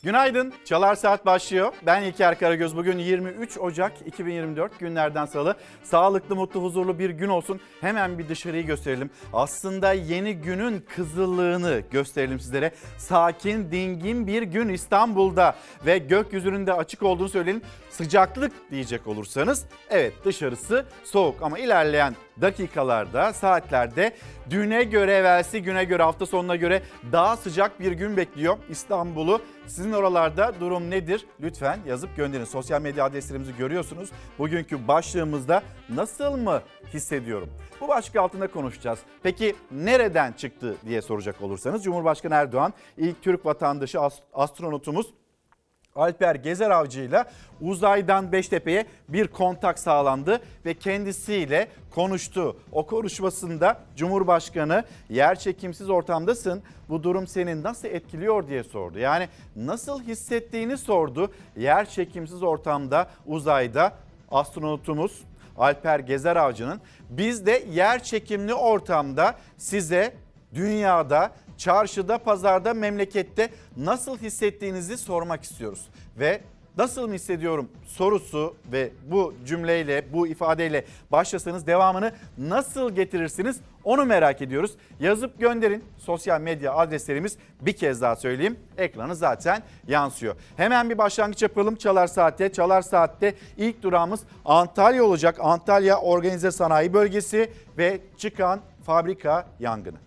Günaydın. Çalar Saat başlıyor. Ben İlker Karagöz. Bugün 23 Ocak 2024 günlerden salı. Sağlıklı, mutlu, huzurlu bir gün olsun. Hemen bir dışarıyı gösterelim. Aslında yeni günün kızıllığını gösterelim sizlere. Sakin, dingin bir gün İstanbul'da ve gökyüzünün de açık olduğunu söyleyelim. Sıcaklık diyecek olursanız evet dışarısı soğuk ama ilerleyen dakikalarda, saatlerde düne göre, evvelsi güne göre, hafta sonuna göre daha sıcak bir gün bekliyor İstanbul'u. Sizin oralarda durum nedir? Lütfen yazıp gönderin. Sosyal medya adreslerimizi görüyorsunuz. Bugünkü başlığımızda nasıl mı hissediyorum? Bu başlık altında konuşacağız. Peki nereden çıktı diye soracak olursanız Cumhurbaşkanı Erdoğan ilk Türk vatandaşı astronotumuz Alper Gezer ile uzaydan Beştepe'ye bir kontak sağlandı ve kendisiyle konuştu. O konuşmasında Cumhurbaşkanı yerçekimsiz ortamdasın, bu durum seni nasıl etkiliyor diye sordu. Yani nasıl hissettiğini sordu. Yerçekimsiz ortamda uzayda astronotumuz Alper Gezer biz de yerçekimli ortamda size dünyada, çarşıda, pazarda, memlekette nasıl hissettiğinizi sormak istiyoruz. Ve nasıl mı hissediyorum sorusu ve bu cümleyle, bu ifadeyle başlasanız devamını nasıl getirirsiniz onu merak ediyoruz. Yazıp gönderin. Sosyal medya adreslerimiz bir kez daha söyleyeyim. Ekranı zaten yansıyor. Hemen bir başlangıç yapalım Çalar Saat'te. Çalar Saat'te ilk durağımız Antalya olacak. Antalya Organize Sanayi Bölgesi ve çıkan fabrika yangını.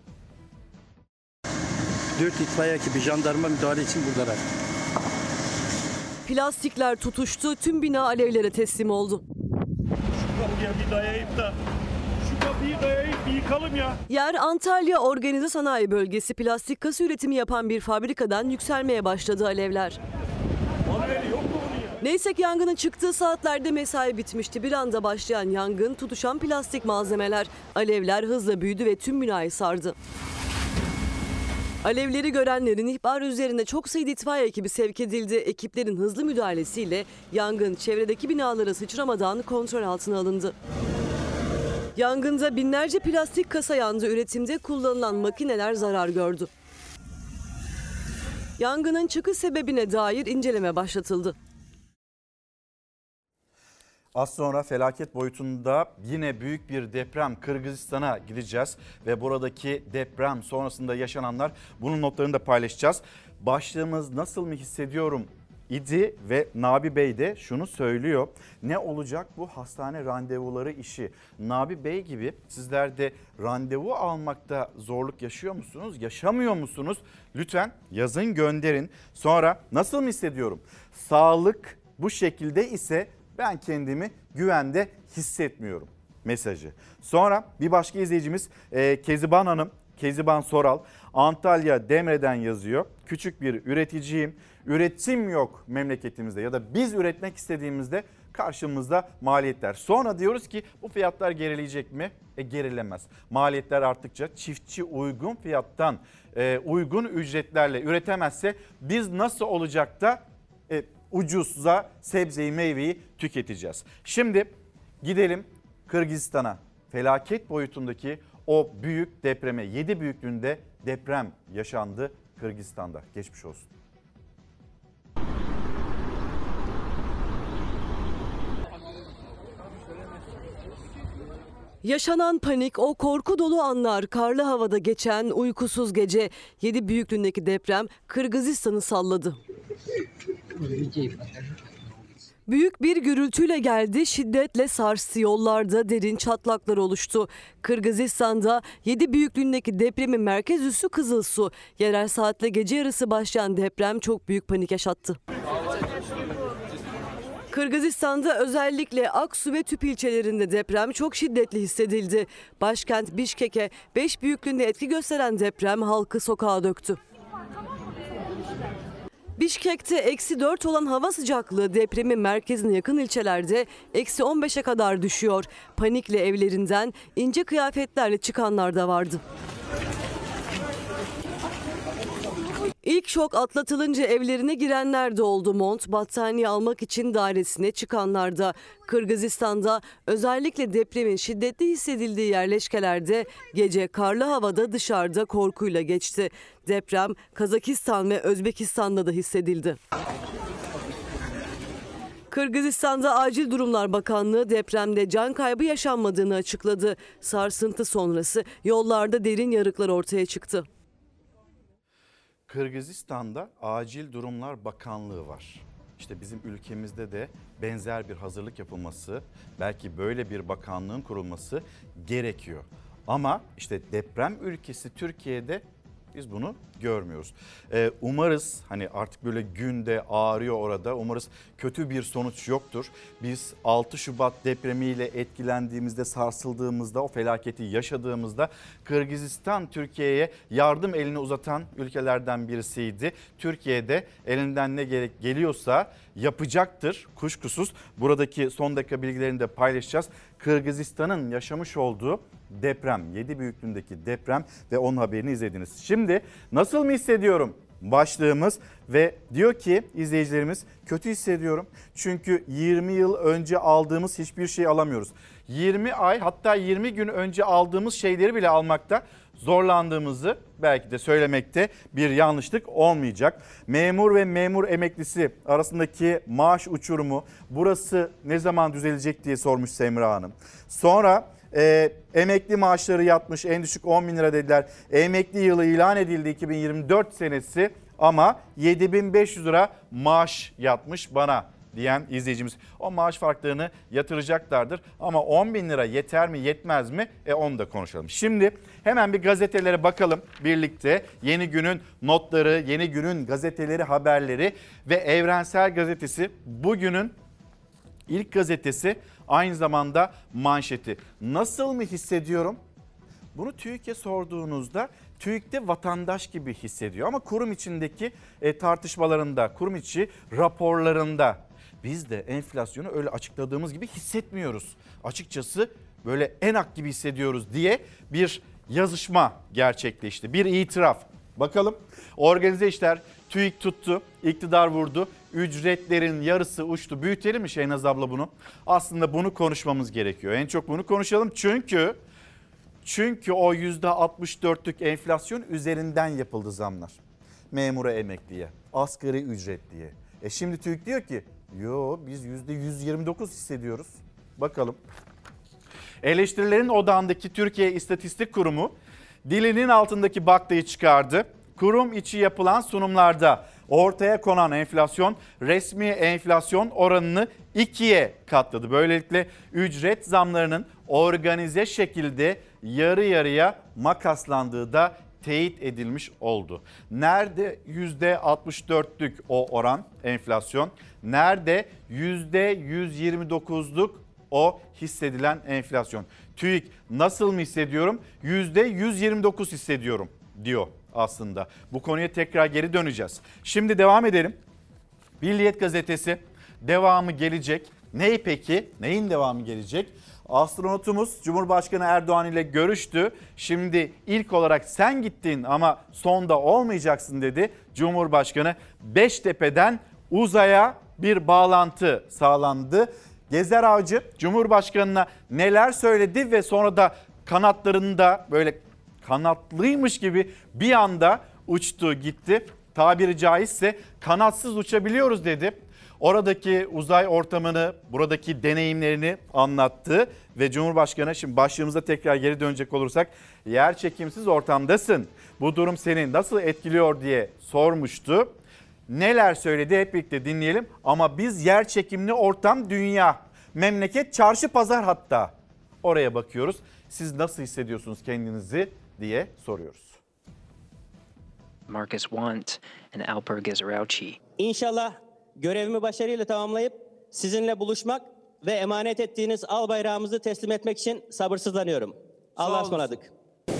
4 itfaiye ekibi, jandarma müdahale için buradalar. Plastikler tutuştu, tüm bina alevlere teslim oldu. Şu kapıya bir dayayıp da bir yıkalım ya. Yer Antalya Organize Sanayi Bölgesi, plastik kasa üretimi yapan bir fabrikadan yükselmeye başladı alevler. Haberi yok mu bunun ya? Neyse ki yangının çıktığı saatlerde mesai bitmişti. Bir anda başlayan yangın, tutuşan plastik malzemeler, alevler hızla büyüdü ve tüm binayı sardı. Alevleri görenlerin ihbarı üzerine çok sayıda itfaiye ekibi sevk edildi. Ekiplerin hızlı müdahalesiyle yangın çevredeki binalara sıçramadan kontrol altına alındı. Yangında binlerce plastik kasa yandı. Üretimde kullanılan makineler zarar gördü. Yangının çıkış sebebine dair inceleme başlatıldı. Az sonra felaket boyutunda yine büyük bir deprem, Kırgızistan'a gideceğiz ve buradaki deprem sonrasında yaşananlar, bunun notlarını da paylaşacağız. Başlığımız nasıl mı hissediyorum idi ve Nabi Bey de şunu söylüyor. Ne olacak bu hastane randevuları işi? Nabi Bey gibi sizler de randevu almakta zorluk yaşıyor musunuz? Yaşamıyor musunuz? Lütfen yazın, gönderin. Sonra nasıl mı hissediyorum? Sağlık bu şekilde ise ben kendimi güvende hissetmiyorum mesajı. Sonra bir başka izleyicimiz Keziban Hanım, Keziban Soral, Antalya Demre'den yazıyor. Küçük bir üreticiyim. Üretim yok memleketimizde ya da biz üretmek istediğimizde karşımızda maliyetler. Sonra diyoruz ki bu fiyatlar gerileyecek mi? Gerilemez. Maliyetler arttıkça çiftçi uygun fiyattan, uygun ücretlerle üretemezse biz nasıl olacak da ucuzza sebzeyi, meyveyi tüketeceğiz. Şimdi gidelim Kırgızistan'a. Felaket boyutundaki o büyük depreme, 7 büyüklüğünde deprem yaşandı Kırgızistan'da. Geçmiş olsun. Yaşanan panik, o korku dolu anlar, karlı havada geçen uykusuz gece, 7 büyüklüğündeki deprem Kırgızistan'ı salladı. Büyük bir gürültüyle geldi, şiddetle sarstı, yollarda derin çatlaklar oluştu. Kırgızistan'da 7 büyüklüğündeki depremin merkez üssü Kızılsu. Yerel saatle gece yarısı başlayan deprem çok büyük panik yaşattı. Kırgızistan'da özellikle Aksu ve Tüp ilçelerinde deprem çok şiddetli hissedildi. Başkent Bişkek'e 5 büyüklüğünde etki gösteren deprem halkı sokağa döktü. Bişkek'te -4 olan hava sıcaklığı depremin merkezine yakın ilçelerde -15'e kadar düşüyor. Panikle evlerinden ince kıyafetlerle çıkanlar da vardı. İlk şok atlatılınca evlerine girenler de oldu. Mont, battaniye almak için dairesine çıkanlar da. Kırgızistan'da özellikle depremin şiddetli hissedildiği yerleşkelerde gece karlı havada dışarıda korkuyla geçti. Deprem Kazakistan ve Özbekistan'da da hissedildi. Kırgızistan'da Acil Durumlar Bakanlığı depremde can kaybı yaşanmadığını açıkladı. Sarsıntı sonrası yollarda derin yarıklar ortaya çıktı. Kırgızistan'da Acil Durumlar Bakanlığı var. İşte bizim ülkemizde de benzer bir hazırlık yapılması, belki böyle bir bakanlığın kurulması gerekiyor. Ama işte deprem ülkesi Türkiye'de biz bunu görmüyoruz. Umarız hani artık böyle günde ağrıyor orada. Umarız kötü bir sonuç yoktur. Biz 6 Şubat depremiyle etkilendiğimizde, sarsıldığımızda, o felaketi yaşadığımızda Kırgızistan Türkiye'ye yardım elini uzatan ülkelerden birisiydi. Türkiye'de elinden ne geliyorsa yapacaktır kuşkusuz. Buradaki son dakika bilgilerini de paylaşacağız. Kırgızistan'ın yaşamış olduğu deprem, 7 büyüklüğündeki deprem ve onun haberini izlediniz. Şimdi nasıl mı hissediyorum başlığımız ve diyor ki izleyicilerimiz kötü hissediyorum. Çünkü 20 yıl önce aldığımız hiçbir şey alamıyoruz. 20 ay hatta 20 gün önce aldığımız şeyleri bile almakta zorlandığımızı belki de söylemekte bir yanlışlık olmayacak. Memur ve memur emeklisi arasındaki maaş uçurumu burası ne zaman düzelecek diye sormuş Semra Hanım. Sonra emekli maaşları yatmış, en düşük 10 bin lira dediler. Emekli yılı ilan edildi 2024 senesi ama 7.500 lira maaş yatmış bana diyen izleyicimiz. O maaş farklarını yatıracaklardır ama 10 bin lira yeter mi yetmez mi onu da konuşalım. Şimdi hemen bir gazetelere bakalım birlikte. Yeni Gün'ün notları, Yeni Gün'ün gazeteleri, haberleri ve Evrensel Gazetesi bugünün ilk gazetesi, aynı zamanda manşeti. Nasıl mı hissediyorum? Bunu TÜİK'e sorduğunuzda TÜİK de vatandaş gibi hissediyor ama kurum içindeki tartışmalarında, kurum içi raporlarında biz de enflasyonu öyle açıkladığımız gibi hissetmiyoruz. Açıkçası böyle enak gibi hissediyoruz diye bir yazışma gerçekleşti. Bir itiraf. Bakalım, organize işler TÜİK tuttu, iktidar vurdu. Ücretlerin yarısı uçtu. Büyütelim mi Şehnaz abla bunu? Aslında bunu konuşmamız gerekiyor. En çok bunu konuşalım çünkü o %64'lük enflasyon üzerinden yapıldı zamlar. Memura, emekliye, asgari ücretliye. Şimdi TÜİK diyor ki biz %129 hissediyoruz. Bakalım. Eleştirilerin odağındaki Türkiye İstatistik Kurumu dilinin altındaki baktayı çıkardı. Kurum içi yapılan sunumlarda ortaya konan enflasyon resmi enflasyon oranını 2'ye katladı. Böylelikle ücret zamlarının organize şekilde yarı yarıya makaslandığı da teyit edilmiş oldu. Nerede %64'lük o oran enflasyon? Nerede %129'luk o hissedilen enflasyon? TÜİK nasıl mı hissediyorum? %129 hissediyorum diyor aslında. Bu konuya tekrar geri döneceğiz. Şimdi devam edelim. Milliyet Gazetesi devamı gelecek. Ney peki? Neyin devamı gelecek? Astronotumuz Cumhurbaşkanı Erdoğan ile görüştü. Şimdi ilk olarak sen gittin ama sonda olmayacaksın dedi. Cumhurbaşkanı Beştepe'den uzaya bir bağlantı sağlandı. Gezer Avcı Cumhurbaşkanı'na neler söyledi ve sonra da kanatlarını da böyle kanatlıymış gibi bir anda uçtu gitti. Tabiri caizse kanatsız uçabiliyoruz dedi. Oradaki uzay ortamını, buradaki deneyimlerini anlattı ve Cumhurbaşkanı, şimdi başlığımıza tekrar geri dönecek olursak, yer çekimsiz ortamdasın. Bu durum seni nasıl etkiliyor diye sormuştu. Neler söyledi hep birlikte dinleyelim. Ama biz yer çekimli ortam dünya, memleket çarşı pazar hatta oraya bakıyoruz. Siz nasıl hissediyorsunuz kendinizi diye soruyoruz. Marcus Want and Alper Gezerauchi. İnşallah görevimi başarıyla tamamlayıp sizinle buluşmak ve emanet ettiğiniz al bayrağımızı teslim etmek için sabırsızlanıyorum. Allah'a ısmarladık.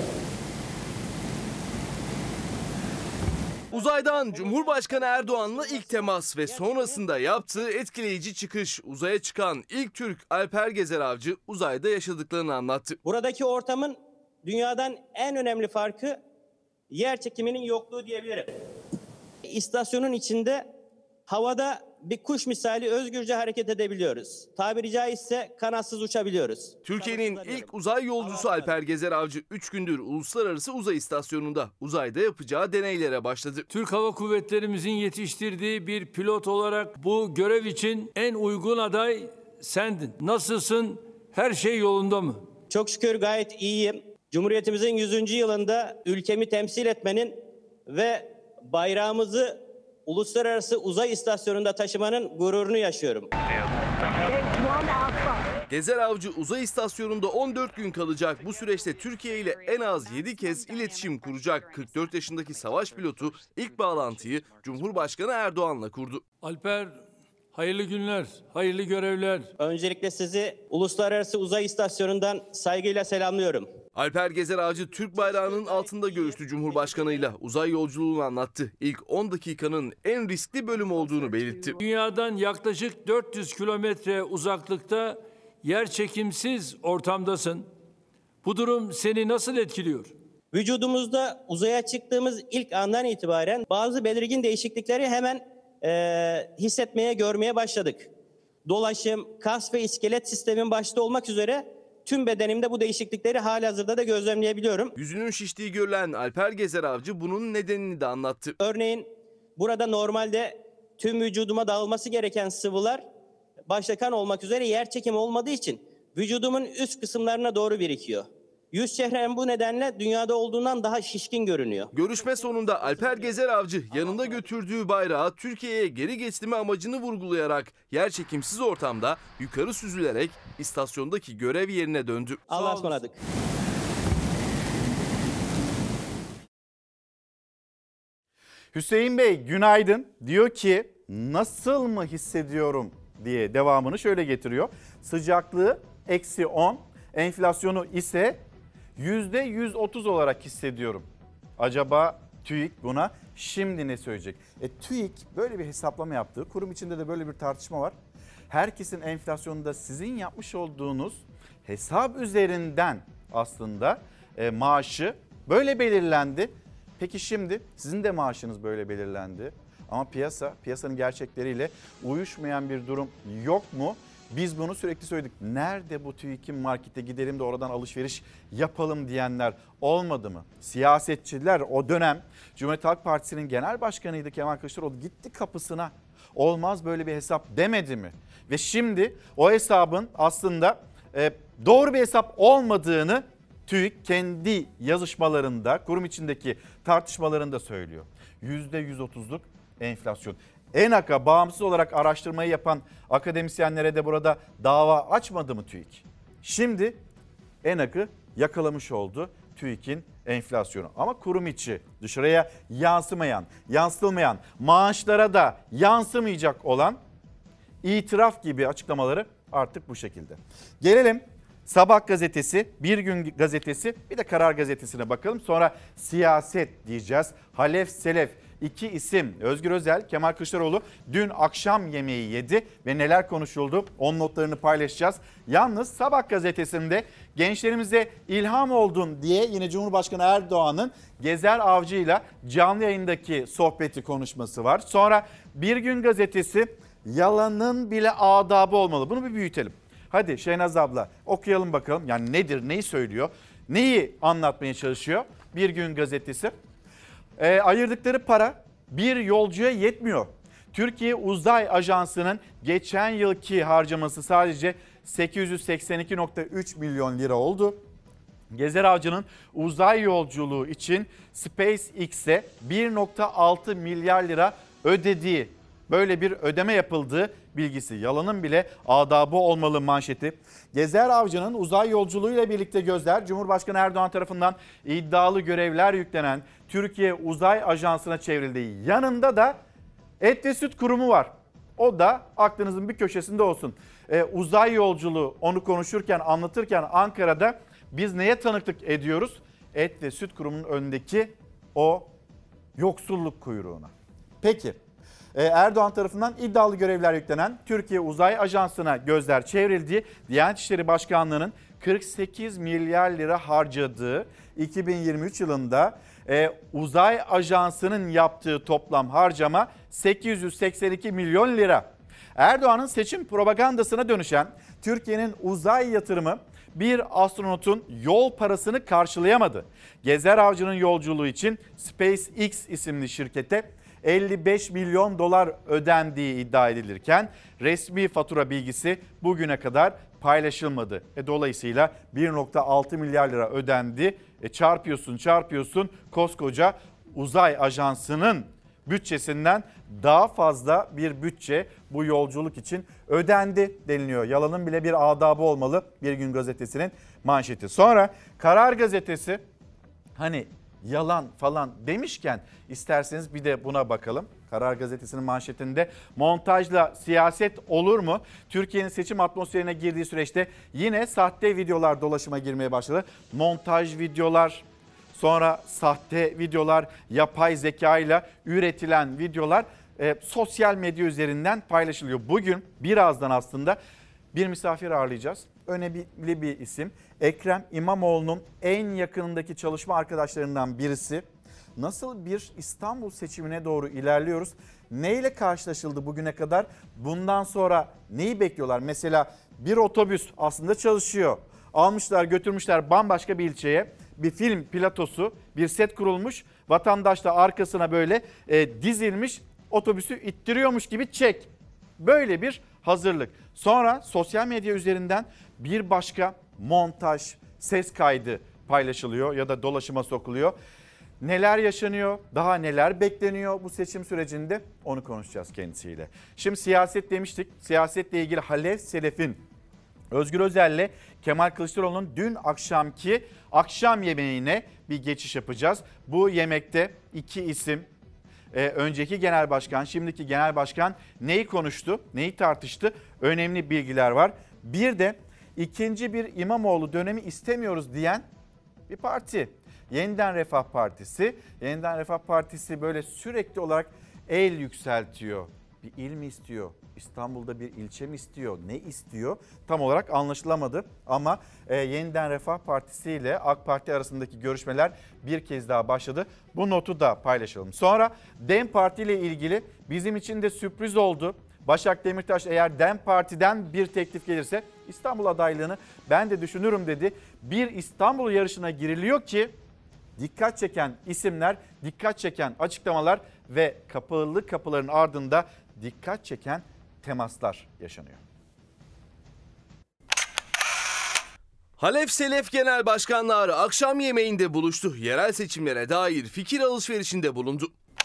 Uzaydan Cumhurbaşkanı Erdoğan'la ilk temas ve sonrasında yaptığı etkileyici çıkış. Uzaya çıkan ilk Türk Alper Gezerauchi uzayda yaşadıklarını anlattı. Buradaki ortamın dünyadan en önemli farkı yer çekiminin yokluğu diyebilirim. istasyonun içinde havada bir kuş misali özgürce hareket edebiliyoruz. Tabiri caizse kanatsız uçabiliyoruz. Türkiye'nin ilk uzay yolcusu Alper Gezer Avcı 3 gündür Uluslararası Uzay İstasyonu'nda uzayda yapacağı deneylere başladı. Türk Hava Kuvvetlerimizin yetiştirdiği bir pilot olarak bu görev için en uygun aday sendin. Nasılsın? Her şey yolunda mı? Çok şükür gayet iyiyim. Cumhuriyetimizin 100. yılında ülkemi temsil etmenin ve bayrağımızı Uluslararası Uzay İstasyonu'nda taşımanın gururunu yaşıyorum. Gezer Avcı Uzay İstasyonu'nda 14 gün kalacak. Bu süreçte Türkiye ile en az 7 kez iletişim kuracak. 44 yaşındaki savaş pilotu ilk bağlantıyı Cumhurbaşkanı Erdoğan'la kurdu. Alper, hayırlı günler, hayırlı görevler. Öncelikle sizi Uluslararası Uzay İstasyonu'ndan saygıyla selamlıyorum. Alper Gezer Avcı Türk bayrağının altında görüştü Cumhurbaşkanı'yla. Uzay yolculuğunu anlattı. İlk 10 dakikanın en riskli bölüm olduğunu belirtti. Dünyadan yaklaşık 400 kilometre uzaklıkta yerçekimsiz ortamdasın. Bu durum seni nasıl etkiliyor? Vücudumuzda uzaya çıktığımız ilk andan itibaren bazı belirgin değişiklikleri hemen hissetmeye, görmeye başladık. Dolaşım, kas ve iskelet sistemin başta olmak üzere tüm bedenimde bu değişiklikleri halihazırda da gözlemleyebiliyorum. Yüzünün şiştiği görülen Alper Gezer Avcı bunun nedenini de anlattı. Örneğin burada normalde tüm vücuduma dağılması gereken sıvılar başta kan olmak üzere yer çekimi olmadığı için vücudumun üst kısımlarına doğru birikiyor. Yüz çehrem bu nedenle dünyada olduğundan daha şişkin görünüyor. Görüşme sonunda Alper Gezer Avcı yanında götürdüğü bayrağı Türkiye'ye geri getirme amacını vurgulayarak yerçekimsiz ortamda yukarı süzülerek istasyondaki görev yerine döndü. Allah'a ısmarladık. Hüseyin Bey günaydın. Diyor ki nasıl mı hissediyorum diye devamını şöyle getiriyor. Sıcaklığı -10, enflasyonu ise %130 olarak hissediyorum. Acaba TÜİK buna şimdi ne söyleyecek? TÜİK böyle bir hesaplama yaptı. Kurum içinde de böyle bir tartışma var. Herkesin enflasyonunda sizin yapmış olduğunuz hesap üzerinden aslında maaşı böyle belirlendi. Peki şimdi sizin de maaşınız böyle belirlendi. Ama piyasanın gerçekleriyle uyuşmayan bir durum yok mu? Biz bunu sürekli söyledik. Nerede bu TÜİK'in markete gidelim de oradan alışveriş yapalım diyenler olmadı mı? Siyasetçiler o dönem Cumhuriyet Halk Partisi'nin genel başkanıydı Kemal Kılıçdaroğlu, gitti kapısına. Olmaz böyle bir hesap demedi mi? Ve şimdi o hesabın aslında doğru bir hesap olmadığını TÜİK kendi yazışmalarında, kurum içindeki tartışmalarında söylüyor. %130'luk enflasyon. ENAK'a bağımsız olarak araştırmayı yapan akademisyenlere de burada dava açmadı mı TÜİK? Şimdi ENAK'ı yakalamış oldu TÜİK'in enflasyonu. Ama kurum içi dışarıya yansıtılmayan, maaşlara da yansımayacak olan itiraf gibi açıklamaları artık bu şekilde. Gelelim Sabah gazetesi, Bir Gün gazetesi, bir de Karar gazetesine bakalım. Sonra siyaset diyeceğiz. Halef Selef iki isim, Özgür Özel, Kemal Kılıçdaroğlu dün akşam yemeği yedi ve neler konuşuldu onun notlarını paylaşacağız. Yalnız Sabah gazetesinde gençlerimize ilham oldun diye yine Cumhurbaşkanı Erdoğan'ın Gezer Avcı'yla canlı yayındaki sohbeti, konuşması var. Sonra Bir Gün gazetesi yalanın bile adabı olmalı. Bunu bir büyütelim. Hadi Şehnaz abla okuyalım bakalım. Yani nedir, neyi söylüyor, neyi anlatmaya çalışıyor Bir Gün gazetesi. Ayırdıkları para bir yolcuya yetmiyor. Türkiye Uzay Ajansı'nın geçen yılki harcaması sadece 882,3 milyon lira oldu. Gezer Avcı'nın uzay yolculuğu için SpaceX'e 1,6 milyar lira ödediği, böyle bir ödeme yapıldığı bilgisi. Yalanın bile adabı olmalı manşeti. Gezer Avcı'nın uzay yolculuğuyla birlikte gözler Cumhurbaşkanı Erdoğan tarafından iddialı görevler yüklenen Türkiye Uzay Ajansı'na çevrildi. Yanında da Et ve Süt Kurumu var. O da aklınızın bir köşesinde olsun. Uzay yolculuğu, onu konuşurken, anlatırken Ankara'da biz neye tanıklık ediyoruz? Et ve Süt Kurumu'nun önündeki o yoksulluk kuyruğuna. Peki. Erdoğan tarafından iddialı görevler yüklenen Türkiye Uzay Ajansı'na gözler çevrildi. Diyanet İşleri Başkanlığı'nın 48 milyar lira harcadığı 2023 yılında Uzay Ajansı'nın yaptığı toplam harcama 882 milyon lira. Erdoğan'ın seçim propagandasına dönüşen Türkiye'nin uzay yatırımı bir astronotun yol parasını karşılayamadı. Gezer Avcı'nın yolculuğu için SpaceX isimli şirkete 55 milyon dolar ödendiği iddia edilirken resmi fatura bilgisi bugüne kadar paylaşılmadı. Dolayısıyla 1.6 milyar lira ödendi. Çarpıyorsun koskoca uzay ajansının bütçesinden daha fazla bir bütçe bu yolculuk için ödendi deniliyor. Yalanın bile bir adabı olmalı Bir Gün Gazetesi'nin manşeti. Sonra Karar Gazetesi hani yalan falan demişken isterseniz bir de buna bakalım. Karar Gazetesi'nin manşetinde montajla siyaset olur mu? Türkiye'nin seçim atmosferine girdiği süreçte yine sahte videolar dolaşıma girmeye başladı. Montaj videolar, sonra sahte videolar, yapay zeka ile üretilen videolar sosyal medya üzerinden paylaşılıyor. Bugün birazdan aslında bir misafir ağırlayacağız. Önemli bir isim. Ekrem İmamoğlu'nun en yakınındaki çalışma arkadaşlarından birisi. Nasıl bir İstanbul seçimine doğru ilerliyoruz? Neyle karşılaşıldı bugüne kadar? Bundan sonra neyi bekliyorlar? Mesela bir otobüs aslında çalışıyor. Almışlar götürmüşler bambaşka bir ilçeye. Bir film platosu, bir set kurulmuş. Vatandaş da arkasına böyle dizilmiş, otobüsü ittiriyormuş gibi çek. Böyle bir hazırlık. Sonra sosyal medya üzerinden bir başka montaj, ses kaydı paylaşılıyor ya da dolaşıma sokuluyor. Neler yaşanıyor, daha neler bekleniyor bu seçim sürecinde, onu konuşacağız kendisiyle. Şimdi siyaset demiştik. Siyasetle ilgili Halef Selef'in Özgür Özel'le Kemal Kılıçdaroğlu'nun dün akşamki akşam yemeğine bir geçiş yapacağız. Bu yemekte iki isim, önceki genel başkan, şimdiki genel başkan neyi konuştu, neyi tartıştı? Önemli bilgiler var. Bir de ikinci bir İmamoğlu dönemi istemiyoruz diyen bir parti. Yeniden Refah Partisi. Yeniden Refah Partisi böyle sürekli olarak el yükseltiyor. Bir il mi istiyor? İstanbul'da bir ilçe mi istiyor? Ne istiyor? Tam olarak anlaşılamadı. Ama Yeniden Refah Partisi ile AK Parti arasındaki görüşmeler bir kez daha başladı. Bu notu da paylaşalım. Sonra DEM Parti ile ilgili bizim için de sürpriz oldu. Başak Demirtaş eğer DEM Parti'den bir teklif gelirse İstanbul adaylığını ben de düşünürüm dedi. Bir İstanbul yarışına giriliyor ki dikkat çeken isimler, dikkat çeken açıklamalar ve kapalı kapıların ardında dikkat çeken temaslar yaşanıyor. Halef Selef Genel Başkanları akşam yemeğinde buluştu. Yerel seçimlere dair fikir alışverişinde bulundu.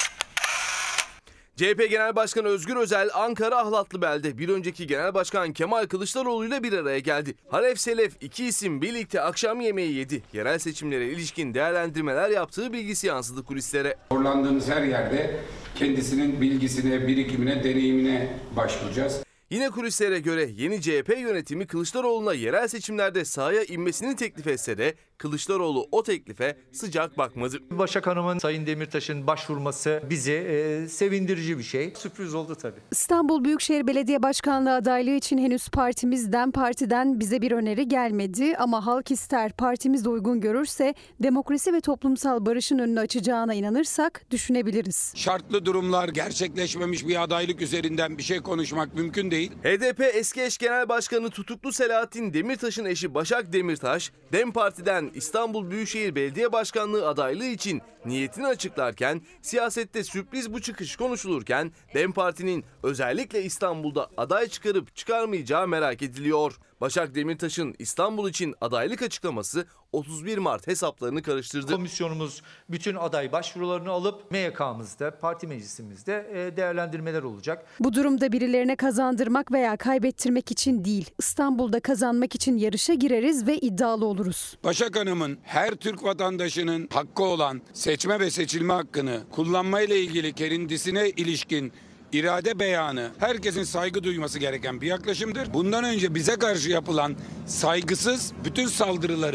CHP Genel Başkanı Özgür Özel Ankara Ahlatlıbel'de bir önceki Genel Başkan Kemal Kılıçdaroğlu ile bir araya geldi. Halef Selef iki isim birlikte akşam yemeği yedi. Yerel seçimlere ilişkin değerlendirmeler yaptığı bilgisi yansıdı kulislere. Zorlandığımız her yerde kendisinin bilgisine, birikimine, deneyimine başvuracağız. Yine kulislere göre yeni CHP yönetimi Kılıçdaroğlu'na yerel seçimlerde sahaya inmesini teklif etse de Kılıçdaroğlu o teklife sıcak bakmadı. Başak Hanım'ın Sayın Demirtaş'ın başvurması bizi sevindirici bir şey. Sürpriz oldu tabii. İstanbul Büyükşehir Belediye Başkanlığı adaylığı için henüz DEM Parti'den bize bir öneri gelmedi. Ama halk ister, partimiz de uygun görürse demokrasi ve toplumsal barışın önünü açacağına inanırsak düşünebiliriz. Şartlı durumlar, gerçekleşmemiş bir adaylık üzerinden bir şey konuşmak mümkün değil. HDP eski eş genel başkanı tutuklu Selahattin Demirtaş'ın eşi Başak Demirtaş, DEM Parti'den İstanbul Büyükşehir Belediye Başkanlığı adaylığı için niyetini açıklarken siyasette sürpriz bu çıkış konuşulurken DEM Parti'nin özellikle İstanbul'da aday çıkarıp çıkarmayacağı merak ediliyor. Başak Demirtaş'ın İstanbul için adaylık açıklaması 31 Mart hesaplarını karıştırdı. Komisyonumuz bütün aday başvurularını alıp MYK'mızda, parti meclisimizde değerlendirmeler olacak. Bu durumda birilerine kazandırmak veya kaybettirmek için değil, İstanbul'da kazanmak için yarışa gireriz ve iddialı oluruz. Başak Hanım'ın her Türk vatandaşının hakkı olan seçme ve seçilme hakkını kullanmayla ilgili kendisine ilişkin irade beyanı herkesin saygı duyması gereken bir yaklaşımdır. Bundan önce bize karşı yapılan saygısız bütün saldırıları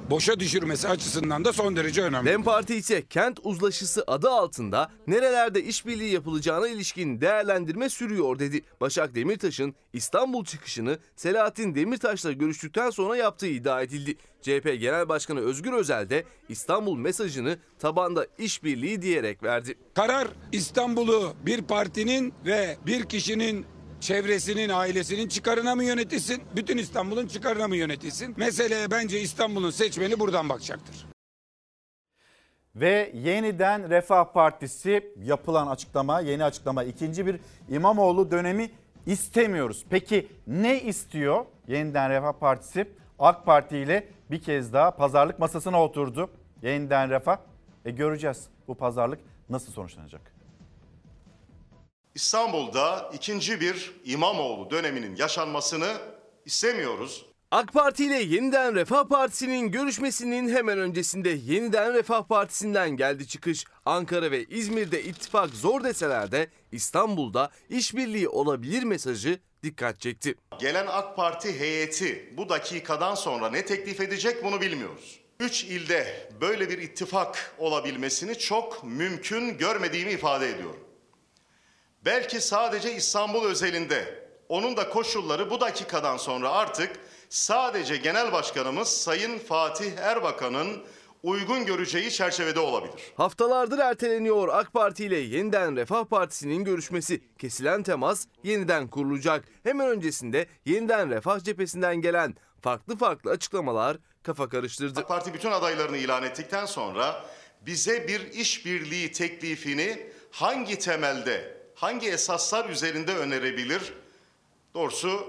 boşa düşürmesi açısından da son derece önemli. DEM Parti ise kent uzlaşısı adı altında nerelerde işbirliği yapılacağına ilişkin değerlendirme sürüyor dedi. Başak Demirtaş'ın İstanbul çıkışını Selahattin Demirtaş'la görüştükten sonra yaptığı iddia edildi. CHP Genel Başkanı Özgür Özel de İstanbul mesajını tabanda işbirliği diyerek verdi. Karar İstanbul'u bir partinin ve bir kişinin çevresinin, ailesinin çıkarına mı yönetilsin, bütün İstanbul'un çıkarına mı yönetilsin? Meseleye bence İstanbul'un seçmeni buradan bakacaktır. Ve yeniden Refah Partisi yapılan açıklama, yeni açıklama, ikinci bir İmamoğlu dönemi istemiyoruz. Peki ne istiyor yeniden Refah Partisi? AK Parti ile bir kez daha pazarlık masasına oturdu. Yeniden Refah. Göreceğiz bu pazarlık nasıl sonuçlanacak? İstanbul'da ikinci bir İmamoğlu döneminin yaşanmasını istemiyoruz. AK Parti ile Yeniden Refah Partisi'nin görüşmesinin hemen öncesinde Yeniden Refah Partisi'nden geldi çıkış. Ankara ve İzmir'de ittifak zor deseler de İstanbul'da işbirliği olabilir mesajı dikkat çekti. Gelen AK Parti heyeti bu dakikadan sonra ne teklif edecek bunu bilmiyoruz. 3 ilde böyle bir ittifak olabilmesini çok mümkün görmediğimi ifade ediyorum. Belki sadece İstanbul özelinde, onun da koşulları bu dakikadan sonra artık sadece Genel Başkanımız Sayın Fatih Erbakan'ın uygun göreceği çerçevede olabilir. Haftalardır erteleniyor AK Parti ile Yeniden Refah Partisi'nin görüşmesi. Kesilen temas yeniden kurulacak. Hemen öncesinde Yeniden Refah cephesinden gelen farklı açıklamalar kafa karıştırdı. AK Parti bütün adaylarını ilan ettikten sonra bize bir işbirliği teklifini hangi temelde, hangi esaslar üzerinde önerebilir? Doğrusu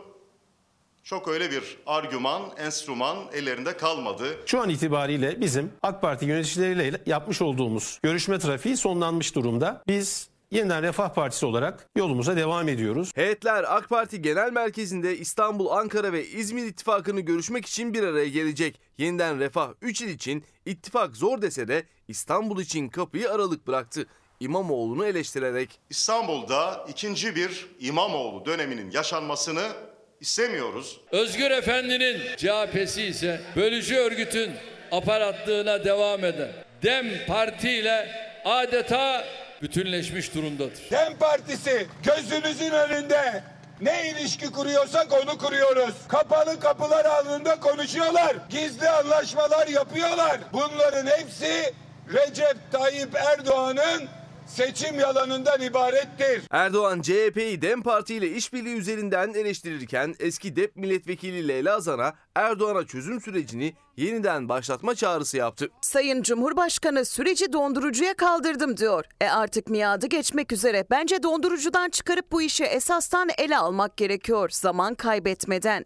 çok öyle bir argüman, enstrüman ellerinde kalmadı. Şu an itibariyle bizim AK Parti yöneticileriyle yapmış olduğumuz görüşme trafiği sonlanmış durumda. Biz Yeniden Refah Partisi olarak yolumuza devam ediyoruz. Heyetler AK Parti Genel Merkezi'nde İstanbul, Ankara ve İzmir ittifakını görüşmek için bir araya gelecek. Yeniden Refah 3 il için ittifak zor dese de İstanbul için kapıyı aralık bıraktı. İmamoğlu'nu eleştirerek. İstanbul'da ikinci bir İmamoğlu döneminin yaşanmasını istemiyoruz. Özgür Efendi'nin CHP'si ise bölücü örgütün aparatlığına devam eden DEM Parti ile adeta bütünleşmiş durumdadır. DEM Partisi gözümüzün önünde ne ilişki kuruyorsak onu kuruyoruz. Kapalı kapılar ardında konuşuyorlar. Gizli anlaşmalar yapıyorlar. Bunların hepsi Recep Tayyip Erdoğan'ın seçim yalanından ibarettir. Erdoğan CHP'yi DEM Parti ile işbirliği üzerinden eleştirirken eski DEP milletvekili Leyla Zan'a Erdoğan'a çözüm sürecini yeniden başlatma çağrısı yaptı. Sayın Cumhurbaşkanı süreci dondurucuya kaldırdım diyor. Artık miadı geçmek üzere. Bence dondurucudan çıkarıp bu işi esastan ele almak gerekiyor zaman kaybetmeden.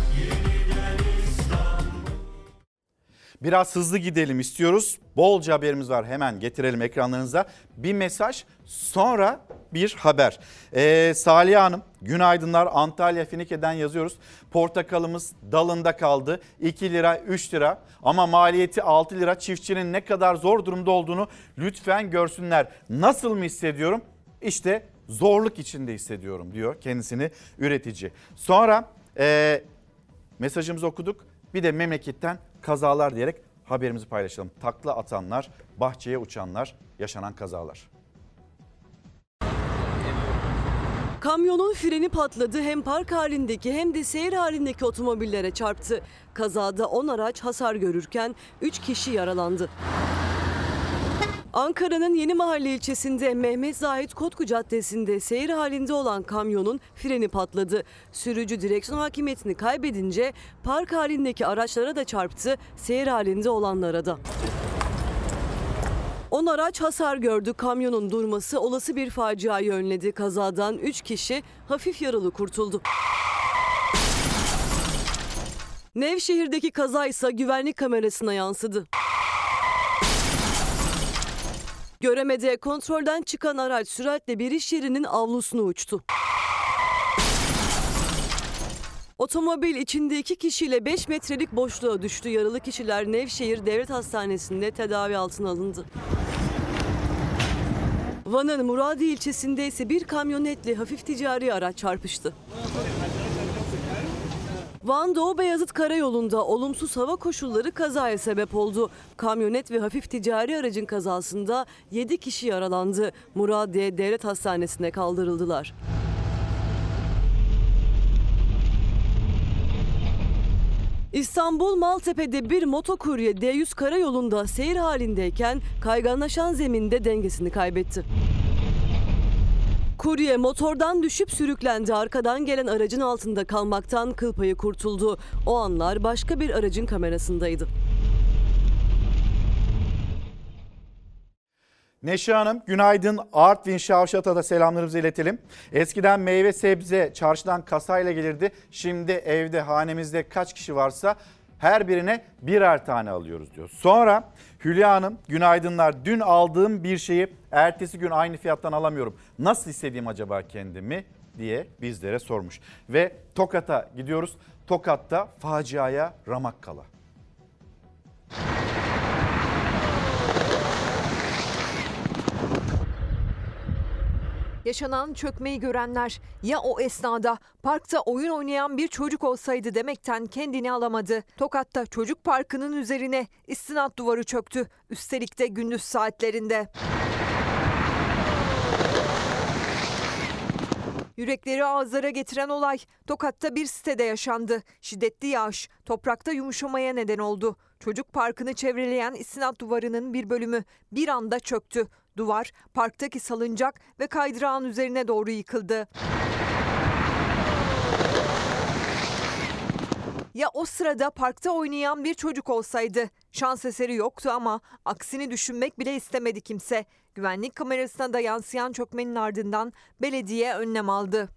Biraz hızlı gidelim istiyoruz. Bolca haberimiz var, hemen getirelim ekranlarınıza. Bir mesaj, sonra bir haber. Salih Hanım, günaydınlar, Antalya Finike'den yazıyoruz. Portakalımız dalında kaldı. 2 lira 3 lira ama maliyeti 6 lira. Çiftçinin ne kadar zor durumda olduğunu lütfen görsünler. Nasıl mı hissediyorum? İşte zorluk içinde hissediyorum diyor kendisini üretici. Sonra mesajımızı okuduk. Bir de memleketten kazalar diyerek haberimizi paylaşalım. Takla atanlar, bahçeye uçanlar, yaşanan kazalar. Kamyonun freni patladı, hem park halindeki hem de seyir halindeki otomobillere çarptı. Kazada 10 araç hasar görürken 3 kişi yaralandı. Ankara'nın Yenimahalle ilçesinde Mehmet Zahit Kotku Caddesi'nde seyir halinde olan kamyonun freni patladı. Sürücü direksiyon hakimiyetini kaybedince park halindeki araçlara da çarptı, seyir halinde olanlara da. 10 araç hasar gördü. Kamyonun durması olası bir faciayı önledi. Kazadan 3 kişi hafif yaralı kurtuldu. Nevşehir'deki kaza ise güvenlik kamerasına yansıdı. Göreme'de kontrolden çıkan araç süratle bir iş yerinin avlusuna uçtu. Otomobil içinde 2 kişiyle 5 metrelik boşluğa düştü. Yaralı kişiler Nevşehir Devlet Hastanesi'nde tedavi altına alındı. Van'ın Muradiye ilçesinde ise bir kamyonetle hafif ticari araç çarpıştı. Van Doğu Beyazıt Karayolu'nda olumsuz hava koşulları kazaya sebep oldu. Kamyonet ve hafif ticari aracın kazasında 7 kişi yaralandı. Muradiye Devlet Hastanesi'ne kaldırıldılar. İstanbul Maltepe'de bir motokurye D100 karayolunda seyir halindeyken kayganlaşan zeminde dengesini kaybetti. Kurye motordan düşüp sürüklendi. Arkadan gelen aracın altında kalmaktan kıl payı kurtuldu. O anlar başka bir aracın kamerasındaydı. Neşe Hanım günaydın. Artvin Şavşat'a selamlarımızı iletelim. Eskiden meyve sebze çarşıdan kasayla gelirdi. Şimdi evde hanemizde kaç kişi varsa her birine birer tane alıyoruz diyor. Sonra Hülya Hanım günaydınlar. Dün aldığım bir şeyi ertesi gün aynı fiyattan alamıyorum. Nasıl hissedeyim acaba kendimi diye bizlere sormuş. Ve Tokat'a gidiyoruz. Tokat'ta faciaya ramak kala. Yaşanan çökmeyi görenler ya o esnada parkta oyun oynayan bir çocuk olsaydı demekten kendini alamadı. Tokat'ta çocuk parkının üzerine istinat duvarı çöktü. Üstelik de gündüz saatlerinde. Yürekleri ağızlara getiren olay Tokat'ta bir sitede yaşandı. Şiddetli yağış toprakta yumuşamaya neden oldu. Çocuk parkını çevreleyen istinat duvarının bir bölümü bir anda çöktü. Duvar parktaki salıncak ve kaydırağın üzerine doğru yıkıldı. Ya o sırada parkta oynayan bir çocuk olsaydı? Şans eseri yoktu ama aksini düşünmek bile istemedi kimse. Güvenlik kamerasına da yansıyan çökmenin ardından belediye önlem aldı.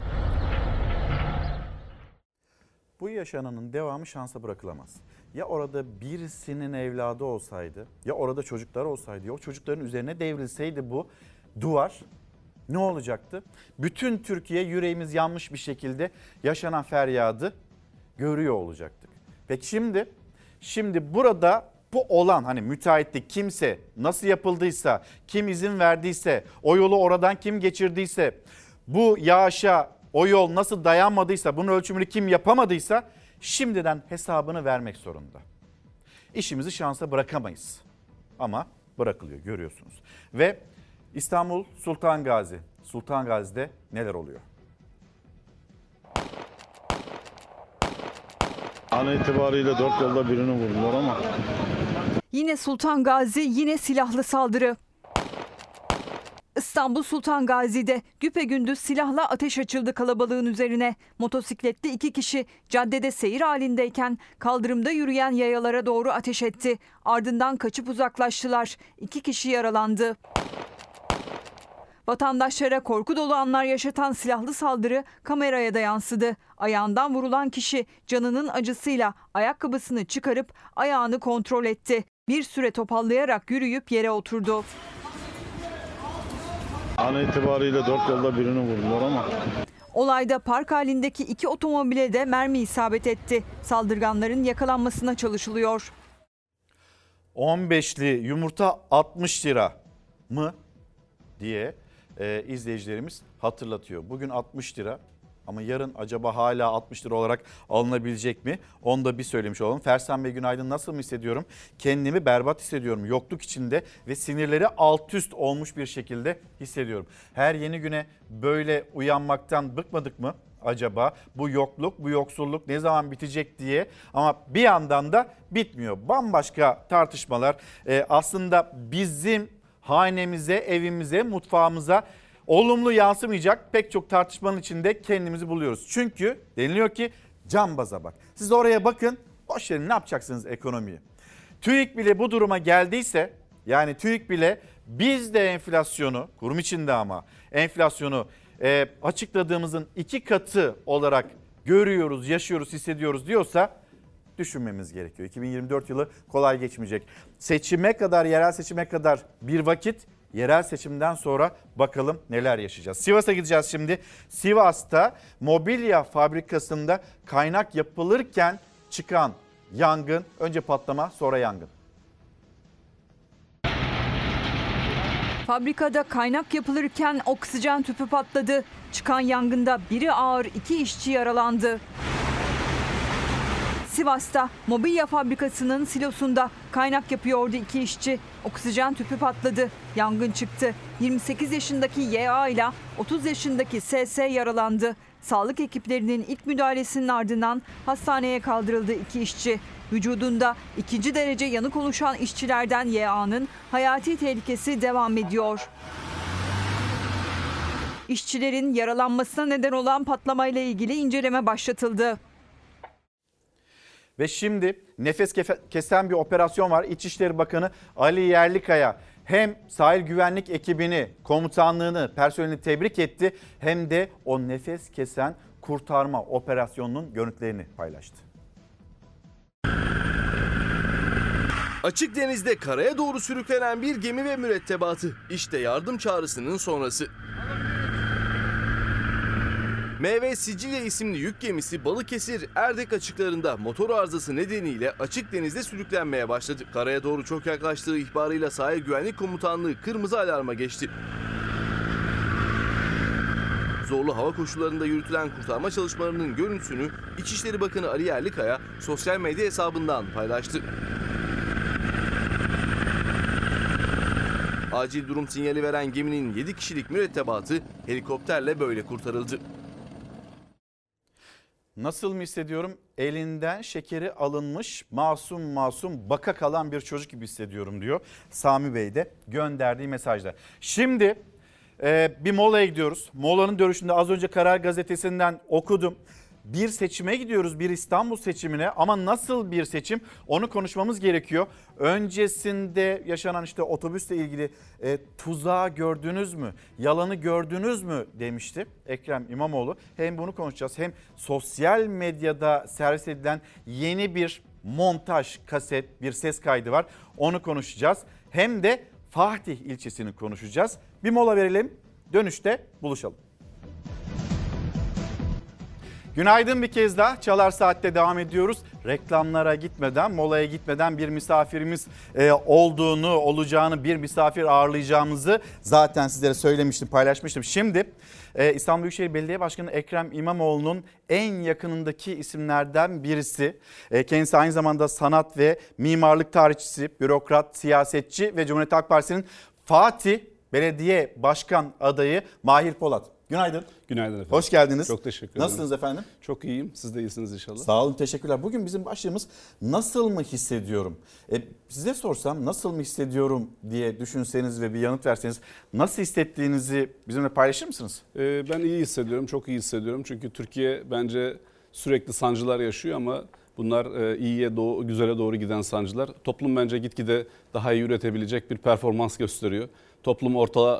Bu yaşananın devamı şansa bırakılamaz. Ya orada birisinin evladı olsaydı, ya orada çocuklar olsaydı, ya o çocukların üzerine devrilseydi bu duvar, ne olacaktı? Bütün Türkiye yüreğimiz yanmış bir şekilde yaşanan feryadı görüyor olacaktık. Peki şimdi burada bu olan hani müteahhitlik kimse nasıl yapıldıysa, kim izin verdiyse, o yolu oradan kim geçirdiyse, bu yağışa o yol nasıl dayanmadıysa, bunun ölçümünü kim yapamadıysa şimdiden hesabını vermek zorunda. İşimizi şansa bırakamayız ama bırakılıyor, görüyorsunuz. Ve İstanbul Sultan Gazi. Sultan Gazi'de neler oluyor? An itibariyle 4 yolda birini vurdular ama. Yine Sultan Gazi, yine silahlı saldırı. İstanbul Sultan Gazi'de güpegündüz silahla ateş açıldı kalabalığın üzerine. Motosikletli 2 kişi caddede seyir halindeyken kaldırımda yürüyen yayalara doğru ateş etti. Ardından kaçıp uzaklaştılar. 2 kişi yaralandı. Vatandaşlara korku dolu anlar yaşatan silahlı saldırı kameraya da yansıdı. Ayağından vurulan kişi canının acısıyla ayakkabısını çıkarıp ayağını kontrol etti. Bir süre topallayarak yürüyüp yere oturdu. An itibariyle 4 yolda birini vurdular ama. Olayda park halindeki 2 otomobile de mermi isabet etti. Saldırganların yakalanmasına çalışılıyor. 15'li yumurta 60 lira mı diye izleyicilerimiz hatırlatıyor. Bugün 60 lira ama yarın acaba hala 60 lira olarak alınabilecek mi? Onu da bir söylemiş olalım. Fersan Bey günaydın, nasıl mı hissediyorum? Kendimi berbat hissediyorum. Yokluk içinde ve sinirleri alt üst olmuş bir şekilde hissediyorum. Her yeni güne böyle uyanmaktan bıkmadık mı acaba? Bu yokluk, bu yoksulluk ne zaman bitecek diye, ama bir yandan da bitmiyor. Bambaşka tartışmalar aslında bizim hanemize, evimize, mutfağımıza olumlu yansımayacak pek çok tartışmanın içinde kendimizi buluyoruz. Çünkü deniliyor ki cambaza bak. Siz oraya bakın, boş verin, ne yapacaksınız ekonomiyi? TÜİK bile bu duruma geldiyse, yani TÜİK bile biz de enflasyonu, kurum içinde ama enflasyonu açıkladığımızın 2 katı olarak görüyoruz, yaşıyoruz, hissediyoruz diyorsa düşünmemiz gerekiyor. 2024 yılı kolay geçmeyecek. Seçime kadar, yerel seçime kadar bir vakit, yerel seçimden sonra bakalım neler yaşayacağız. Sivas'a gideceğiz şimdi. Sivas'ta mobilya fabrikasında kaynak yapılırken çıkan yangın, önce patlama sonra yangın. Fabrikada kaynak yapılırken oksijen tüpü patladı. Çıkan yangında biri ağır, 2 işçi yaralandı. Sivas'ta mobilya fabrikasının silosunda kaynak yapıyordu 2 işçi. Oksijen tüpü patladı. Yangın çıktı. 28 yaşındaki YA ile 30 yaşındaki SS yaralandı. Sağlık ekiplerinin ilk müdahalesinin ardından hastaneye kaldırıldı 2 işçi. Vücudunda 2. derece yanık oluşan işçilerden YA'nın hayati tehlikesi devam ediyor. İşçilerin yaralanmasına neden olan patlamayla ilgili inceleme başlatıldı. Ve şimdi nefes kesen bir operasyon var. İçişleri Bakanı Ali Yerlikaya hem sahil güvenlik ekibini, komutanlığını, personelini tebrik etti hem de o nefes kesen kurtarma operasyonunun görüntülerini paylaştı. Açık denizde karaya doğru sürüklenen bir gemi ve mürettebatı. İşte yardım çağrısının sonrası. MV Sicilya isimli yük gemisi Balıkesir Erdek açıklarında motor arızası nedeniyle açık denizde sürüklenmeye başladı. Karaya doğru çok yaklaştığı ihbarıyla sahil güvenlik komutanlığı kırmızı alarma geçti. Zorlu hava koşullarında yürütülen kurtarma çalışmalarının görüntüsünü İçişleri Bakanı Ali Yerlikaya sosyal medya hesabından paylaştı. Acil durum sinyali veren geminin 7 kişilik mürettebatı helikopterle böyle kurtarıldı. Nasıl mı hissediyorum? Elinden şekeri alınmış masum baka kalan bir çocuk gibi hissediyorum diyor Sami Bey de gönderdiği mesajda. Şimdi bir molaya gidiyoruz. Molanın dönüşünde az önce Karar Gazetesi'nden okudum. Bir seçime gidiyoruz, bir İstanbul seçimine, ama nasıl bir seçim onu konuşmamız gerekiyor. Öncesinde yaşanan işte otobüsle ilgili tuzağı gördünüz mü, yalanı gördünüz mü demişti Ekrem İmamoğlu. Hem bunu konuşacağız hem sosyal medyada servis edilen yeni bir montaj kaset, bir ses kaydı var, onu konuşacağız. Hem de Fatih ilçesini konuşacağız. Bir mola verelim, dönüşte buluşalım. Günaydın bir kez daha. Çalar Saat'te devam ediyoruz. Reklamlara gitmeden, molaya gitmeden bir misafirimiz olacağını, bir misafir ağırlayacağımızı zaten sizlere söylemiştim, paylaşmıştım. Şimdi İstanbul Büyükşehir Belediye Başkanı Ekrem İmamoğlu'nun en yakınındaki isimlerden birisi. Kendisi aynı zamanda sanat ve mimarlık tarihçisi, bürokrat, siyasetçi ve Cumhuriyet Halk Partisi'nin Fatih Belediye Başkan adayı Mahir Polat. Günaydın. Günaydın efendim. Hoş geldiniz. Çok teşekkür ederim. Nasılsınız efendim? Çok iyiyim. Siz de iyisiniz inşallah. Sağ olun, teşekkürler. Bugün bizim başlığımız nasıl mı hissediyorum? Size sorsam nasıl mı hissediyorum diye düşünseniz ve bir yanıt verseniz nasıl hissettiğinizi bizimle paylaşır mısınız? Ben iyi hissediyorum. Çok iyi hissediyorum. Çünkü Türkiye bence sürekli sancılar yaşıyor ama bunlar iyiye, güzele doğru giden sancılar. Toplum bence gitgide daha iyi üretebilecek bir performans gösteriyor. Toplum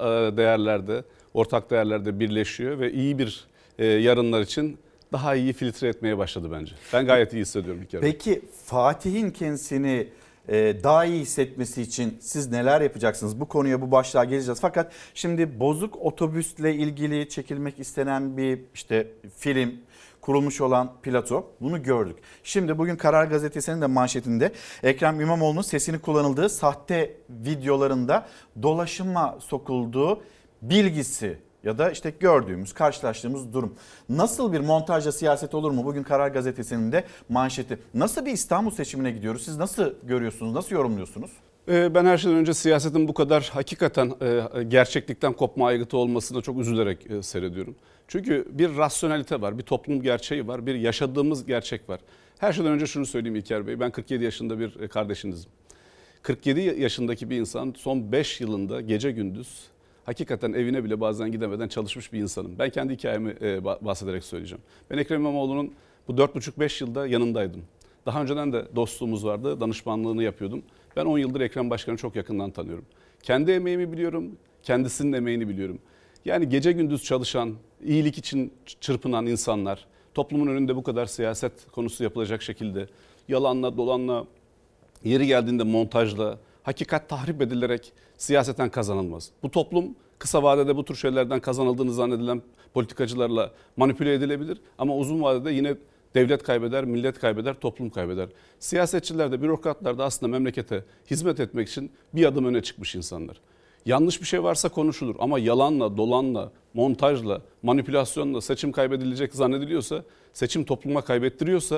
ortak değerlerde birleşiyor ve iyi bir yarınlar için daha iyi filtre etmeye başladı bence. Ben gayet iyi hissediyorum bir kere. Peki Fatih'in kendisini daha iyi hissetmesi için siz neler yapacaksınız? Bu konuya, bu başlığa geleceğiz. Fakat şimdi bozuk otobüsle ilgili çekilmek istenen bir film, kurulmuş olan plato, bunu gördük. Şimdi bugün Karar Gazetesi'nin de manşetinde Ekrem İmamoğlu'nun sesini kullanıldığı sahte videolarında dolaşıma sokulduğu bilgisi ya da gördüğümüz, karşılaştığımız durum. Nasıl bir montajla siyaset olur mu? Bugün Karar Gazetesi'nin de manşeti. Nasıl bir İstanbul seçimine gidiyoruz? Siz nasıl görüyorsunuz? Nasıl yorumluyorsunuz? Ben her şeyden önce siyasetin bu kadar hakikaten gerçeklikten kopma aygıtı olmasına çok üzülerek seyrediyorum. Çünkü bir rasyonelite var, bir toplum gerçeği var, bir yaşadığımız gerçek var. Her şeyden önce şunu söyleyeyim İlker Bey, ben 47 yaşında bir kardeşinizim. 47 yaşındaki bir insan son 5 yılında gece gündüz hakikaten evine bile bazen gidemeden çalışmış bir insanım. Ben kendi hikayemi bahsederek söyleyeceğim. Ben Ekrem İmamoğlu'nun bu 4,5-5 yılda yanındaydım. Daha önceden de dostluğumuz vardı, danışmanlığını yapıyordum. Ben 10 yıldır Ekrem Başkan'ı çok yakından tanıyorum. Kendi emeğimi biliyorum, kendisinin emeğini biliyorum. Yani gece gündüz çalışan, iyilik için çırpınan insanlar, toplumun önünde bu kadar siyaset konusu yapılacak şekilde yalanla, dolanla, yeri geldiğinde montajla, hakikat tahrip edilerek siyaseten kazanılmaz. Bu toplum kısa vadede bu tür şeylerden kazanıldığını zannedilen politikacılarla manipüle edilebilir ama uzun vadede yine devlet kaybeder, millet kaybeder, toplum kaybeder. Siyasetçiler de, bürokratlar da aslında memlekete hizmet etmek için bir adım öne çıkmış insanlar. Yanlış bir şey varsa konuşulur ama yalanla, dolanla, montajla, manipülasyonla seçim kaybedilecek zannediliyorsa, seçim topluma kaybettiriyorsa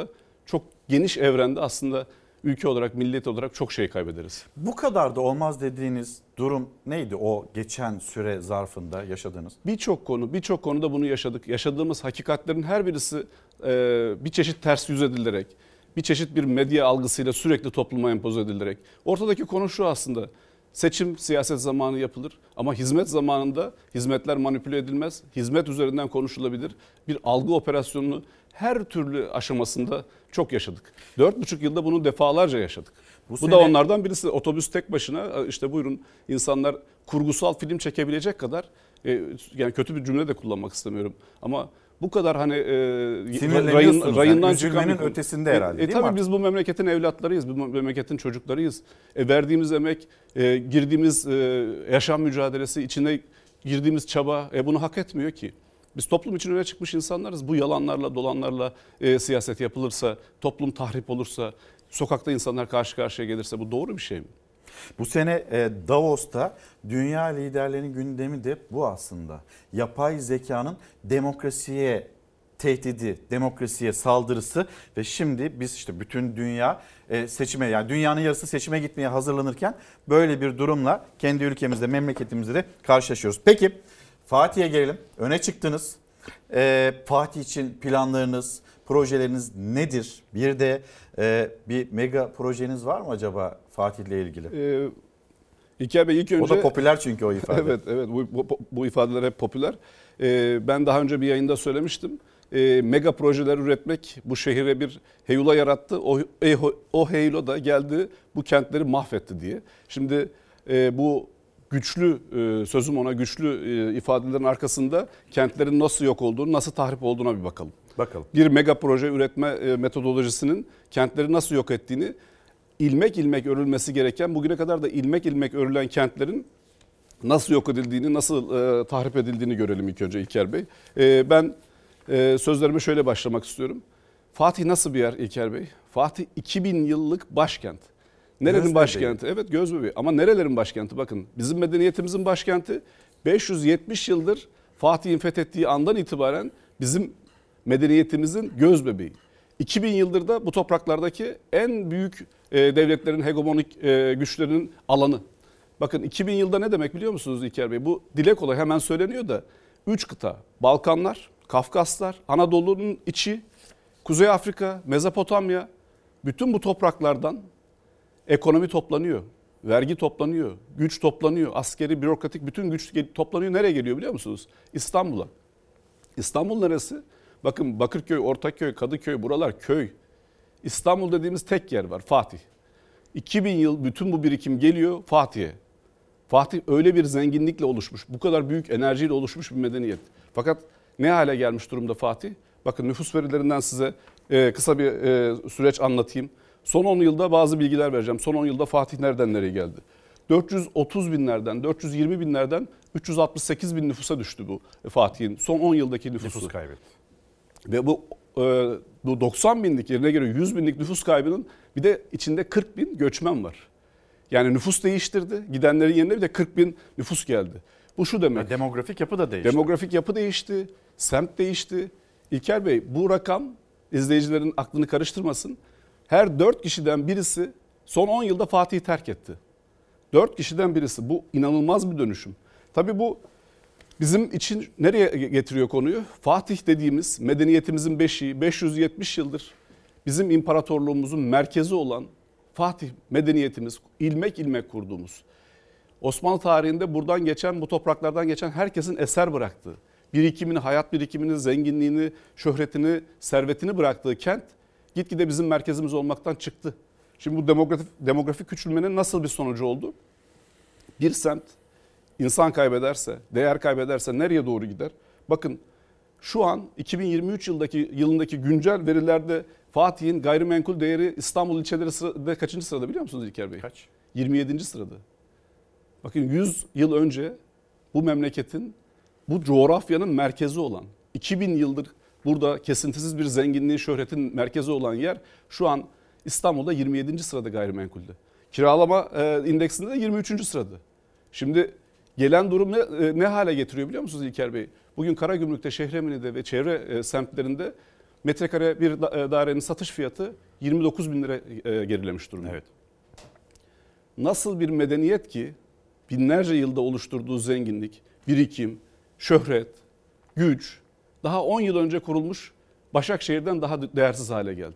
çok geniş evrende aslında ülke olarak, millet olarak çok şey kaybederiz. Bu kadar da olmaz dediğiniz durum neydi o geçen süre zarfında yaşadığınız? Birçok konuda bunu yaşadık. Yaşadığımız hakikatlerin her birisi bir çeşit ters yüz edilerek, bir çeşit bir medya algısıyla sürekli topluma empoze edilerek. Ortadaki konu şu aslında: seçim siyaset zamanı yapılır ama hizmet zamanında hizmetler manipüle edilmez. Hizmet üzerinden konuşulabilir. Bir algı operasyonunu her türlü aşamasında çok yaşadık. 4,5 yılda bunu defalarca yaşadık. Bu da onlardan birisi. Otobüs tek başına, işte buyurun, insanlar kurgusal film çekebilecek kadar, yani kötü bir cümle de kullanmak istemiyorum ama bu kadar hani rayından çıkan bir ötesinde herhalde, değil mi? Tabii biz bu memleketin evlatlarıyız, bu memleketin çocuklarıyız. Verdiğimiz emek, girdiğimiz yaşam mücadelesi, içine girdiğimiz çaba bunu hak etmiyor ki. Biz toplum için öne çıkmış insanlarız. Bu yalanlarla, dolanlarla siyaset yapılırsa, toplum tahrip olursa, sokakta insanlar karşı karşıya gelirse bu doğru bir şey mi? Bu sene Davos'ta dünya liderlerinin gündemi de bu aslında. Yapay zekanın demokrasiye tehdidi, demokrasiye saldırısı ve şimdi biz işte bütün dünya seçime, yani dünyanın yarısı seçime gitmeye hazırlanırken böyle bir durumla kendi ülkemizde, memleketimizde de karşılaşıyoruz. Peki Fatih'e gelelim. Öne çıktınız. Fatih için planlarınız, projeleriniz nedir? Bir de bir mega projeniz var mı acaba Fatih'le ilgili? İlker Bey, ilk önce... O da popüler çünkü o ifade. Evet, bu ifadeler hep popüler. Ben daha önce bir yayında söylemiştim. Mega projeler üretmek bu şehire bir heyula yarattı. O heyula da geldi, bu kentleri mahvetti diye. Şimdi bu güçlü, sözüm ona güçlü ifadelerin arkasında kentlerin nasıl yok olduğunu, nasıl tahrip olduğuna bir bakalım. Bir mega proje üretme metodolojisinin kentleri nasıl yok ettiğini, ilmek ilmek örülmesi gereken, bugüne kadar da ilmek ilmek örülen kentlerin nasıl yok edildiğini, nasıl tahrip edildiğini görelim ilk önce İlker Bey. Ben sözlerime şöyle başlamak istiyorum. Fatih nasıl bir yer İlker Bey? Fatih 2000 yıllık başkent. Nerenin başkenti? Evet, Gözbebeği. Ama nerelerin başkenti? Bakın, bizim medeniyetimizin başkenti 570 yıldır Fatih'in fethettiği andan itibaren bizim medeniyetimizin gözbebeği. 2000 yıldır da bu topraklardaki en büyük devletlerin hegemonik güçlerinin alanı. Bakın 2000 yılda ne demek biliyor musunuz İlker Bey? Bu dile kolay hemen söyleniyor da 3 kıta: Balkanlar, Kafkaslar, Anadolu'nun içi, Kuzey Afrika, Mezopotamya, bütün bu topraklardan ekonomi toplanıyor, vergi toplanıyor, güç toplanıyor, askeri, bürokratik bütün güç toplanıyor. Nereye geliyor biliyor musunuz? İstanbul'a. İstanbul neresi? Bakın, Bakırköy, Ortaköy, Kadıköy, buralar köy. İstanbul dediğimiz tek yer var, Fatih. 2000 yıl bütün bu birikim geliyor Fatih'e. Fatih öyle bir zenginlikle oluşmuş, bu kadar büyük enerjiyle oluşmuş bir medeniyet. Fakat ne hale gelmiş durumda Fatih? Bakın, nüfus verilerinden size kısa bir süreç anlatayım. Son 10 yılda bazı bilgiler vereceğim. Son 10 yılda Fatih nereden nereye geldi? 430 binlerden, 420 binlerden 368 bin nüfusa düştü bu Fatih'in son 10 yıldaki nüfusu. Nüfus kaybetti. Ve bu 90 binlik yerine göre 100 binlik nüfus kaybının bir de içinde 40 bin göçmen var. Yani nüfus değiştirdi. Gidenlerin yerine bir de 40 bin nüfus geldi. Bu şu demek. Demografik yapı da değişti. Demografik yapı değişti. Semt değişti. İlker Bey, bu rakam izleyicilerin aklını karıştırmasın. Her 4 kişiden birisi son 10 yılda Fatih'i terk etti. 4 kişiden birisi. Bu inanılmaz bir dönüşüm. Tabii bu bizim için nereye getiriyor konuyu? Fatih dediğimiz medeniyetimizin beşiği, 570 yıldır bizim imparatorluğumuzun merkezi olan Fatih medeniyetimiz, ilmek ilmek kurduğumuz, Osmanlı tarihinde buradan geçen, bu topraklardan geçen herkesin eser bıraktığı, birikimini, hayat birikimini, zenginliğini, şöhretini, servetini bıraktığı kent gitgide bizim merkezimiz olmaktan çıktı. Şimdi bu demografik küçülmenin nasıl bir sonucu oldu? Bir semt insan kaybederse, değer kaybederse nereye doğru gider? Bakın, şu an 2023 yılındaki güncel verilerde Fatih'in gayrimenkul değeri İstanbul ilçeleri sırada kaçıncı sırada biliyor musunuz İlker Bey? Kaç? 27. sırada. Bakın, 100 yıl önce bu memleketin, bu coğrafyanın merkezi olan, 2000 yıldır burada kesintisiz bir zenginliğin, şöhretin merkezi olan yer şu an İstanbul'da 27. sırada gayrimenkulde. Kiralama indeksinde de 23. sırada. Şimdi gelen durum ne hale getiriyor biliyor musunuz İlker Bey? Bugün Karagümrük'te, Şehremini'de ve çevre semtlerinde metrekare bir dairenin satış fiyatı 29 bin lira gerilemiş durumda. Evet. Nasıl bir medeniyet ki binlerce yılda oluşturduğu zenginlik, birikim, şöhret, güç daha 10 yıl önce kurulmuş Başakşehir'den daha değersiz hale geldi.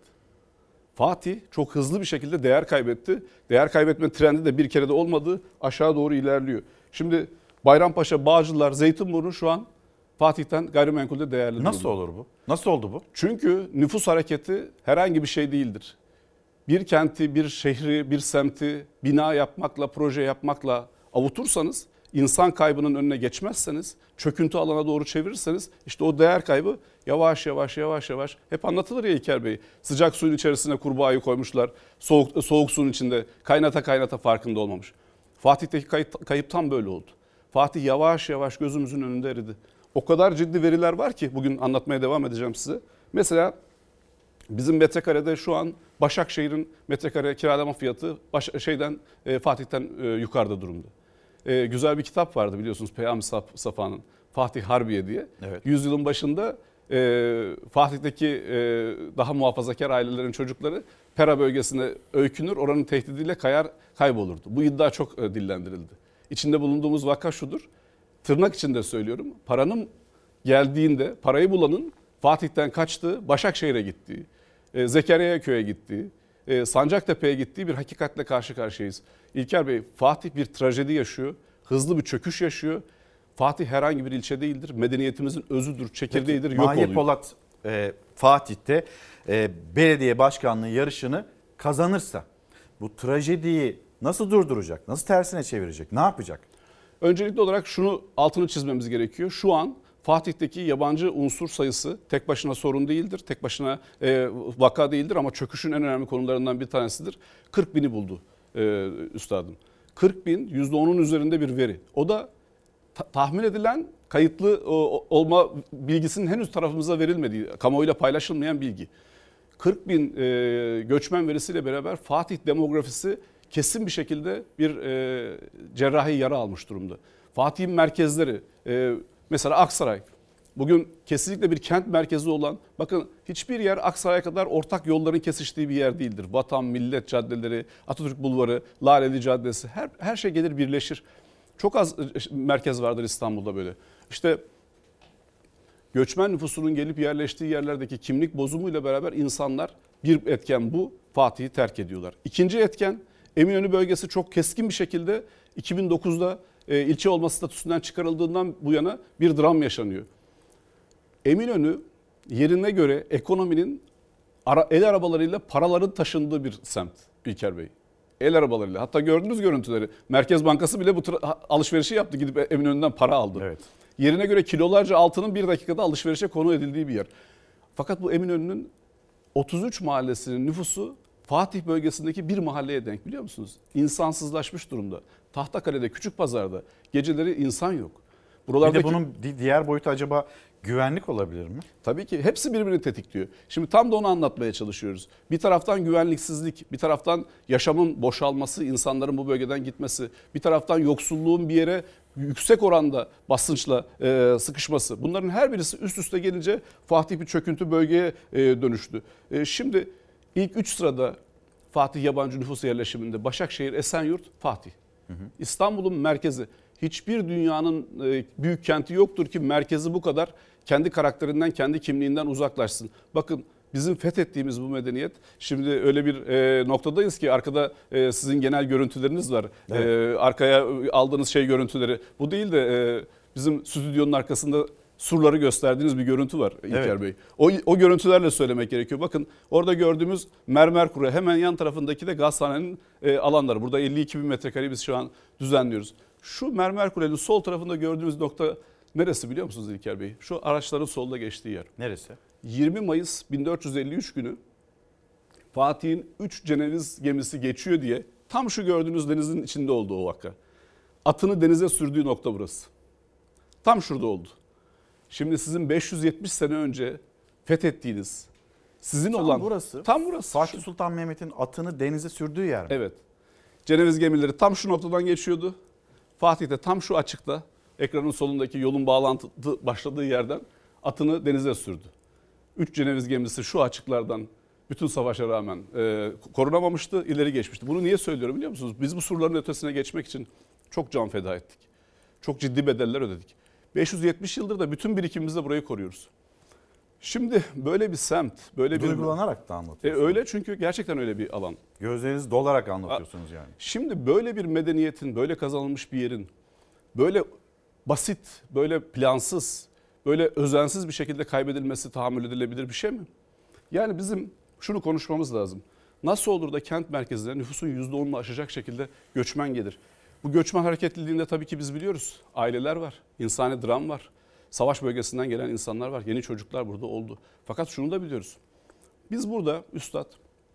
Fatih çok hızlı bir şekilde değer kaybetti. Değer kaybetme trendi de bir kere de olmadı, aşağı doğru ilerliyor. Şimdi Bayrampaşa, Bağcılar, Zeytinburnu şu an Fatih'ten gayrimenkulde değerli. Nasıl olur bu? Nasıl oldu bu? Çünkü nüfus hareketi herhangi bir şey değildir. Bir kenti, bir şehri, bir semti bina yapmakla, proje yapmakla avutursanız, insan kaybının önüne geçmezseniz, çöküntü alana doğru çevirirseniz işte o değer kaybı yavaş yavaş hep anlatılır ya İlker Bey. Sıcak suyun içerisine kurbağayı koymuşlar, soğuk suyun içinde kaynata farkında olmamış. Fatih'teki kayıp tam böyle oldu. Fatih yavaş yavaş gözümüzün önünde eridi. O kadar ciddi veriler var ki bugün anlatmaya devam edeceğim size. Mesela bizim metrekarede şu an Başakşehir'in metrekare kiralama fiyatı Fatih'ten yukarıda durumda. Güzel bir kitap vardı biliyorsunuz Peyami Safa'nın Fatih Harbiye diye. Evet. Yüzyılın başında Fatih'teki daha muhafazakar ailelerin çocukları Pera bölgesine öykünür, oranın tehdidiyle kaybolurdu. Bu iddia çok dillendirildi. İçinde bulunduğumuz vaka şudur, tırnak içinde söylüyorum, paranın geldiğinde parayı bulanın Fatih'ten kaçtığı, Başakşehir'e gittiği, Zekeriyaköy'e gittiği, Sancaktepe'ye gittiği bir hakikatle karşı karşıyayız. İlker Bey, Fatih bir trajedi yaşıyor, hızlı bir çöküş yaşıyor. Fatih herhangi bir ilçe değildir, medeniyetimizin özüdür, çekirdeğidir, yok oluyor. Mahir Polat Fatih'te belediye başkanlığı yarışını kazanırsa bu trajediyi nasıl durduracak, nasıl tersine çevirecek, ne yapacak? Öncelikli olarak şunu altını çizmemiz gerekiyor. Şu an Fatih'teki yabancı unsur sayısı tek başına sorun değildir. Tek başına vaka değildir ama çöküşün en önemli konularından bir tanesidir. 40 bini buldu üstadım. 40 bin %10'un üzerinde bir veri. O da tahmin edilen kayıtlı olma bilgisinin henüz tarafımıza verilmediği, kamuoyuyla paylaşılmayan bilgi. 40 bin göçmen verisiyle beraber Fatih demografisi kesin bir şekilde bir cerrahi yara almış durumda. Fatih'in merkezleri, mesela Aksaray, bugün kesinlikle bir kent merkezi olan, bakın hiçbir yer Aksaray'a kadar ortak yolların kesiştiği bir yer değildir. Vatan, Millet caddeleri, Atatürk Bulvarı, Laleli Caddesi, her şey gelir birleşir. Çok az merkez vardır İstanbul'da böyle. İşte göçmen nüfusunun gelip yerleştiği yerlerdeki kimlik bozumuyla beraber insanlar, bir etken bu, Fatih'i terk ediyorlar. İkinci etken, Eminönü bölgesi çok keskin bir şekilde 2009'da ilçe olma statüsünden çıkarıldığından bu yana bir dram yaşanıyor. Eminönü yerine göre ekonominin el arabalarıyla paraların taşındığı bir semt İlker Bey. El arabalarıyla. Hatta gördünüz görüntüleri. Merkez Bankası bile bu alışverişi yaptı. Gidip Eminönü'nden para aldı. Evet. Yerine göre kilolarca altının bir dakikada alışverişe konu edildiği bir yer. Fakat bu Eminönü'nün 33 mahallesinin nüfusu Fatih bölgesindeki bir mahalleye denk, biliyor musunuz? İnsansızlaşmış durumda. Tahtakale'de, Küçükpazar'da geceleri insan yok. Buralardaki... Bir de bunun diğer boyutu acaba güvenlik olabilir mi? Tabii ki hepsi birbirini tetikliyor. Şimdi tam da onu anlatmaya çalışıyoruz. Bir taraftan güvenliksizlik, bir taraftan yaşamın boşalması, insanların bu bölgeden gitmesi, bir taraftan yoksulluğun bir yere yüksek oranda basınçla sıkışması. Bunların her birisi üst üste gelince Fatih bir çöküntü bölgeye dönüştü. Şimdi ilk 3 sırada Fatih yabancı nüfus yerleşiminde Başakşehir, Esenyurt, Fatih. İstanbul'un merkezi. Hiçbir dünyanın büyük kenti yoktur ki merkezi bu kadar kendi karakterinden, kendi kimliğinden uzaklaşsın. Bakın bizim fethettiğimiz bu medeniyet, şimdi öyle bir noktadayız ki arkada sizin genel görüntüleriniz var. Evet. Arkaya aldığınız görüntüleri. Bu değil de bizim stüdyonun arkasında surları gösterdiğiniz bir görüntü var İlker evet. Bey. O görüntülerle söylemek gerekiyor. Bakın orada gördüğümüz mermer kuru, hemen yan tarafındaki de gazhanenin alanları. Burada 52 bin metrekareyi biz şu an düzenliyoruz. Şu mermer kulenin sol tarafında gördüğünüz nokta neresi biliyor musunuz İlker Bey? Şu araçların solda geçtiği yer. Neresi? 20 Mayıs 1453 günü Fatih'in 3 Ceneviz gemisi geçiyor diye tam şu gördüğünüz denizin içinde oldu o vaka. Atını denize sürdüğü nokta burası. Tam şurada oldu. Şimdi sizin 570 sene önce fethettiğiniz, sizin tam olan... burası. Tam burası. Fatih Sultan Mehmet'in atını denize sürdüğü yer mi? Evet. Ceneviz gemileri tam şu noktadan geçiyordu. Fatih de tam şu açıkta, ekranın solundaki yolun bağlantı başladığı yerden atını denize sürdü. 3 Ceneviz gemisi şu açıklardan bütün savaşa rağmen korunamamıştı, ileri geçmişti. Bunu niye söylüyorum biliyor musunuz? Biz bu surların ötesine geçmek için çok can feda ettik. Çok ciddi bedeller ödedik. 570 yıldır da bütün birikimimizle burayı koruyoruz. Şimdi böyle bir semt, böyle bir... Duygulanarak da anlatıyorsunuz. Öyle çünkü gerçekten öyle bir alan. Gözleriniz dolarak anlatıyorsunuz yani. Şimdi böyle bir medeniyetin, böyle kazanılmış bir yerin, böyle basit, böyle plansız, böyle özensiz bir şekilde kaybedilmesi tahammül edilebilir bir şey mi? Yani bizim şunu konuşmamız lazım. Nasıl olur da kent merkezine nüfusun %10'unu aşacak şekilde göçmen gelir? Bu göçmen hareketliliğinde tabii ki biz biliyoruz. Aileler var, insani dram var. Savaş bölgesinden gelen insanlar var. Yeni çocuklar burada oldu. Fakat şunu da biliyoruz. Biz burada üstad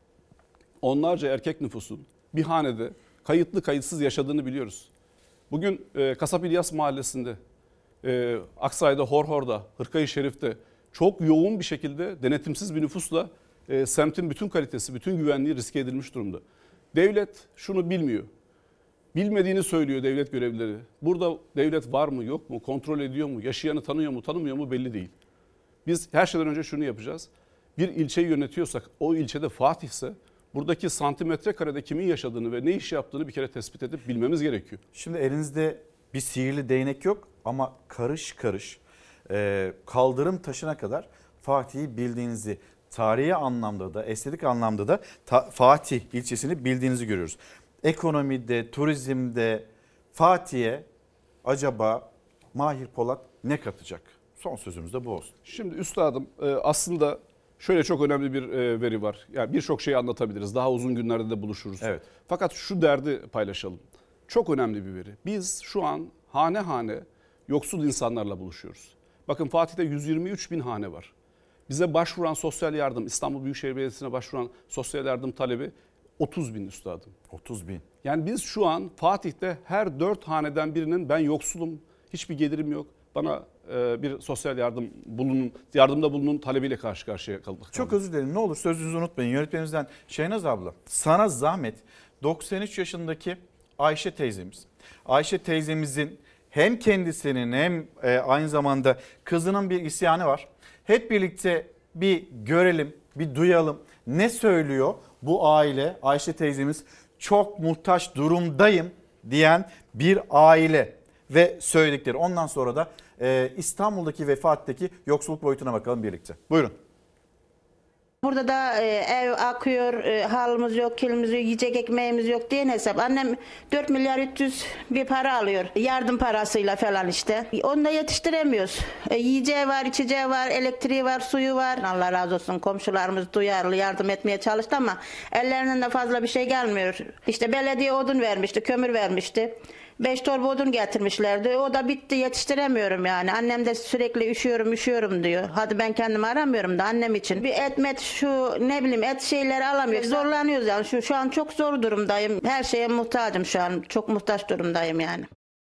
onlarca erkek nüfusun bir hanede kayıtlı kayıtsız yaşadığını biliyoruz. Bugün Kasap İlyas Mahallesi'nde, Aksaray'da, Horhor'da, Hırkayı Şerif'te çok yoğun bir şekilde denetimsiz bir nüfusla semtin bütün kalitesi, bütün güvenliği riske edilmiş durumda. Devlet şunu bilmiyor. Bilmediğini söylüyor devlet görevlileri. Burada devlet var mı yok mu, kontrol ediyor mu, yaşayanı tanıyor mu tanımıyor mu belli değil. Biz her şeyden önce şunu yapacağız. Bir ilçeyi yönetiyorsak o ilçede Fatih ise buradaki santimetre karede kimin yaşadığını ve ne iş yaptığını bir kere tespit edip bilmemiz gerekiyor. Şimdi elinizde bir sihirli değnek yok ama karış karış kaldırım taşına kadar Fatih'i bildiğinizi, tarihi anlamda da estetik anlamda da Fatih ilçesini bildiğinizi görüyoruz. Ekonomide, turizmde Fatih'e acaba Mahir Polat ne katacak? Son sözümüz de bu olsun. Şimdi üstadım aslında şöyle çok önemli bir veri var. Yani birçok şeyi anlatabiliriz. Daha uzun günlerde de buluşuruz. Evet. Fakat şu derdi paylaşalım. Çok önemli bir veri. Biz şu an hane hane yoksul insanlarla buluşuyoruz. Bakın Fatih'te 123 bin hane var. Bize başvuran sosyal yardım, İstanbul Büyükşehir Belediyesi'ne başvuran sosyal yardım talebi 30 bin üstadım. 30 bin. Yani biz şu an Fatih'te her 4 haneden birinin ben yoksulum, hiçbir gelirim yok, bana bir sosyal yardımda bulunun talebiyle karşı karşıya kaldık. Çok özür dilerim, ne olur sözünüzü unutmayın. Yönetmenimizden Şehnaz abla, sana zahmet, 93 yaşındaki Ayşe teyzemiz. Ayşe teyzemizin hem kendisinin hem aynı zamanda kızının bir isyanı var. Hep birlikte bir görelim, bir duyalım. Ne söylüyor bu aile? Ayşe teyzemiz çok muhtaç durumdayım diyen bir aile ve söyledikleri. Ondan sonra da İstanbul'daki ve Fatih'teki yoksulluk boyutuna bakalım birlikte. Buyurun. Burada da ev akıyor, halımız yok, kilimiz yok, yiyecek ekmeğimiz yok diye hesap. Annem 4 milyar 300 bir para alıyor. Yardım parasıyla falan işte. Onu da yetiştiremiyoruz. Yiyeceği var, içeceği var, elektriği var, suyu var. Allah razı olsun, komşularımız duyarlı yardım etmeye çalıştı ama ellerinden de fazla bir şey gelmiyor. İşte belediye odun vermişti, kömür vermişti. 5 torba odun getirmişlerdi. O da bitti, yetiştiremiyorum yani. Annem de sürekli üşüyorum diyor. Hadi ben kendimi aramıyorum da annem için. Bir et şeyleri alamıyoruz. Zorlanıyoruz yani. Şu an çok zor durumdayım. Her şeye muhtacım şu an. Çok muhtaç durumdayım yani.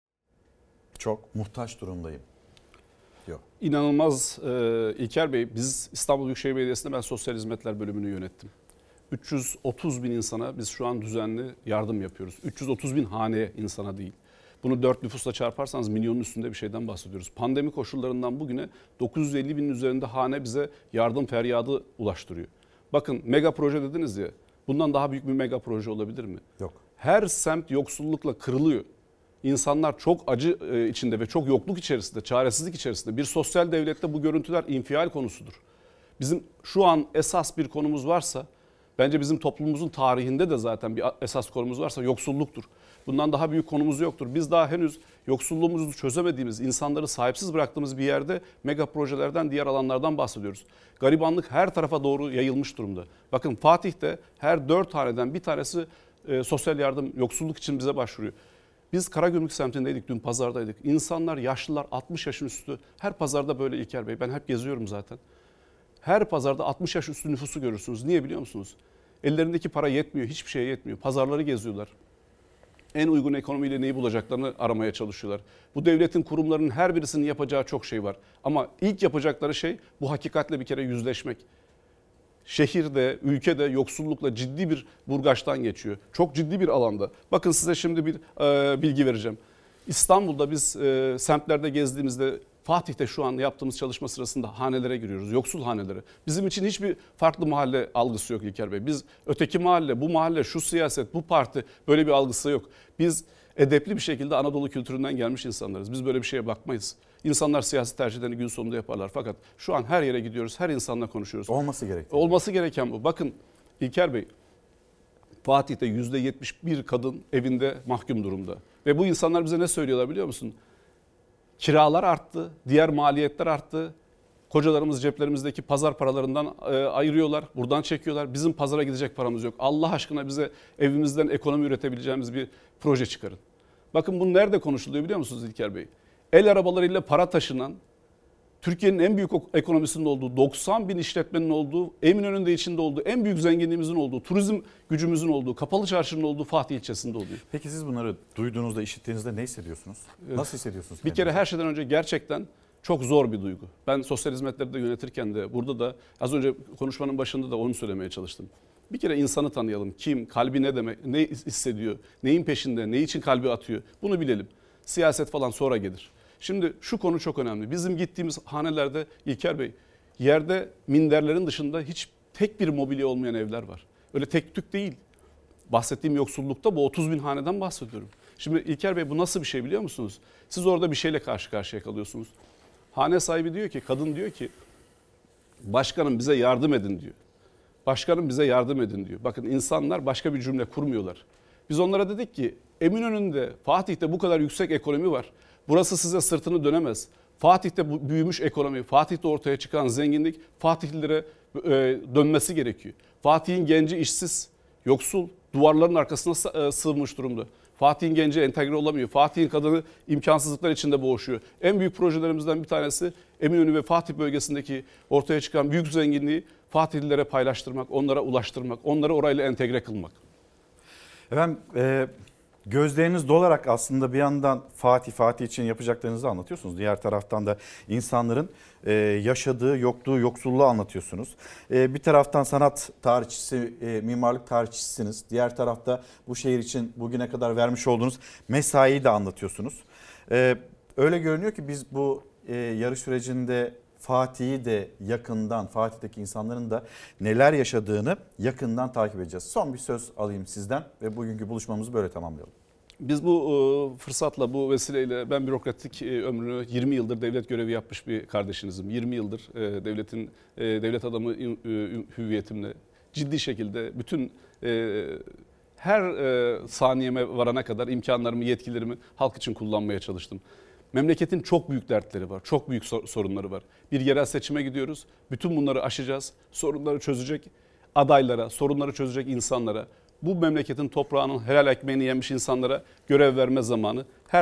Çok muhtaç durumdayım. Yok. İnanılmaz İlker Bey, biz İstanbul Büyükşehir Belediyesi'nde ben sosyal hizmetler bölümünü yönettim. 330 bin insana biz şu an düzenli yardım yapıyoruz. 330 bin hane insana değil. Bunu 4 nüfusla çarparsanız milyonun üstünde bir şeyden bahsediyoruz. Pandemi koşullarından bugüne 950 binin üzerinde hane bize yardım feryadı ulaştırıyor. Bakın mega proje dediniz ya, bundan daha büyük bir mega proje olabilir mi? Yok. Her semt yoksullukla kırılıyor. İnsanlar çok acı içinde ve çok yokluk içerisinde, çaresizlik içerisinde. Bir sosyal devlette bu görüntüler infial konusudur. Bizim şu an esas bir konumuz varsa, bence bizim toplumumuzun tarihinde de zaten bir esas konumuz varsa yoksulluktur. Bundan daha büyük konumuz yoktur. Biz daha henüz yoksulluğumuzu çözemediğimiz, insanları sahipsiz bıraktığımız bir yerde mega projelerden, diğer alanlardan bahsediyoruz. Garibanlık her tarafa doğru yayılmış durumda. Bakın Fatih'te her 4 haneden bir tanesi sosyal yardım, yoksulluk için bize başvuruyor. Biz Karagümrük semtindeydik, dün pazardaydık. İnsanlar, yaşlılar, 60 yaşın üstü. Her pazarda böyle İlker Bey. Ben hep geziyorum zaten. Her pazarda 60 yaş üstü nüfusu görürsünüz. Niye biliyor musunuz? Ellerindeki para yetmiyor, hiçbir şeye yetmiyor. Pazarları geziyorlar. En uygun ekonomiyle neyi bulacaklarını aramaya çalışıyorlar. Bu devletin kurumlarının her birisinin yapacağı çok şey var. Ama ilk yapacakları şey bu hakikatle bir kere yüzleşmek. Şehirde, ülkede yoksullukla ciddi bir burgaçtan geçiyor. Çok ciddi bir alanda. Bakın size şimdi bir bilgi vereceğim. İstanbul'da biz semtlerde gezdiğimizde Fatih'te şu an yaptığımız çalışma sırasında hanelere giriyoruz. Yoksul hanelere. Bizim için hiçbir farklı mahalle algısı yok İlker Bey. Biz öteki mahalle, bu mahalle, şu siyaset, bu parti böyle bir algısı yok. Biz edepli bir şekilde Anadolu kültüründen gelmiş insanlarız. Biz böyle bir şeye bakmayız. İnsanlar siyasi tercihlerini gün sonunda yaparlar. Fakat şu an her yere gidiyoruz, her insanla konuşuyoruz. Olması gereken. Olması gereken bu. Bakın İlker Bey, Fatih'te %71 kadın evinde mahkum durumda. Ve bu insanlar bize ne söylüyorlar biliyor musun? Kiralar arttı, diğer maliyetler arttı. Kocalarımız ceplerimizdeki pazar paralarından ayırıyorlar, buradan çekiyorlar. Bizim pazara gidecek paramız yok. Allah aşkına bize evimizden ekonomi üretebileceğimiz bir proje çıkarın. Bakın bu nerede konuşuluyor biliyor musunuz İlker Bey? El arabalarıyla para taşınan, Türkiye'nin en büyük ekonomisinin olduğu, 90 bin işletmenin olduğu, Eminönü'nde içinde olduğu, en büyük zenginliğimizin olduğu, turizm gücümüzün olduğu, kapalı çarşının olduğu Fatih ilçesinde oluyor. Peki siz bunları duyduğunuzda, işittiğinizde ne hissediyorsunuz? Nasıl hissediyorsunuz? Bir kere her şeyden önce gerçekten çok zor bir duygu. Ben sosyal hizmetleri de yönetirken de burada da az önce konuşmanın başında da onu söylemeye çalıştım. Bir kere insanı tanıyalım. Kim, kalbi ne demek, ne hissediyor, neyin peşinde, ne için kalbi atıyor bunu bilelim. Siyaset falan sonra gelir. Şimdi şu konu çok önemli. Bizim gittiğimiz hanelerde İlker Bey, yerde minderlerin dışında hiç tek bir mobilya olmayan evler var. Öyle tek tük değil. Bahsettiğim yoksullukta bu 30 bin haneden bahsediyorum. Şimdi İlker Bey bu nasıl bir şey biliyor musunuz? Siz orada bir şeyle karşı karşıya kalıyorsunuz. Hane sahibi diyor ki, kadın diyor ki, başkanım bize yardım edin diyor. Başkanım bize yardım edin diyor. Bakın insanlar başka bir cümle kurmuyorlar. Biz onlara dedik ki Eminönü'nde, Fatih'te bu kadar yüksek ekonomi var. Burası size sırtını dönemez. Fatih'te büyümüş ekonomi, Fatih'te ortaya çıkan zenginlik Fatihlilere dönmesi gerekiyor. Fatih'in genci işsiz, yoksul, duvarların arkasına sığınmış durumda. Fatih'in genci entegre olamıyor. Fatih'in kadını imkansızlıklar içinde boğuşuyor. En büyük projelerimizden bir tanesi Eminönü ve Fatih bölgesindeki ortaya çıkan büyük zenginliği Fatihlilere paylaştırmak, onlara ulaştırmak, onları orayla entegre kılmak. Efendim gözleriniz dolarak aslında bir yandan Fatih için yapacaklarınızı anlatıyorsunuz. Diğer taraftan da insanların yaşadığı, yoksulluğu anlatıyorsunuz. Bir taraftan sanat tarihçisi, mimarlık tarihçisiniz. Diğer tarafta bu şehir için bugüne kadar vermiş olduğunuz mesaiyi de anlatıyorsunuz. Öyle görünüyor ki biz bu yarış sürecinde Fatih'i de yakından, Fatih'teki insanların da neler yaşadığını yakından takip edeceğiz. Son bir söz alayım sizden ve bugünkü buluşmamızı böyle tamamlayalım. Biz bu fırsatla, bu vesileyle ben bürokratik ömrünü 20 yıldır devlet görevi yapmış bir kardeşinizim. 20 yıldır devlet adamı hüviyetimle ciddi şekilde bütün her saniyeme varana kadar imkanlarımı, yetkilerimi halk için kullanmaya çalıştım. Memleketin çok büyük dertleri var, çok büyük sorunları var. Bir yerel seçime gidiyoruz, bütün bunları aşacağız, sorunları çözecek adaylara, sorunları çözecek insanlara, bu memleketin toprağının helal ekmeğini yemiş insanlara görev verme zamanı. Her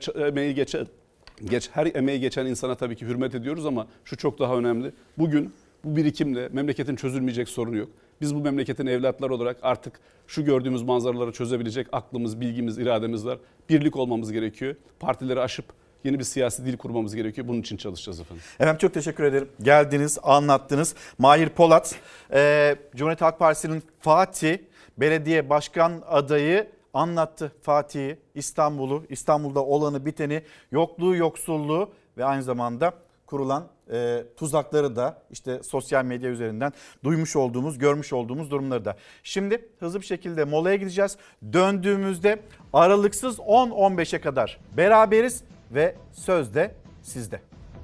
emeği geçen insana tabii ki hürmet ediyoruz ama şu çok daha önemli. Bugün bu birikimle memleketin çözülmeyecek sorunu yok. Biz bu memleketin evlatları olarak artık şu gördüğümüz manzaraları çözebilecek aklımız, bilgimiz, irademiz var. Birlik olmamız gerekiyor. Partileri aşıp yeni bir siyasi dil kurmamız gerekiyor. Bunun için çalışacağız efendim. Efendim çok teşekkür ederim. Geldiniz, anlattınız. Mahir Polat, Cumhuriyet Halk Partisi'nin Fatih Belediye Başkan adayı anlattı. Fatih'i, İstanbul'u, İstanbul'da olanı biteni, yokluğu, yoksulluğu ve aynı zamanda kurulan tuzakları da işte sosyal medya üzerinden duymuş olduğumuz, görmüş olduğumuz durumları da. Şimdi hızlı bir şekilde molaya gideceğiz. Döndüğümüzde aralıksız 10-15'e kadar beraberiz ve söz de sizde.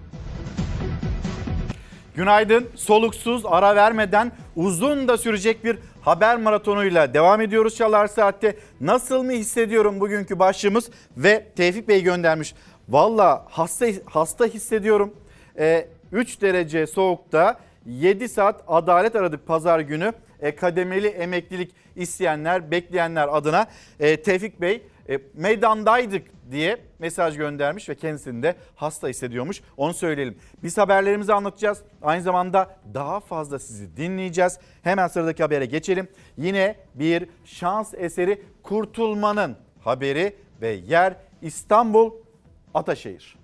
Günaydın. Soluksuz, ara vermeden uzun da sürecek bir haber maratonuyla devam ediyoruz Çalar Saat'te. Nasıl mı hissediyorum bugünkü başlığımız ve Tevfik Bey göndermiş. Valla hasta hissediyorum. 3 derece soğukta 7 saat adalet aradık pazar günü. Kademeli emeklilik isteyenler, bekleyenler adına Tevfik Bey meydandaydık diye mesaj göndermiş ve kendisini de hasta hissediyormuş. Onu söyleyelim. Biz haberlerimizi anlatacağız. Aynı zamanda daha fazla sizi dinleyeceğiz. Hemen sıradaki habere geçelim. Yine bir şans eseri kurtulmanın haberi ve yer İstanbul Ataşehir.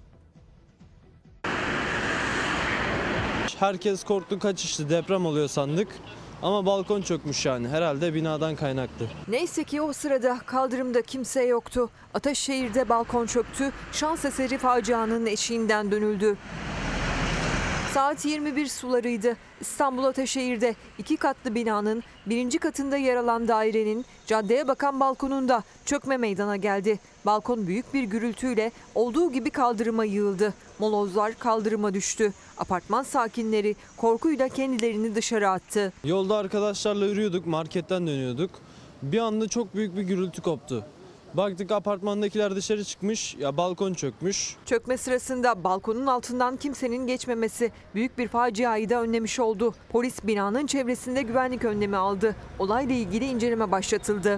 Herkes korktu, kaçıştı, deprem oluyor sandık. Ama balkon çökmüş yani. Herhalde binadan kaynaklı. Neyse ki o sırada kaldırımda kimse yoktu. Ataşehir'de balkon çöktü. Şans eseri facianın eşiğinden dönüldü. Saat 21 sularıydı. İstanbul Ataşehir'de 2 katlı binanın 1. katında yer alan dairenin caddeye bakan balkonunda çökme meydana geldi. Balkon büyük bir gürültüyle olduğu gibi kaldırıma yığıldı. Molozlar kaldırıma düştü. Apartman sakinleri korkuyla kendilerini dışarı attı. Yolda arkadaşlarla yürüyorduk, marketten dönüyorduk. Bir anda çok büyük bir gürültü koptu. Baktık apartmandakiler dışarı çıkmış, ya balkon çökmüş. Çökme sırasında balkonun altından kimsenin geçmemesi büyük bir faciayı da önlemiş oldu. Polis binanın çevresinde güvenlik önlemi aldı. Olayla ilgili inceleme başlatıldı.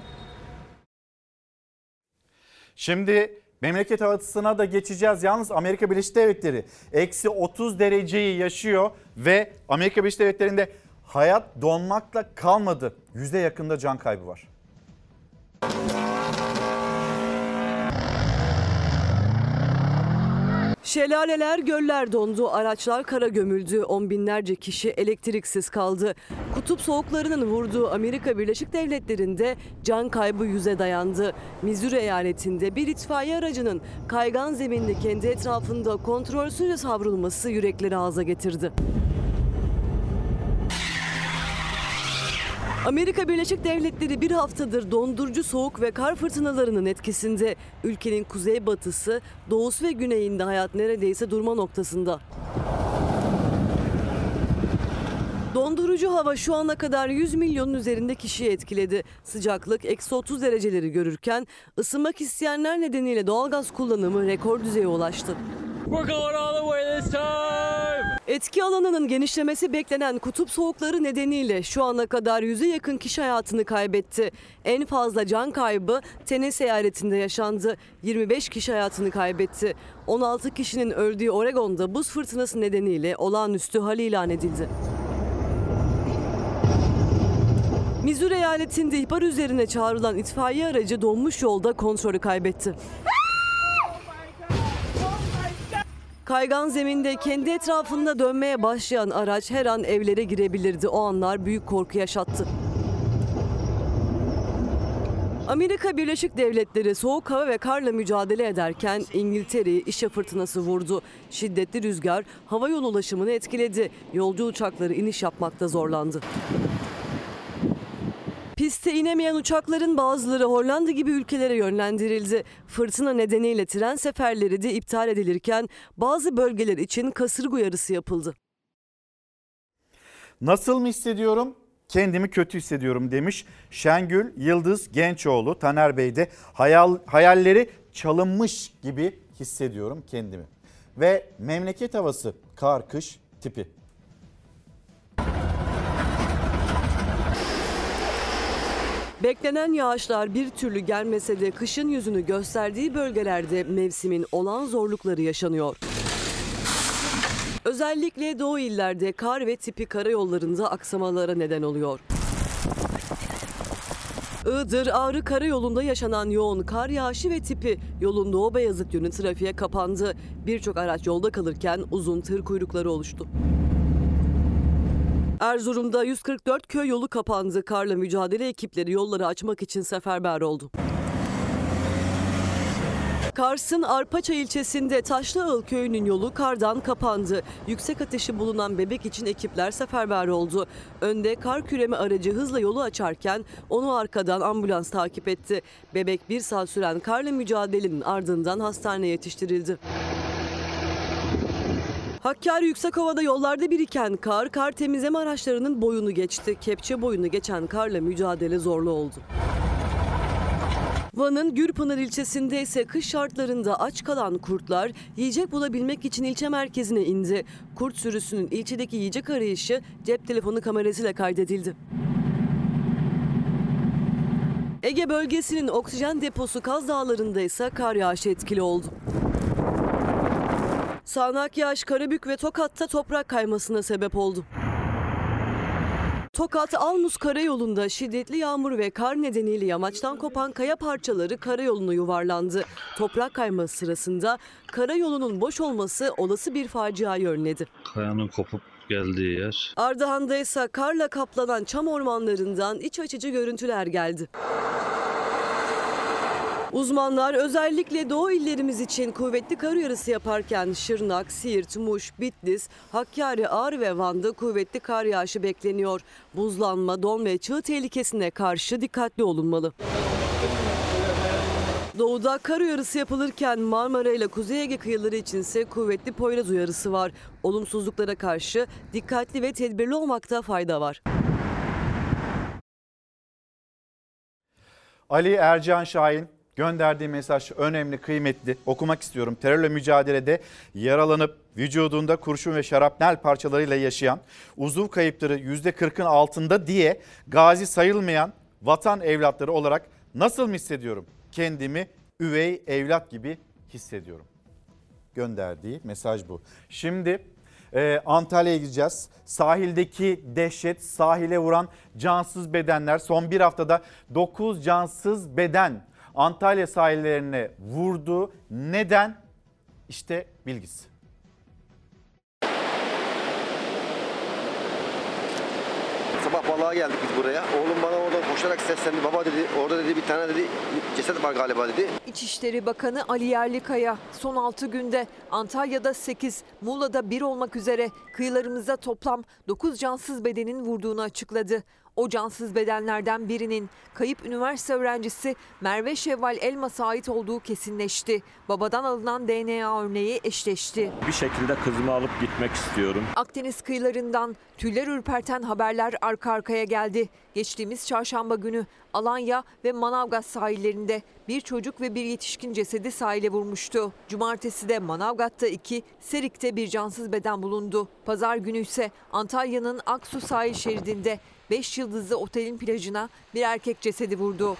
Şimdi memleket havasına da geçeceğiz. Yalnız Amerika Birleşik Devletleri eksi 30 dereceyi yaşıyor ve Amerika Birleşik Devletleri'nde hayat donmakla kalmadı. 100'e yakında can kaybı var. Şelaleler, göller dondu, araçlar kara gömüldü, on binlerce kişi elektriksiz kaldı. Kutup soğuklarının vurduğu Amerika Birleşik Devletleri'nde can kaybı 100'e dayandı. Missouri eyaletinde bir itfaiye aracının kaygan zeminde kendi etrafında kontrolsüzce savrulması yürekleri ağza getirdi. Amerika Birleşik Devletleri bir haftadır dondurucu soğuk ve kar fırtınalarının etkisinde. Ülkenin kuzeybatısı, doğusu ve güneyinde hayat neredeyse durma noktasında. Dondurucu hava şu ana kadar 100 milyonun üzerinde kişiyi etkiledi. Sıcaklık eksi 30 dereceleri görürken ısınmak isteyenler nedeniyle doğalgaz kullanımı rekor düzeye ulaştı. Etki alanının genişlemesi beklenen kutup soğukları nedeniyle şu ana kadar 100'e yakın kişi hayatını kaybetti. En fazla can kaybı Tennessee eyaletinde yaşandı. 25 kişi hayatını kaybetti. 16 kişinin öldüğü Oregon'da buz fırtınası nedeniyle olağanüstü hal ilan edildi. Missouri eyaletinde ihbar üzerine çağrılan itfaiye aracı donmuş yolda kontrolü kaybetti. Kaygan zeminde kendi etrafında dönmeye başlayan araç her an evlere girebilirdi. O anlar büyük korku yaşattı. Amerika Birleşik Devletleri soğuk hava ve karla mücadele ederken İngiltere'yi işe fırtınası vurdu. Şiddetli rüzgar havayolu ulaşımını etkiledi. Yolcu uçakları iniş yapmakta zorlandı. Piste inemeyen uçakların bazıları Hollanda gibi ülkelere yönlendirildi. Fırtına nedeniyle tren seferleri de iptal edilirken bazı bölgeler için kasırga uyarısı yapıldı. Nasıl mı hissediyorum? Kendimi kötü hissediyorum demiş Şengül Yıldız Gençoğlu. Taner Bey de hayalleri çalınmış gibi hissediyorum kendimi. Ve memleket havası kar kış tipi. Beklenen yağışlar bir türlü gelmese de kışın yüzünü gösterdiği bölgelerde mevsimin olağan zorlukları yaşanıyor. Özellikle doğu illerde kar ve tipi karayollarında aksamalara neden oluyor. Iğdır-Ağrı karayolunda yaşanan yoğun kar yağışı ve tipi yolun Doğu Beyazıt yönü trafiğe kapandı. Birçok araç yolda kalırken uzun tır kuyrukları oluştu. Erzurum'da 144 köy yolu kapandı. Karla mücadele ekipleri yolları açmak için seferber oldu. Kars'ın Arpaçay ilçesinde Taşlıağıl köyünün yolu kardan kapandı. Yüksek ateşi bulunan bebek için ekipler seferber oldu. Önde kar küreme aracı hızla yolu açarken onu arkadan ambulans takip etti. Bebek bir saat süren karla mücadelenin ardından hastaneye yetiştirildi. Hakkari Yüksekova'da yollarda biriken kar temizleme araçlarının boyunu geçti. Kepçe boyunu geçen karla mücadele zorlu oldu. Van'ın Gürpınar ilçesinde ise kış şartlarında aç kalan kurtlar yiyecek bulabilmek için ilçe merkezine indi. Kurt sürüsünün ilçedeki yiyecek arayışı cep telefonu kamerasıyla kaydedildi. Ege bölgesinin oksijen deposu Kaz Dağları'nda ise kar yağışı etkili oldu. Sağanak yağış Karabük ve Tokat'ta toprak kaymasına sebep oldu. Tokat-Almus karayolunda şiddetli yağmur ve kar nedeniyle yamaçtan kopan kaya parçaları karayoluna yuvarlandı. Toprak kayması sırasında karayolunun boş olması olası bir faciayı önledi. Kayanın kopup geldiği yer. Ardahan'da ise karla kaplanan çam ormanlarından iç açıcı görüntüler geldi. Uzmanlar özellikle doğu illerimiz için kuvvetli kar uyarısı yaparken Şırnak, Siirt, Muş, Bitlis, Hakkari, Ağrı ve Van'da kuvvetli kar yağışı bekleniyor. Buzlanma, don ve çığ tehlikesine karşı dikkatli olunmalı. Doğuda kar uyarısı yapılırken Marmara ile Kuzey Ege kıyıları içinse kuvvetli Poyraz uyarısı var. Olumsuzluklara karşı dikkatli ve tedbirli olmakta fayda var. Ali Ercan Şahin gönderdiği mesaj önemli, kıymetli. Okumak istiyorum. Terörle mücadelede yaralanıp vücudunda kurşun ve şarapnel parçalarıyla yaşayan, uzuv kayıpları %40'ın altında diye gazi sayılmayan vatan evlatları olarak nasıl hissediyorum? Kendimi üvey evlat gibi hissediyorum. Gönderdiği mesaj bu. Şimdi Antalya'ya gideceğiz. Sahildeki dehşet, sahile vuran cansız bedenler. Son bir haftada 9 cansız beden Antalya sahillerine vurdu. Neden? İşte bilgisi. Sabah balığa geldik biz buraya. Oğlum bana oradan koşarak seslendi. Baba dedi, orada dedi bir tane dedi ceset var galiba dedi. İçişleri Bakanı Ali Yerlikaya son 6 günde Antalya'da 8, Muğla'da 1 olmak üzere kıyılarımızda toplam 9 cansız bedenin vurduğunu açıkladı. O cansız bedenlerden birinin kayıp üniversite öğrencisi Merve Şevval Elmas'a ait olduğu kesinleşti. Babadan alınan DNA örneği eşleşti. Bir şekilde kızımı alıp gitmek istiyorum. Akdeniz kıyılarından tüyler ürperten haberler arka arkaya geldi. Geçtiğimiz çarşamba günü Alanya ve Manavgat sahillerinde bir çocuk ve bir yetişkin cesedi sahile vurmuştu. Cumartesi de Manavgat'ta 2, Serik'te bir cansız beden bulundu. Pazar günü ise Antalya'nın Aksu sahil şeridinde 5 yıldızlı otelin plajına bir erkek cesedi vurdu.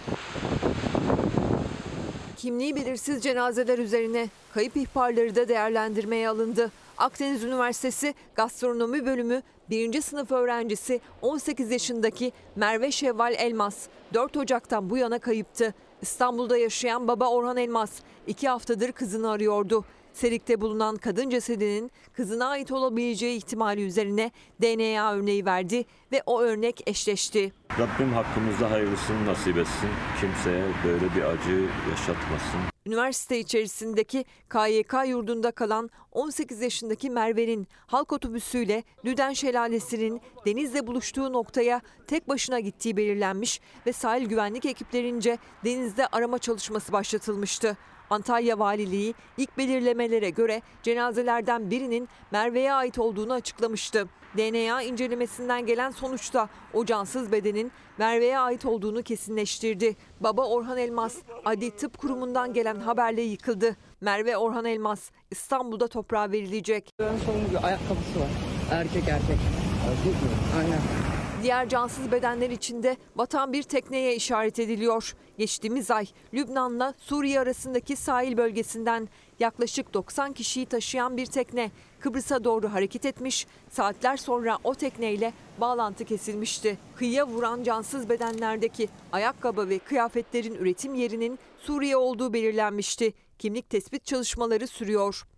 Kimliği belirsiz cenazeler üzerine kayıp ihbarları da değerlendirmeye alındı. Akdeniz Üniversitesi Gastronomi Bölümü 1. sınıf öğrencisi 18 yaşındaki Merve Şevval Elmas 4 Ocak'tan bu yana kayıptı. İstanbul'da yaşayan baba Orhan Elmas 2 haftadır kızını arıyordu. Serik'te bulunan kadın cesedinin kızına ait olabileceği ihtimali üzerine DNA örneği verdi ve o örnek eşleşti. Rabbim hakkımızda hayırlısını nasip etsin. Kimseye böyle bir acı yaşatmasın. Üniversite içerisindeki KYK yurdunda kalan 18 yaşındaki Merve'nin halk otobüsüyle Lüden Şelalesi'nin denizle buluştuğu noktaya tek başına gittiği belirlenmiş ve sahil güvenlik ekiplerince denizde arama çalışması başlatılmıştı. Antalya Valiliği ilk belirlemelere göre cenazelerden birinin Merve'ye ait olduğunu açıklamıştı. DNA incelemesinden gelen sonuçta o cansız bedenin Merve'ye ait olduğunu kesinleştirdi. Baba Orhan Elmas, Adli Tıp Kurumu'ndan gelen haberle yıkıldı. Merve Orhan Elmas İstanbul'da toprağa verilecek. Sonunda ayakkabısı var. Erkek. Erkek mi? Aynen. Diğer cansız bedenler içinde batan bir tekneye işaret ediliyor. Geçtiğimiz ay Lübnan'la Suriye arasındaki sahil bölgesinden yaklaşık 90 kişiyi taşıyan bir tekne Kıbrıs'a doğru hareket etmiş. Saatler sonra o tekneyle bağlantı kesilmişti. Kıyıya vuran cansız bedenlerdeki ayakkabı ve kıyafetlerin üretim yerinin Suriye olduğu belirlenmişti. Kimlik tespit çalışmaları sürüyor.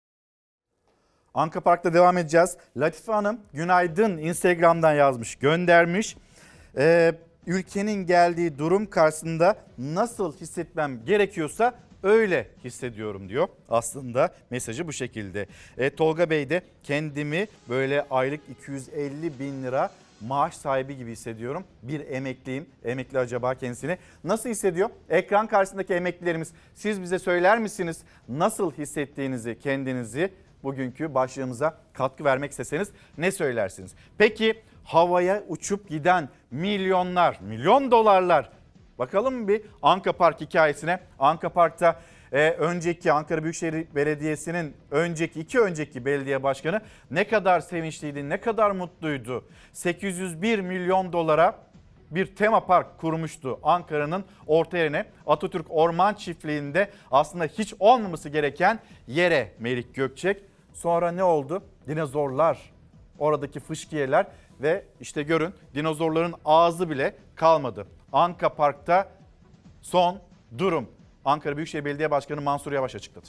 Anka Park'ta devam edeceğiz. Latife Hanım günaydın Instagram'dan yazmış, göndermiş. Ülkenin geldiği durum karşısında nasıl hissetmem gerekiyorsa öyle hissediyorum diyor. Aslında mesajı bu şekilde. Tolga Bey de kendimi böyle aylık 250 bin lira maaş sahibi gibi hissediyorum. Bir emekliyim. Emekli acaba kendisini nasıl hissediyor? Ekran karşısındaki emeklilerimiz, siz bize söyler misiniz nasıl hissettiğinizi, kendinizi? Bugünkü başlığımıza katkı vermek isteseniz ne söylersiniz? Peki havaya uçup giden milyonlar, milyon dolarlar. Bakalım bir Anka Park hikayesine. Anka Park'ta önceki Ankara Büyükşehir Belediyesi'nin iki önceki belediye başkanı ne kadar sevinçliydi, ne kadar mutluydu. 801 milyon dolara bir tema park kurmuştu Ankara'nın orta yerine. Atatürk Orman Çiftliği'nde aslında hiç olmaması gereken yere Melik Gökçek. Sonra ne oldu? Dinozorlar, oradaki fışkiyeler ve işte görün dinozorların ağzı bile kalmadı. Anka Park'ta son durum. Ankara Büyükşehir Belediye Başkanı Mansur Yavaş açıkladı.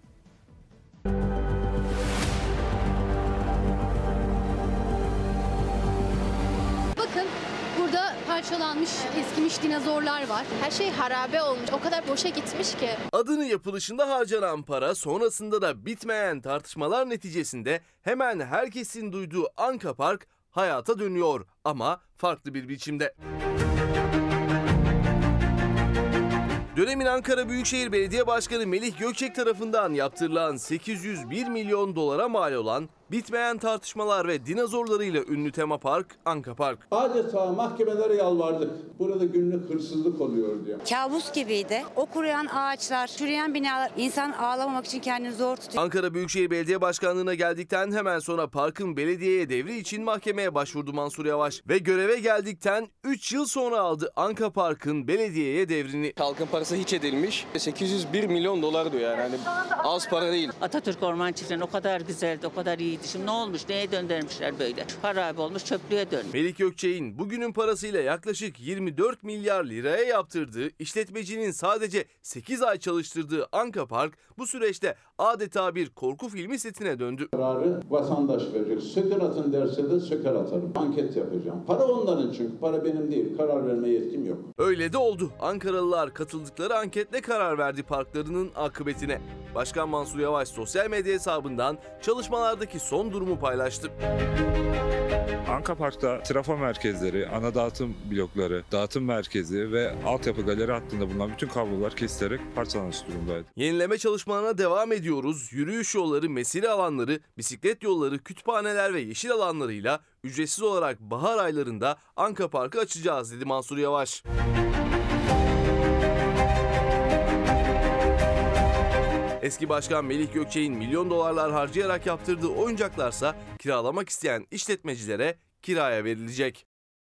Bakın burada parçalanmış, eskimiş dinozorlar var. Her şey harabe olmuş. O kadar boşa gitmiş ki. Adının yapılışında harcanan para sonrasında da bitmeyen tartışmalar neticesinde hemen herkesin duyduğu Anka Park hayata dönüyor ama farklı bir biçimde. Dönemin Ankara Büyükşehir Belediye Başkanı Melih Gökçek tarafından yaptırılan 801 milyon dolara mal olan bitmeyen tartışmalar ve dinozorlarıyla ünlü tema park Anka Park. Adeta mahkemelere yalvardık. Burada günlük hırsızlık oluyor diye. Kabus gibiydi. O kuruyan ağaçlar, çürüyen binalar, insan ağlamamak için kendini zor tutuyor. Ankara Büyükşehir Belediye Başkanlığı'na geldikten hemen sonra parkın belediyeye devri için mahkemeye başvurdu Mansur Yavaş. Ve göreve geldikten 3 yıl sonra aldı Anka Park'ın belediyeye devrini. Halkın parası hiç edilmiş. 801 milyon dolar diyor yani. Az para değil. Atatürk Orman Çiftliği'nin o kadar güzeldi, o kadar iyiydi. Şimdi ne olmuş, neye döndürmüşler böyle? Harabe olmuş, çöplüğe dönmüş. Melih Gökçek'in bugünün parasıyla yaklaşık 24 milyar liraya yaptırdığı, işletmecinin sadece 8 ay çalıştırdığı Anka Park bu süreçte adeta bir korku filmi setine döndü. Kararı vatandaş verecek. Söker atın derse de söker atarım. Anket yapacağım. Para onların çünkü. Para benim değil. Karar verme yetkim yok. Öyle de oldu. Ankaralılar katıldıkları anketle karar verdi parklarının akıbetine. Başkan Mansur Yavaş sosyal medya hesabından çalışmalardaki son durumu paylaştı. Anka Park'ta trafo merkezleri, ana dağıtım blokları, dağıtım merkezi ve altyapı galeri hattında bulunan bütün kablolar kesilerek parçalanmış durumdaydı. Yenileme çalışmalarına devam ediyoruz. Yürüyüş yolları, mesire alanları, bisiklet yolları, kütüphaneler ve yeşil alanlarıyla ücretsiz olarak bahar aylarında Anka Park'ı açacağız dedi Mansur Yavaş. Eski Başkan Melih Gökçek'in milyon dolarlar harcayarak yaptırdığı oyuncaklarsa kiralamak isteyen işletmecilere kiraya verilecek.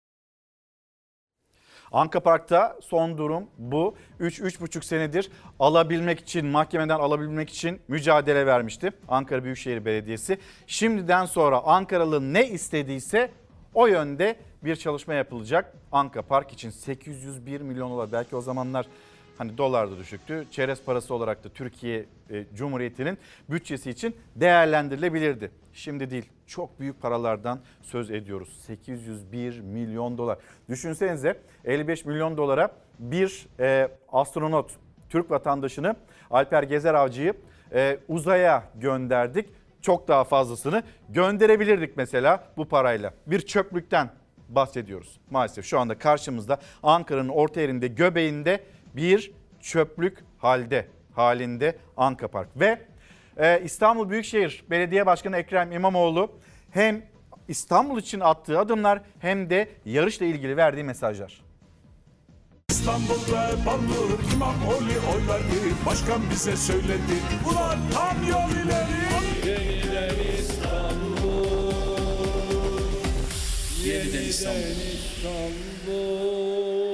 Anka Park'ta son durum bu. 3-3,5 senedir alabilmek için, mahkemeden alabilmek için mücadele vermişti Ankara Büyükşehir Belediyesi. Şimdiden sonra Ankaralı ne istediyse o yönde bir çalışma yapılacak. Anka Park için 801 milyon dolar, belki o zamanlar hani dolar da düşüktü. Çerez parası olarak da Türkiye Cumhuriyeti'nin bütçesi için değerlendirilebilirdi. Şimdi değil, çok büyük paralardan söz ediyoruz. 801 milyon dolar. Düşünsenize 55 milyon dolara bir astronot, Türk vatandaşını Alper Gezer Avcı'yı uzaya gönderdik. Çok daha fazlasını gönderebilirdik mesela bu parayla. Bir çöplükten bahsediyoruz. Maalesef şu anda karşımızda Ankara'nın orta yerinde, göbeğinde bir çöplük halinde Anka Park. Ve İstanbul Büyükşehir Belediye Başkanı Ekrem İmamoğlu hem İstanbul için attığı adımlar hem de yarışla ilgili verdiği mesajlar. İstanbul'da ballı İmamoğlu oy verdi, başkan bize söyledi. Ulan tam yol ileri. Yeniden İstanbul, yeniden İstanbul.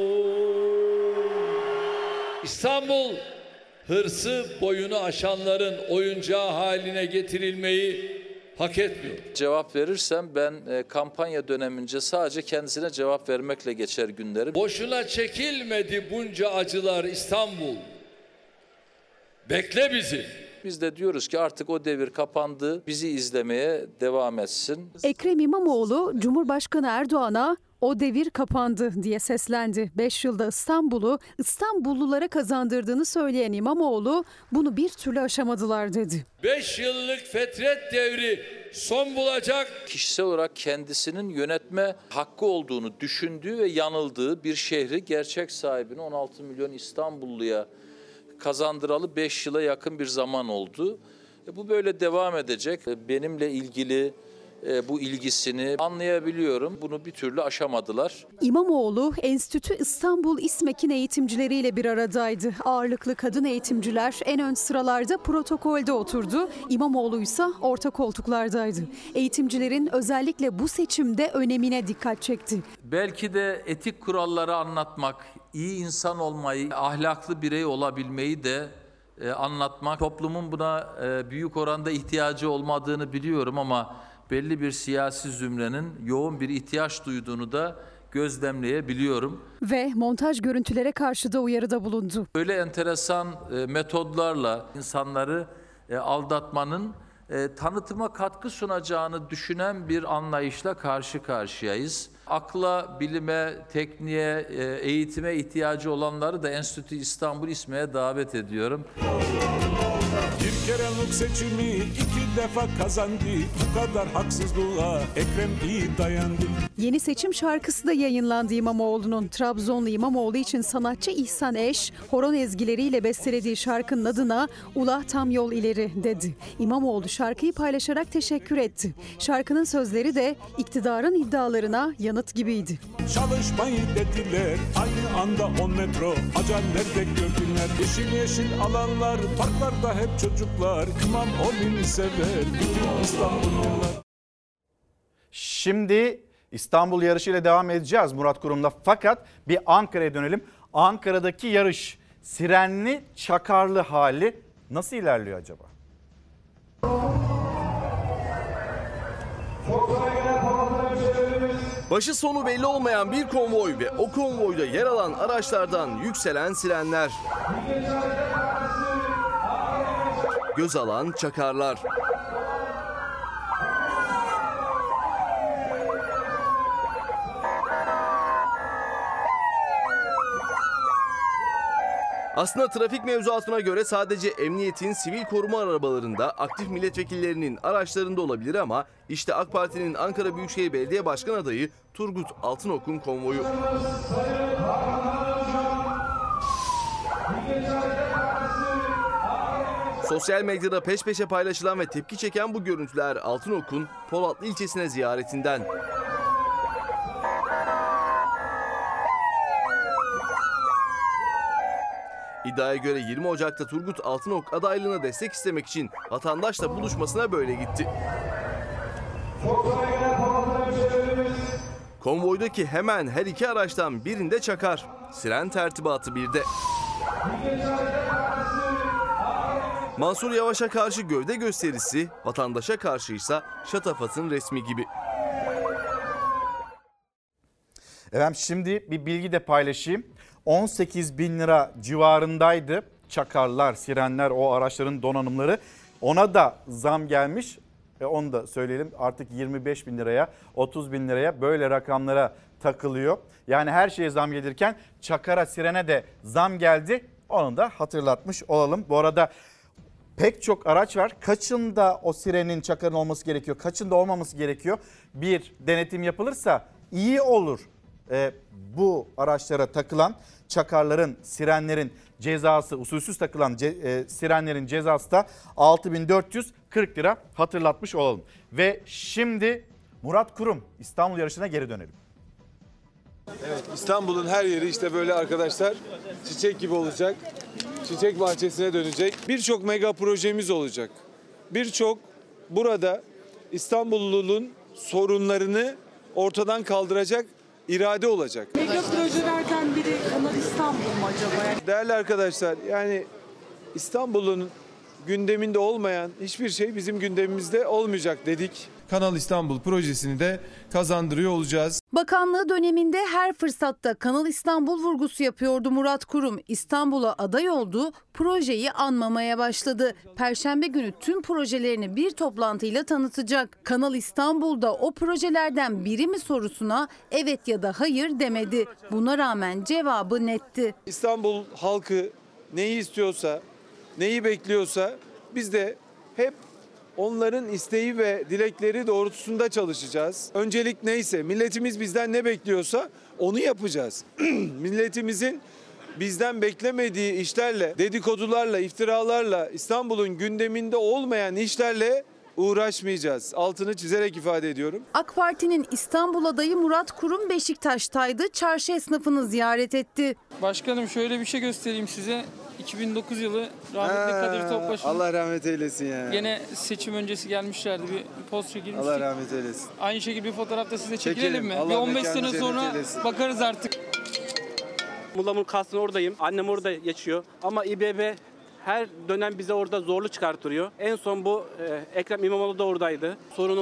İstanbul hırsı boyunu aşanların oyuncağı haline getirilmeyi hak etmiyor. Cevap verirsem ben kampanya dönemince sadece kendisine cevap vermekle geçer günlerim. Boşuna çekilmedi bunca acılar İstanbul. Bekle bizi. Biz de diyoruz ki artık o devir kapandı. Bizi izlemeye devam etsin. Ekrem İmamoğlu Cumhurbaşkanı Erdoğan'a o devir kapandı diye seslendi. 5 yılda İstanbul'u İstanbullulara kazandırdığını söyleyen İmamoğlu bunu bir türlü aşamadılar dedi. 5 yıllık fetret devri son bulacak. Kişisel olarak kendisinin yönetme hakkı olduğunu düşündüğü ve yanıldığı bir şehri gerçek sahibine 16 milyon İstanbulluya kazandıralı 5 yıla yakın bir zaman oldu. Bu böyle devam edecek. Benimle ilgili bu ilgisini anlayabiliyorum. Bunu bir türlü aşamadılar. İmamoğlu Enstitü İstanbul İSMEK'in eğitimcileriyle bir aradaydı. Ağırlıklı kadın eğitimciler en ön sıralarda protokolde oturdu. İmamoğlu ise orta koltuklardaydı. Eğitimcilerin özellikle bu seçimde önemine dikkat çekti. Belki de etik kuralları anlatmak, iyi insan olmayı, ahlaklı birey olabilmeyi de anlatmak. Toplumun buna büyük oranda ihtiyacı olmadığını biliyorum ama belli bir siyasi zümrenin yoğun bir ihtiyaç duyduğunu da gözlemleyebiliyorum. Ve montaj görüntülere karşı da uyarıda bulundu. Böyle enteresan metodlarla insanları aldatmanın tanıtıma katkı sunacağını düşünen bir anlayışla karşı karşıyayız. Akla, bilime, tekniğe, eğitime ihtiyacı olanları da Enstitü İstanbul İSME'ye davet ediyorum. Bir kerelik seçimi 2 defa kazandı. Bu kadar haksızlığa Ekrem iyi dayandı. Yeni seçim şarkısı da yayınlandı İmamoğlu'nun. Trabzonlu İmamoğlu için sanatçı İhsan Eş, horon ezgileriyle bestelediği şarkının adına "Ula tam yol ileri" dedi. İmamoğlu şarkıyı paylaşarak teşekkür etti. Şarkının sözleri de iktidarın iddialarına yanıt gibiydi. Çalışmayı dediler aynı anda 10 metro. Acan nerede gördüler? Yeşil yeşil alanlar, parklarda hep çocuklar. İmamoğlu'nu sever bütün İstanbullular. Şimdi İstanbul yarışıyla devam edeceğiz Murat Kurum'la. Fakat bir Ankara'ya dönelim. Ankara'daki yarış sirenli çakarlı hali nasıl ilerliyor acaba? Başı sonu belli olmayan bir konvoy ve o konvoyda yer alan araçlardan yükselen sirenler. Göz alan çakarlar. Aslında trafik mevzuatına göre sadece emniyetin sivil koruma arabalarında, aktif milletvekillerinin araçlarında olabilir ama işte AK Parti'nin Ankara Büyükşehir Belediye Başkan adayı Turgut Altınok'un konvoyu. Sosyal medyada peş peşe paylaşılan ve tepki çeken bu görüntüler Altınok'un Polatlı ilçesine ziyaretinden. İddiaya göre 20 Ocak'ta Turgut Altınok adaylığına destek istemek için vatandaşla buluşmasına böyle gitti. Konvoydaki hemen her iki araçtan birinde çakar. Siren tertibatı birde. Mansur Yavaş'a karşı gövde gösterisi, vatandaşa karşıysa şatafatın resmi gibi. Efendim şimdi bir bilgi de paylaşayım. 18 bin lira civarındaydı çakarlar, sirenler, o araçların donanımları. Ona da zam gelmiş. Onu da söyleyelim, artık 25 bin liraya, 30 bin liraya böyle rakamlara takılıyor. Yani her şeye zam gelirken çakara, sirene de zam geldi. Onu da hatırlatmış olalım. Bu arada pek çok araç var. Kaçında o sirenin, çakarın olması gerekiyor? Kaçında olmaması gerekiyor? Bir denetim yapılırsa iyi olur. Bu araçlara takılan çakarların, sirenlerin cezası, usulsüz takılan sirenlerin cezası da 6.440 lira, hatırlatmış olalım. Ve şimdi Murat Kurum İstanbul yarışına geri dönelim. Evet, İstanbul'un her yeri işte böyle arkadaşlar çiçek gibi olacak. Çiçek bahçesine dönecek. Birçok mega projemiz olacak. Birçok burada İstanbullunun sorunlarını ortadan kaldıracak irade olacak. Mega projelerden biri Kanal İstanbul mu acaba? Değerli arkadaşlar, yani İstanbul'un gündeminde olmayan hiçbir şey bizim gündemimizde olmayacak dedik. Kanal İstanbul projesini de kazandırıyor olacağız. Bakanlığı döneminde her fırsatta Kanal İstanbul vurgusu yapıyordu Murat Kurum. İstanbul'a aday oldu, projeyi anmamaya başladı. Perşembe günü tüm projelerini bir toplantıyla tanıtacak. Kanal İstanbul'da o projelerden biri mi sorusuna evet ya da hayır demedi. Buna rağmen cevabı netti. İstanbul halkı neyi istiyorsa, neyi bekliyorsa biz de hep onların isteği ve dilekleri doğrultusunda çalışacağız. Öncelik neyse, milletimiz bizden ne bekliyorsa onu yapacağız. Milletimizin bizden beklemediği işlerle, dedikodularla, iftiralarla, İstanbul'un gündeminde olmayan işlerle uğraşmayacağız. Altını çizerek ifade ediyorum. AK Parti'nin İstanbul adayı Murat Kurum Beşiktaş'taydı. Çarşı esnafını ziyaret etti. Başkanım şöyle bir şey göstereyim size. 2009 yılı rahmetli Kadir Topbaş'ın. Allah rahmet eylesin ya. Gene seçim öncesi gelmişlerdi, bir poz çekilmiştik. Allah rahmet eylesin. Aynı şekilde bir fotoğrafta size çekilelim mi? Allah bir 15 sene sonra bakarız artık. Muğla'nın Kastı'nın oradayım. Annem orada yaşıyor. Ama İBB her dönem bize orada zorlu çıkartıyor. En son bu Ekrem İmamoğlu da oradaydı. Sorunumuz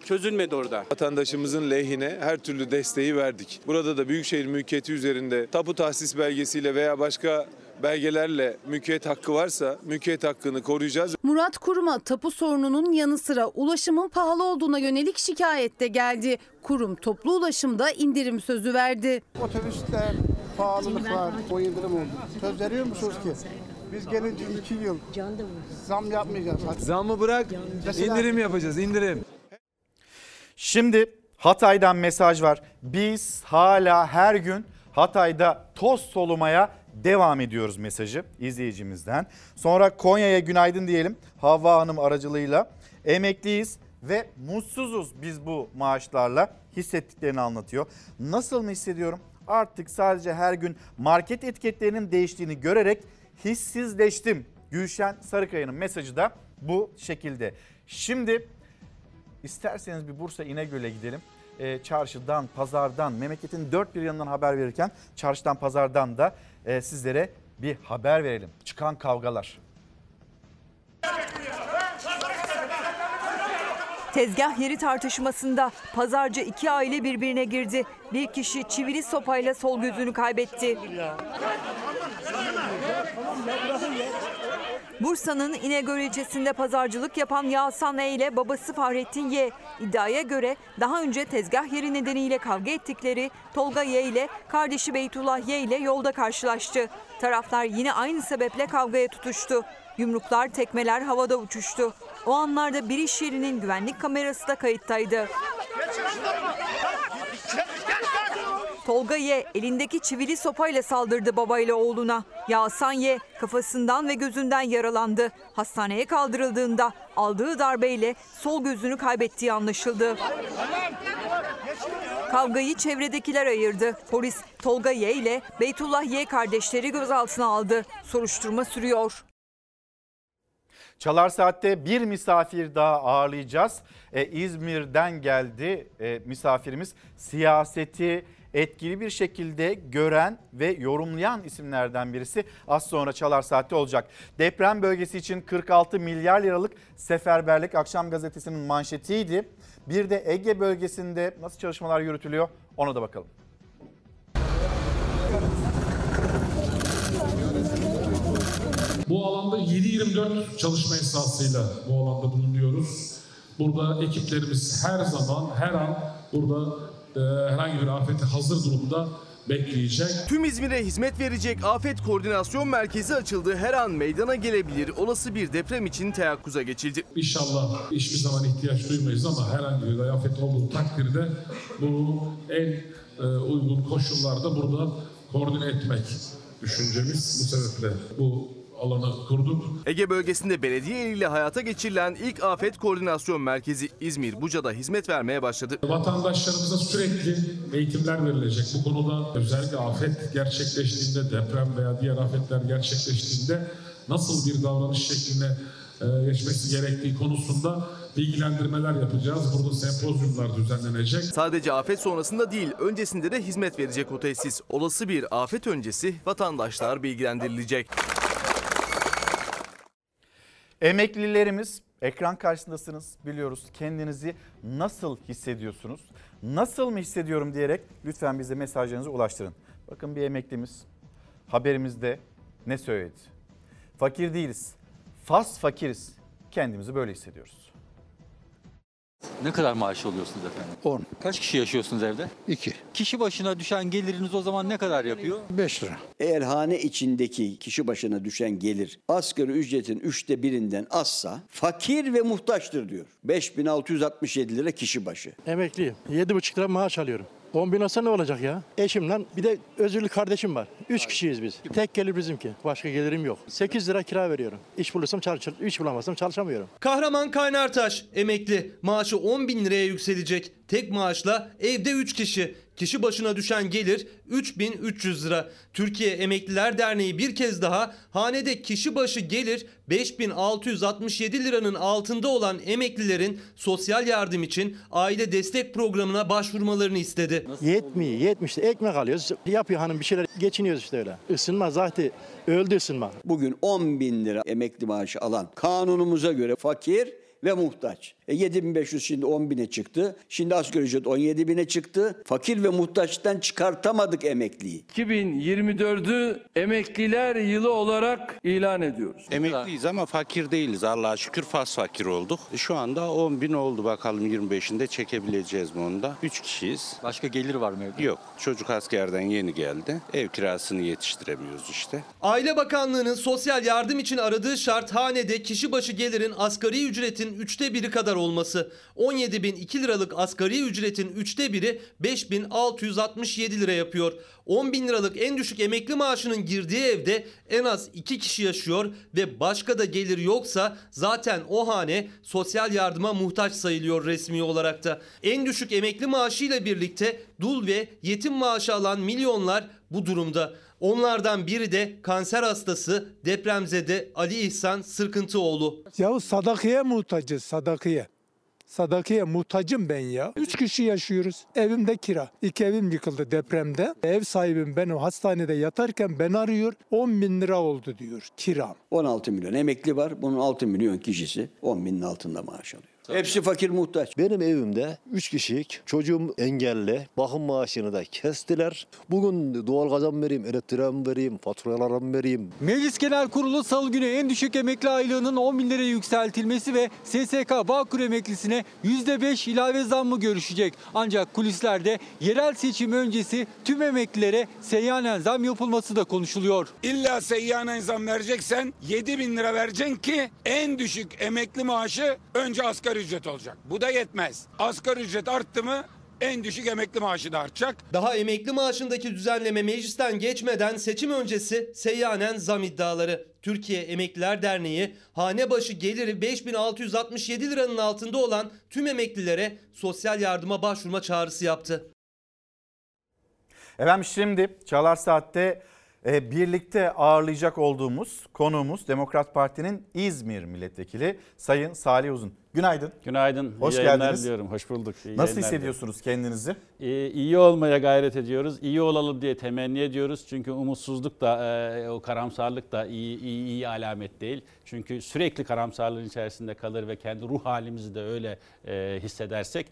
çözülmedi orada. Vatandaşımızın lehine her türlü desteği verdik. Burada da Büyükşehir mülkiyeti üzerinde tapu tahsis belgesiyle veya başka belgelerle mülkiyet hakkı varsa mülkiyet hakkını koruyacağız. Murat Kurum'a tapu sorununun yanı sıra ulaşımın pahalı olduğuna yönelik şikayet de geldi. Kurum toplu ulaşımda indirim sözü verdi. Otobüste pahalılık var, o indirim oldu. Söz veriyor musunuz ki? Biz gelince 2 yıl zam yapmayacağız. Zammı bırak, indirim yapacağız, indirim. Şimdi Hatay'dan mesaj var. Biz hala her gün Hatay'da toz solumaya devam ediyoruz mesajı izleyicimizden. Sonra Konya'ya günaydın diyelim Havva Hanım aracılığıyla. Emekliyiz ve mutsuzuz biz bu maaşlarla, hissettiklerini anlatıyor. Nasıl mı hissediyorum? Artık sadece her gün market etiketlerinin değiştiğini görerek hissizleştim. Gülşen Sarıkaya'nın mesajı da bu şekilde. Şimdi isterseniz bir Bursa İnegöl'e gidelim. Çarşıdan, pazardan, memleketin dört bir yanından haber verirken çarşıdan, pazardan da sizlere bir haber verelim. Çıkan kavgalar. Tezgah yeri tartışmasında pazarcı 2 aile birbirine girdi. Bir kişi çivili sopayla sol gözünü kaybetti. Bursa'nın İnegöl ilçesinde pazarcılık yapan Yağsan E ile babası Fahrettin Y. İddiaya göre daha önce tezgah yeri nedeniyle kavga ettikleri Tolga Y ile kardeşi Beytullah Y ile yolda karşılaştı. Taraflar yine aynı sebeple kavgaya tutuştu. Yumruklar, tekmeler havada uçuştu. O anlarda bir iş yerinin güvenlik kamerası da kayıttaydı. Tolga Y elindeki çivili sopayla saldırdı babayla oğluna. Yağsan Y kafasından ve gözünden yaralandı. Hastaneye kaldırıldığında aldığı darbeyle sol gözünü kaybettiği anlaşıldı. Kavgayı çevredekiler ayırdı. Polis Tolga Y ile Beytullah Y kardeşleri gözaltına aldı. Soruşturma sürüyor. Çalar Saat'te bir misafir daha ağırlayacağız. İzmir'den geldi misafirimiz. Siyaseti etkili bir şekilde gören ve yorumlayan isimlerden birisi az sonra Çalar Saat'te olacak. Deprem bölgesi için 46 milyar liralık seferberlik Akşam Gazetesi'nin manşetiydi. Bir de Ege bölgesinde nasıl çalışmalar yürütülüyor ona da bakalım. Bu alanda 7/24 çalışma esasıyla bu alanda bulunuyoruz. Burada ekiplerimiz her zaman, her an burada herhangi bir afete hazır durumda bekleyecek. Tüm İzmir'e hizmet verecek Afet Koordinasyon Merkezi açıldı. Her an meydana gelebilir. Olası bir deprem için teyakkuza geçildi. İnşallah hiçbir zaman ihtiyaç duymayız ama herhangi bir afet olduğu takdirde bu en uygun koşullarda burada koordine etmek düşüncemiz. Bu sebeple bu alanı kurduk. Ege bölgesinde belediye eliyle hayata geçirilen ilk Afet Koordinasyon Merkezi İzmir Buca'da hizmet vermeye başladı. Vatandaşlarımıza sürekli eğitimler verilecek. Bu konuda özellikle afet gerçekleştiğinde, deprem veya diğer afetler gerçekleştiğinde nasıl bir davranış şekline geçmesi gerektiği konusunda bilgilendirmeler yapacağız. Burada sempozyumlar düzenlenecek. Sadece afet sonrasında değil, öncesinde de hizmet verecek o tesis. Olası bir afet öncesi vatandaşlar bilgilendirilecek. Emeklilerimiz ekran karşısındasınız biliyoruz. Kendinizi nasıl hissediyorsunuz? Nasıl mı hissediyorum diyerek lütfen bize mesajlarınızı ulaştırın. Bakın bir emeklimiz haberimizde ne söyledi? Fakir değiliz. Fakiriz. Kendimizi böyle hissediyoruz. Ne kadar maaş alıyorsunuz efendim? 10. Kaç kişi yaşıyorsunuz evde? 2. Kişi başına düşen geliriniz o zaman ne kadar yapıyor? 5 lira. Eğer hane içindeki kişi başına düşen gelir asgari ücretin 1/3'ünden azsa fakir ve muhtaçtır diyor. 5.667 lira kişi başı. Emekliyim. 7,5 lira maaş alıyorum. 10 bin olsa ne olacak ya? Eşimle bir de özürlü kardeşim var. 3 kişiyiz biz. Tek gelir bizimki. Başka gelirim yok. 8 lira kira veriyorum. İş bulursam çalışırım. İş bulamazsam çalışamıyorum. Kahraman Kaynartaş emekli. Maaşı 10 bin liraya yükselecek. Tek maaşla evde 3 kişi. Kişi başına düşen gelir 3.300 lira. Türkiye Emekliler Derneği bir kez daha hanede kişi başı gelir 5.667 liranın altında olan emeklilerin sosyal yardım için aile destek programına başvurmalarını istedi. Yetmiyor, 70 ekmek alıyoruz. Yapıyor hanım bir şeyler, geçiniyoruz işte öyle. Isınma zaten öldü ısınma. Bugün 10 bin lira emekli maaşı alan kanunumuza göre fakir ve muhtaç. 7.500 şimdi 10.000'e çıktı. Şimdi asgari ücret 17.000'e çıktı. Fakir ve muhtaçtan çıkartamadık emekliyi. 2024'ü emekliler yılı olarak ilan ediyoruz. Emekliyiz ama fakir değiliz. Allah'a şükür fakir olduk. Şu anda 10.000 oldu. Bakalım 25'inde çekebileceğiz mi onu da. 3 kişiyiz. Başka gelir var mı evde? Yok. Çocuk askerden yeni geldi. Ev kirasını yetiştiremiyoruz işte. Aile Bakanlığı'nın sosyal yardım için aradığı şart hanede kişi başı gelirin asgari ücretin 1/3 kadar olması. 17.002 liralık asgari ücretin 1/3 5.667 lira yapıyor. 10.000 liralık en düşük emekli maaşının girdiği evde en az 2 kişi yaşıyor ve başka da gelir yoksa zaten o hane sosyal yardıma muhtaç sayılıyor resmi olarak da. En düşük emekli maaşıyla birlikte dul ve yetim maaşı alan milyonlar bu durumda. Onlardan biri de kanser hastası depremzede Ali İhsan Sırkıntıoğlu. Yahu sadakaya muhtacız, sadakaya. Sadakaya muhtacım ben ya. 3 kişi yaşıyoruz. Evimde kira. 2 evim yıkıldı depremde. Ev sahibim ben o hastanede yatarken beni arıyor. 10.000 lira oldu diyor kiram. 16 milyon emekli var. Bunun 6 milyon kişisi 10.000'in altında maaş alıyor. Hepsi fakir muhtaç. Benim evimde 3 kişilik çocuğum engelli. Bakım maaşını da kestiler. Bugün doğalgaza vereyim, elektriğe vereyim, faturalara vereyim. Meclis Genel Kurulu Salı günü en düşük emekli aylığının 10.000 liraya yükseltilmesi ve SSK Bağkur emeklisine %5 ilave zammı görüşecek. Ancak kulislerde yerel seçim öncesi tüm emeklilere seyyanen zam yapılması da konuşuluyor. İlla seyyanen zam vereceksen 7.000 lira vereceksin ki en düşük emekli maaşı önce asgari ücret olacak. Bu da yetmez. Asgari ücret arttı mı en düşük emekli maaşı da artacak. Daha emekli maaşındaki düzenleme meclisten geçmeden seçim öncesi seyyanen zam iddiaları. Türkiye Emekliler Derneği hane başı geliri 5.667 liranın altında olan tüm emeklilere sosyal yardıma başvurma çağrısı yaptı. Efendim şimdi Çalar Saat'te birlikte ağırlayacak olduğumuz konuğumuz Demokrat Parti'nin İzmir Milletvekili Sayın Salih Uzun. Günaydın. Günaydın. Hoş İyi yayınlar geldiniz. Diliyorum. Hoş bulduk. Nasıl hissediyorsunuz kendinizi? İyi olmaya gayret ediyoruz. İyi olalım diye temenni ediyoruz. Çünkü umutsuzluk da o karamsarlık da iyi alamet değil. Çünkü sürekli karamsarlığın içerisinde kalır ve kendi ruh halimizi de öyle hissedersek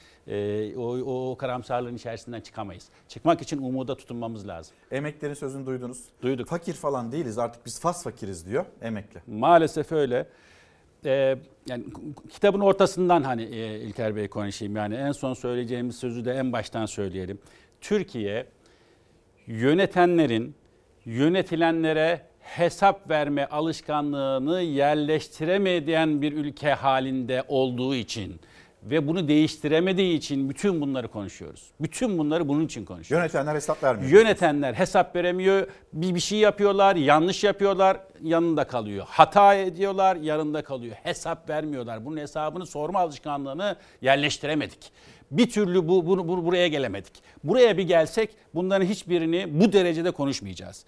o karamsarlığın içerisinden çıkamayız. Çıkmak için umuda tutunmamız lazım. Emeklilerin sözünü duydunuz. Duyduk. Fakir falan değiliz, artık biz fakiriz diyor emekli. Maalesef öyle. Yani kitabın ortasından hani İlker Bey konuşayım, yani en son söyleyeceğimiz sözü de en baştan söyleyelim. Türkiye yönetenlerin yönetilenlere hesap verme alışkanlığını yerleştiremeyen bir ülke halinde olduğu için ve bunu değiştiremediği için bütün bunları konuşuyoruz. Bütün bunları bunun için konuşuyoruz. Yönetenler hesap vermiyor. Yönetenler hesap veremiyor. Bir şey yapıyorlar, yanlış yapıyorlar, yanında kalıyor. Hata ediyorlar, yanında kalıyor. Hesap vermiyorlar. Bunun hesabını sorma alışkanlığını yerleştiremedik. Bir türlü buraya gelemedik. Buraya bir gelsek bunların hiçbirini bu derecede konuşmayacağız.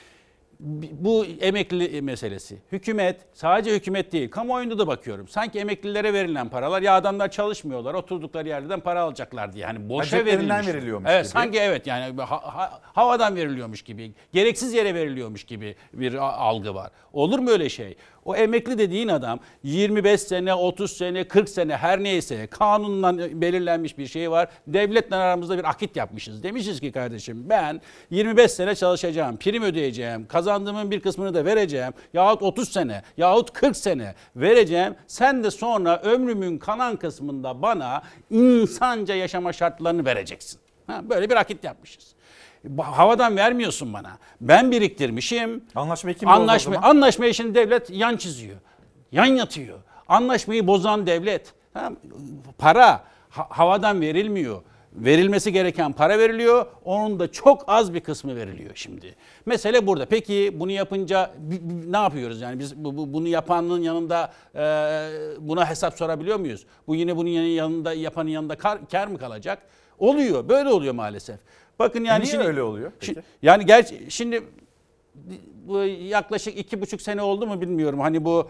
Bu emekli meselesi. Hükümet, sadece hükümet değil, kamuoyunda da bakıyorum. Sanki emeklilere verilen paralar, ya adamlar çalışmıyorlar, oturdukları yerden para alacaklar diye. Yani boşa veriliyormuş evet, gibi. sanki evet, yani havadan veriliyormuş gibi, gereksiz yere veriliyormuş gibi bir algı var. Olur mu öyle şey? O emekli dediğin adam 25 sene, 30 sene, 40 sene her neyse kanunla belirlenmiş bir şey var. Devletle aramızda bir akit yapmışız. Demişiz ki kardeşim ben 25 sene çalışacağım, prim ödeyeceğim, kazandığımın bir kısmını da vereceğim. Yahut 30 sene, yahut 40 sene vereceğim. Sen de sonra ömrümün kalan kısmında bana insanca yaşama şartlarını vereceksin. Böyle bir akit yapmışız. Havadan vermiyorsun bana. Ben biriktirmişim. Anlaşmayı kim bozdu o zaman? Anlaşmayı şimdi devlet yan çiziyor. Yan yatıyor. Anlaşmayı bozan devlet. Para havadan verilmiyor. Verilmesi gereken para veriliyor. Onun da çok az bir kısmı veriliyor şimdi. Mesele burada. Peki bunu yapınca ne yapıyoruz? Yani biz bunu yapanın yanında buna hesap sorabiliyor muyuz? Bu yine bunun yanında yapanın yanında kar mı kalacak? Oluyor. Böyle oluyor maalesef. Bakın yani niye şimdi, öyle oluyor peki? Yani şimdi bu yaklaşık 2,5 sene oldu mu bilmiyorum. Hani bu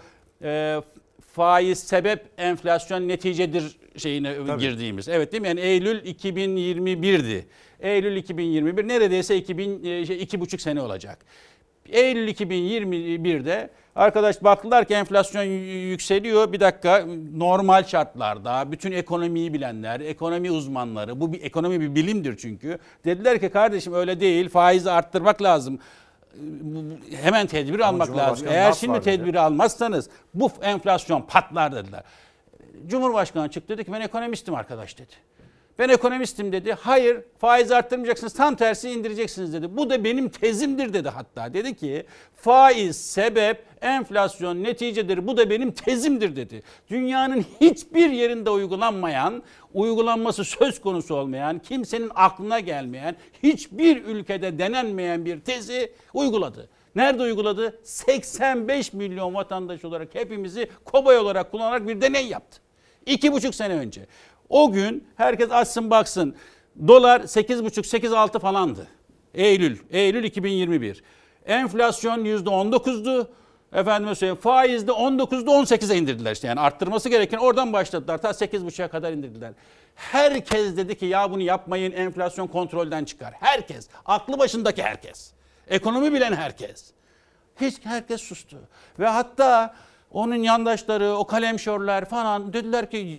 faiz sebep, enflasyon neticedir şeyine girdiğimiz. Evet değil mi? Yani Eylül 2021'di. Eylül 2021 neredeyse 2,5 sene olacak. Eylül 2021'de arkadaş baktılar ki enflasyon yükseliyor. Bir dakika, normal şartlarda bütün ekonomiyi bilenler, ekonomi uzmanları, bu bir ekonomi bir bilimdir çünkü. Dediler ki kardeşim öyle değil, faizi arttırmak lazım. Hemen tedbir almak lazım. Eğer şimdi tedbiri almazsanız bu enflasyon patlar dediler. Cumhurbaşkanı çıktı dedi ki ben ekonomistim arkadaş dedi. Ben ekonomistim dedi. Hayır, faiz arttırmayacaksınız, tam tersi indireceksiniz dedi. Bu da benim tezimdir dedi hatta. Dedi ki faiz sebep, enflasyon neticedir. Bu da benim tezimdir dedi. Dünyanın hiçbir yerinde uygulanmayan, uygulanması söz konusu olmayan, kimsenin aklına gelmeyen, hiçbir ülkede denenmeyen bir tezi uyguladı. Nerede uyguladı? 85 milyon vatandaş olarak hepimizi kobay olarak kullanarak bir deney yaptı. 2,5 sene önce. O gün herkes açsın baksın. Dolar 8,5-8,6 falandı. Eylül 2021. Enflasyon %19'du. Efendime söyleyeyim faiz de 19'du 18'e indirdiler işte. Yani arttırması gereken oradan başladılar. Ta 8,5'a kadar indirdiler. Herkes dedi ki ya bunu yapmayın, enflasyon kontrolden çıkar. Herkes. Aklı başındaki herkes. Ekonomi bilen herkes. Herkes sustu. Ve hatta onun yandaşları, o kalemşörler falan dediler ki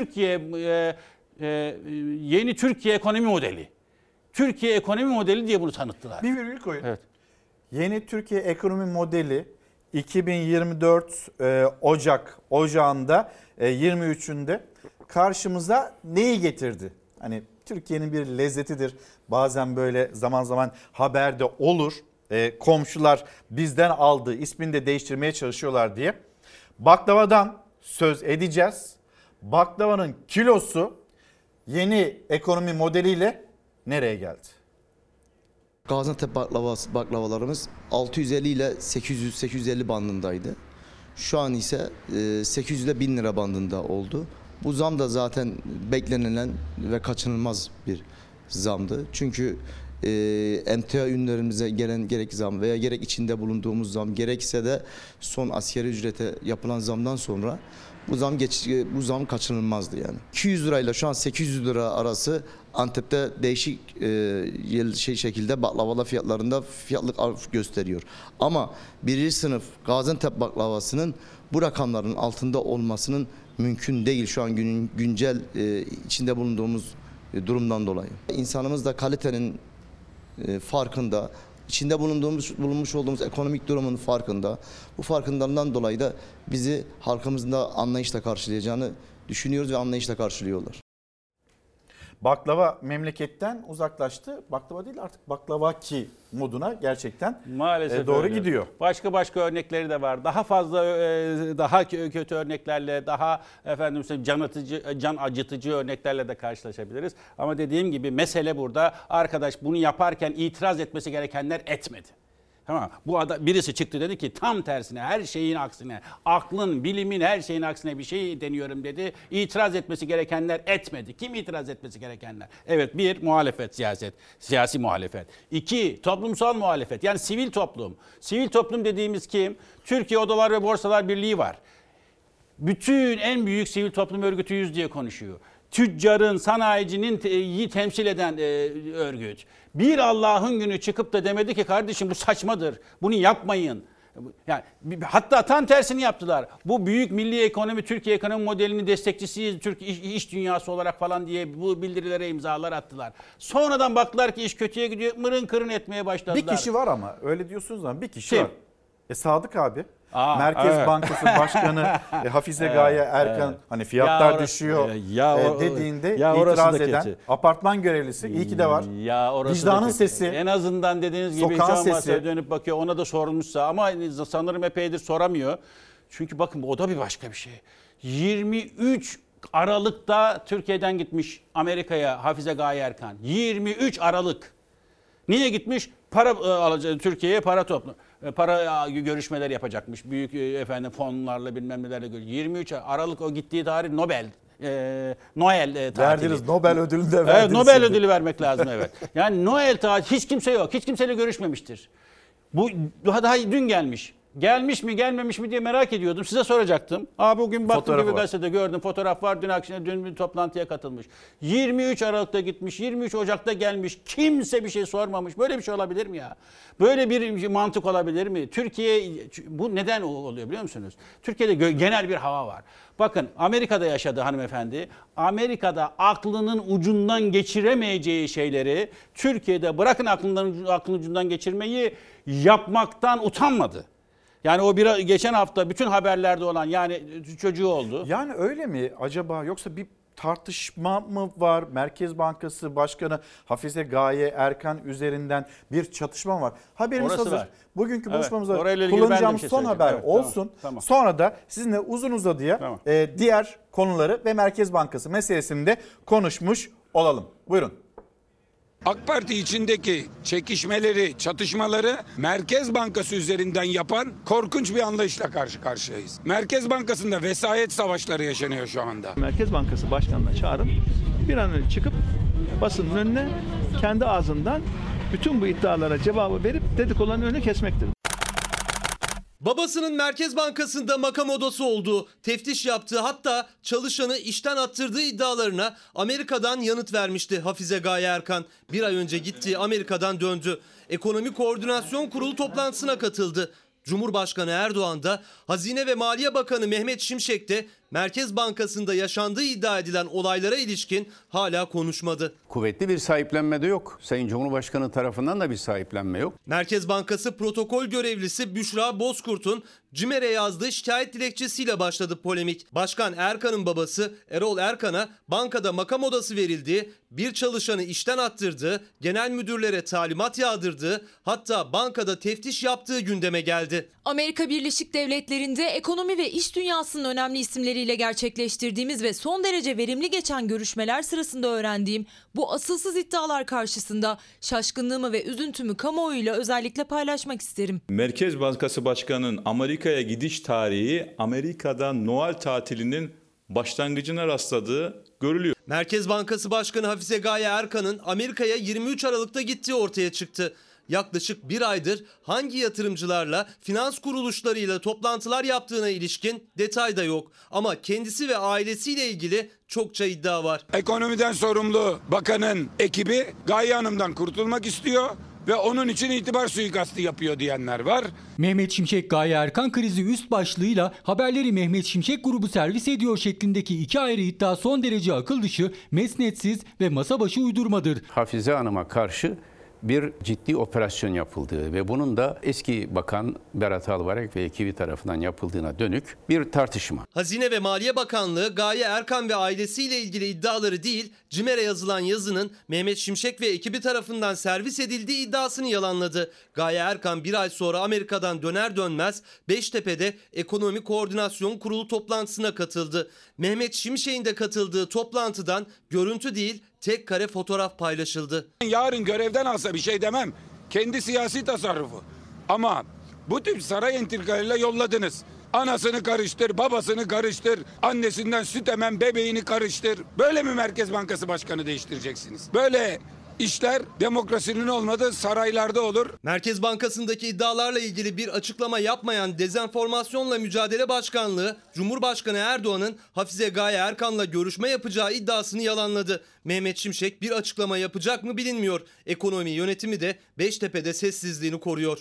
yeni Türkiye ekonomi modeli. Türkiye ekonomi modeli diye bunu tanıttılar. Bir virgül koyun. Evet. Yeni Türkiye ekonomi modeli 2024 Ocağı'nda 23'ünde karşımıza neyi getirdi? Hani Türkiye'nin bir lezzetidir. Bazen böyle zaman zaman haberde olur. Komşular bizden aldı, ismini de değiştirmeye çalışıyorlar diye. Baklavadan söz edeceğiz. Baklavanın kilosu yeni ekonomi modeliyle nereye geldi? Gaziantep baklavalarımız 650 ile 800-850 bandındaydı. Şu an ise 800 ile 1000 lira bandında oldu. Bu zam da zaten beklenilen ve kaçınılmaz bir zamdı. Çünkü emtia ürünlerimize gelen gerek zam veya gerek içinde bulunduğumuz zam gerekse de son asgari ücrete yapılan zamdan sonra bu zam kaçınılmazdı yani. 200 lirayla şu an 800 lira arası Antep'te değişik şekilde baklavalar fiyatlarında fiyatlık gösteriyor. Ama birinci sınıf Gaziantep baklavasının bu rakamların altında olmasının mümkün değil şu an güncel içinde bulunduğumuz durumdan dolayı. İnsanımız da kalitenin farkında, içinde bulunmuş olduğumuz ekonomik durumun farkında. Bu farkındalığından dolayı da bizi halkımızın da anlayışla karşılayacağını düşünüyoruz ve anlayışla karşılıyorlar. Baklava memleketten uzaklaştı. Baklava değil artık baklavaki moduna gerçekten maalesef doğru öyle. Gidiyor. Başka örnekleri de var. Daha fazla daha kötü örneklerle, daha can acıtıcı örneklerle de karşılaşabiliriz. Ama dediğim gibi mesele burada arkadaş bunu yaparken itiraz etmesi gerekenler etmedi. Tamam. Birisi çıktı dedi ki tam tersine, her şeyin aksine, aklın, bilimin her şeyin aksine bir şey deniyorum dedi. İtiraz etmesi gerekenler etmedi. Kim itiraz etmesi gerekenler? Evet, bir, muhalefet siyasi muhalefet. İki, toplumsal muhalefet, yani sivil toplum. Sivil toplum dediğimiz kim? Türkiye Odalar ve Borsalar Birliği var. Bütün en büyük sivil toplum örgütü 100 diye konuşuyor. Tüccarın, sanayicinin iyi temsil eden örgüt. Bir Allah'ın günü çıkıp da demedi ki kardeşim bu saçmadır, bunu yapmayın. Yani hatta tam tersini yaptılar. Bu büyük milli ekonomi, Türkiye ekonomi modelinin destekçisiyiz, Türk iş dünyası olarak falan diye bu bildirilere imzalar attılar. Sonradan baktılar ki iş kötüye gidiyor, mırın kırın etmeye başladılar. Bir kişi var ama öyle diyorsunuz ama bir kişi Kim? var. Sadık abi. Merkez Bankası Başkanı Hafize Gaye Erkan hani fiyatlar düşüyor dediğinde itiraz eden apartman görevlisi iyi ki de var. Vicdanın sesi. En azından dediğiniz gibi hiç olmazsa dönüp bakıyor, ona da sorulmuşsa ama sanırım epeydir soramıyor. Çünkü bakın o da bir başka bir şey. 23 Aralık'ta Türkiye'den gitmiş Amerika'ya Hafize Gaye Erkan. 23 Aralık. Niye gitmiş? Türkiye'ye para görüşmeler yapacakmış. Büyük fonlarla bilmem nelerle 23 Aralık o gittiği tarih Noel tatili. Verdiniz Nobel ödülünü de verdiniz. Evet, Nobel ödülü vermek lazım evet. Yani Noel tatili hiç kimse yok. Hiç kimseyle görüşmemiştir. Bu daha dün gelmiş. Gelmiş mi gelmemiş mi diye merak ediyordum. Size soracaktım. Bugün baktım Fotoğrafı gibi var. gazetede gördüm. Fotoğraf var. Dün bir toplantıya katılmış. 23 Aralık'ta gitmiş. 23 Ocak'ta gelmiş. Kimse bir şey sormamış. Böyle bir şey olabilir mi ya? Böyle bir mantık olabilir mi? Türkiye bu neden oluyor biliyor musunuz? Türkiye'de genel bir hava var. Bakın Amerika'da yaşadı hanımefendi. Amerika'da aklının ucundan geçiremeyeceği şeyleri Türkiye'de bırakın aklının ucundan geçirmeyi yapmaktan utanmadı. Yani o geçen hafta bütün haberlerde olan yani çocuğu oldu. Yani öyle mi acaba, yoksa bir tartışma mı var? Merkez Bankası Başkanı Hafize Gaye Erkan üzerinden bir çatışma var. Haberimiz Orası hazır. var. Bugünkü buluşmamızda orayla ilgili ben de kullanacağım bir şey son haber söyleyeceğim. Evet, olsun. tamam. Sonra da sizinle uzun uzadıya diğer konuları ve Merkez Bankası meselesini de konuşmuş olalım. Buyurun. AK Parti içindeki çekişmeleri, çatışmaları Merkez Bankası üzerinden yapan korkunç bir anlayışla karşı karşıyayız. Merkez Bankası'nda vesayet savaşları yaşanıyor şu anda. Merkez Bankası Başkanı'na çağırın, bir an önce çıkıp basının önüne kendi ağzından bütün bu iddialara cevabı verip dedikoduların önünü kesmektir. Babasının Merkez Bankası'nda makam odası olduğu, teftiş yaptığı, hatta çalışanı işten attırdığı iddialarına Amerika'dan yanıt vermişti Hafize Gaye Erkan. Bir ay önce gittiği Amerika'dan döndü. Ekonomi Koordinasyon Kurulu toplantısına katıldı. Cumhurbaşkanı Erdoğan da, Hazine ve Maliye Bakanı Mehmet Şimşek de Merkez Bankası'nda yaşandığı iddia edilen olaylara ilişkin hala konuşmadı. Kuvvetli bir sahiplenme de yok. Sayın Cumhurbaşkanı tarafından da bir sahiplenme yok. Merkez Bankası protokol görevlisi Büşra Bozkurt'un CİMER'e yazdığı şikayet dilekçesiyle başladı polemik. Başkan Erkan'ın babası Erol Erkan'a bankada makam odası verildiği, bir çalışanı işten attırdığı, genel müdürlere talimat yağdırdığı, hatta bankada teftiş yaptığı gündeme geldi. Amerika Birleşik Devletleri'nde ekonomi ve iş dünyasının önemli isimleriyle gerçekleştirdiğimiz ve son derece verimli geçen görüşmeler sırasında öğrendiğim bu asılsız iddialar karşısında şaşkınlığımı ve üzüntümü kamuoyuyla özellikle paylaşmak isterim. Merkez Bankası Başkanı'nın Amerika'ya gidiş tarihi Amerika'da Noel tatilinin başlangıcına rastladığı görülüyor. Merkez Bankası Başkanı Hafize Gaye Erkan'ın Amerika'ya 23 Aralık'ta gittiği ortaya çıktı. Yaklaşık bir aydır hangi yatırımcılarla, finans kuruluşlarıyla toplantılar yaptığına ilişkin detay da yok. Ama kendisi ve ailesiyle ilgili çokça iddia var. Ekonomiden sorumlu bakanın ekibi Gaye Hanım'dan kurtulmak istiyor ve onun için itibar suikastı yapıyor diyenler var. Mehmet Şimşek Gaye Erkan krizi üst başlığıyla haberleri Mehmet Şimşek grubu servis ediyor şeklindeki iki ayrı iddia son derece akıl dışı, mesnetsiz ve masa başı uydurmadır. Hafize Hanım'a karşı bir ciddi operasyon yapıldığı ve bunun da eski bakan Berat Albayrak ve ekibi tarafından yapıldığına dönük bir tartışma. Hazine ve Maliye Bakanlığı Gaye Erkan ve ailesiyle ilgili iddiaları değil, CİMER'e yazılan yazının Mehmet Şimşek ve ekibi tarafından servis edildiği iddiasını yalanladı. Gaye Erkan bir ay sonra Amerika'dan döner dönmez Beştepe'de Ekonomi Koordinasyon Kurulu toplantısına katıldı. Mehmet Şimşek'in de katıldığı toplantıdan görüntü değil, tek kare fotoğraf paylaşıldı. Yarın görevden alsa bir şey demem. Kendi siyasi tasarrufu. Ama bu tip saray entrikaleriyle yolladınız. Anasını karıştır, babasını karıştır, annesinden süt emen bebeğini karıştır. Böyle mi Merkez Bankası Başkanı değiştireceksiniz? Böyle işler demokrasinin olmadığı saraylarda olur. Merkez Bankası'ndaki iddialarla ilgili bir açıklama yapmayan Dezenformasyonla Mücadele Başkanlığı, Cumhurbaşkanı Erdoğan'ın Hafize Gaye Erkan'la görüşme yapacağı iddiasını yalanladı. Mehmet Şimşek bir açıklama yapacak mı bilinmiyor. Ekonomi yönetimi de Beştepe'de sessizliğini koruyor.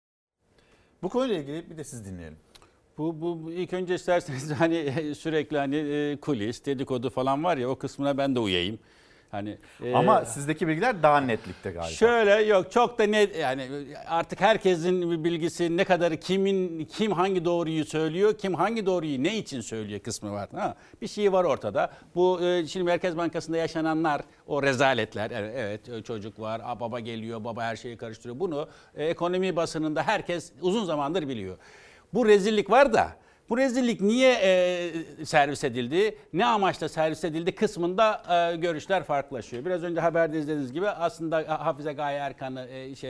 Bu konuyla ilgili bir de siz dinleyelim. Bu ilk önce isterseniz hani sürekli hani kulis, dedikodu falan var ya, o kısmına ben de uyayım. Hani ama sizdeki bilgiler daha netlikte galiba. Şöyle yok, çok da net, yani artık herkesin bilgisi ne kadar kim hangi doğruyu söylüyor, kim hangi doğruyu ne için söylüyor kısmı var. Ha, bir şey var ortada. Bu şimdi Merkez Bankası'nda yaşananlar, o rezaletler, evet çocuk var, baba geliyor, baba her şeyi karıştırıyor. Bunu ekonomi basınında herkes uzun zamandır biliyor. Bu rezillik var da, bu rezillik niye servis edildi, ne amaçla servis edildi kısmında görüşler farklılaşıyor. Biraz önce haberde izlediğiniz gibi aslında Hafize Gaye Erkan'ı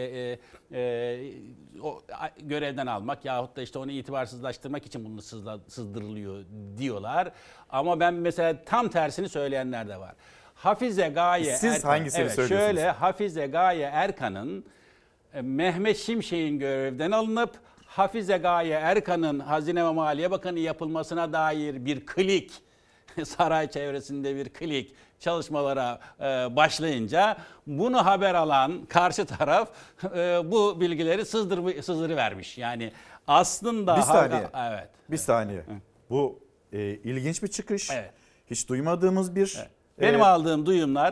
görevden almak yahut da işte onu itibarsızlaştırmak için bunu sızdırılıyor diyorlar. Ama ben mesela tam tersini söyleyenler de var. Hafize Gaye Erkan. Siz hangisini söylüyorsunuz? Şöyle, Hafize Gaye Erkan'ın Mehmet Şimşek'in görevden alınıp Hafize Gaye Erkan'ın Hazine ve Maliye Bakanı yapılmasına dair bir klik, saray çevresinde bir klik çalışmalara başlayınca bunu haber alan karşı taraf bu bilgileri sızdırıvermiş. Yani aslında... Bir saniye. Evet. Bir saniye. Bu ilginç bir çıkış. Evet. Hiç duymadığımız bir... Evet. Benim aldığım duyumlar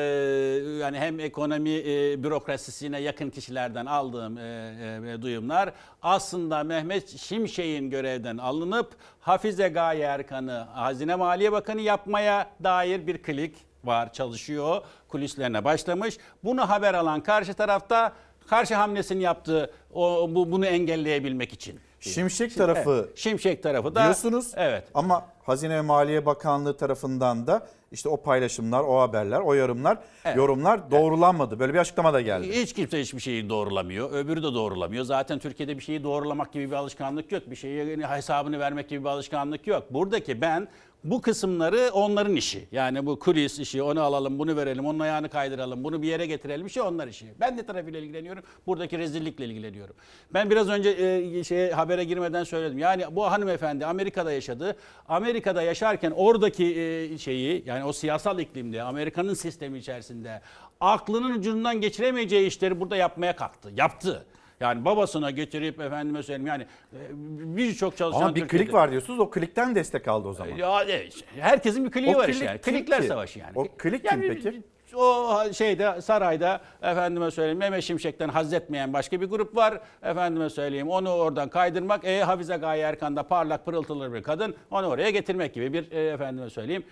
yani hem ekonomi bürokrasisine yakın kişilerden aldığım duyumlar aslında Mehmet Şimşek'in görevden alınıp Hafize Gaye Erkan'ı Hazine Maliye Bakanı yapmaya dair bir klik var, çalışıyor, kulislerine başlamış. Bunu haber alan karşı tarafta karşı hamlesini yaptı bunu engelleyebilmek için. Şimşek tarafı, evet, Şimşek tarafı da diyorsunuz. Evet. Ama Hazine ve Maliye Bakanlığı tarafından da işte o paylaşımlar, o haberler, o yorumlar, yorumlar doğrulanmadı. Böyle bir açıklama da geldi. Hiç kimse hiçbir şeyi doğrulamıyor. Öbürü de doğrulamıyor. Zaten Türkiye'de bir şeyi doğrulamak gibi bir alışkanlık yok. Bir şeye hesabını vermek gibi bir alışkanlık yok. Buradaki ben bu kısımları onların işi. Yani bu kulis işi, onu alalım, bunu verelim, onun ayağını kaydıralım, bunu bir yere getirelim işi onlar işi. Ben de tarafıyla ilgileniyorum. Buradaki rezillikle ilgileniyorum. Ben biraz önce habere girmeden söyledim. Yani bu hanımefendi Amerika'da yaşadı. Amerika'da yaşarken oradaki şeyi, yani o siyasal iklimde, Amerika'nın sistemi içerisinde aklının ucundan geçiremeyeceği işleri burada yapmaya kalktı. Yaptı. Yani babasına getirip efendime söyleyeyim yani birçok çalışan... Ama bir klik var diyorsunuz, o klikten destek aldı o zaman. Ya herkesin bir kliği var işte yani. Klikler savaşı yani. O klik kim peki? O şeyde sarayda efendime söyleyeyim Mehmet Şimşek'ten haz etmeyen başka bir grup var. Efendime söyleyeyim onu oradan kaydırmak. Hafize Gaye Erkan da parlak pırıltılı bir kadın. Onu oraya getirmek gibi bir efendime söyleyeyim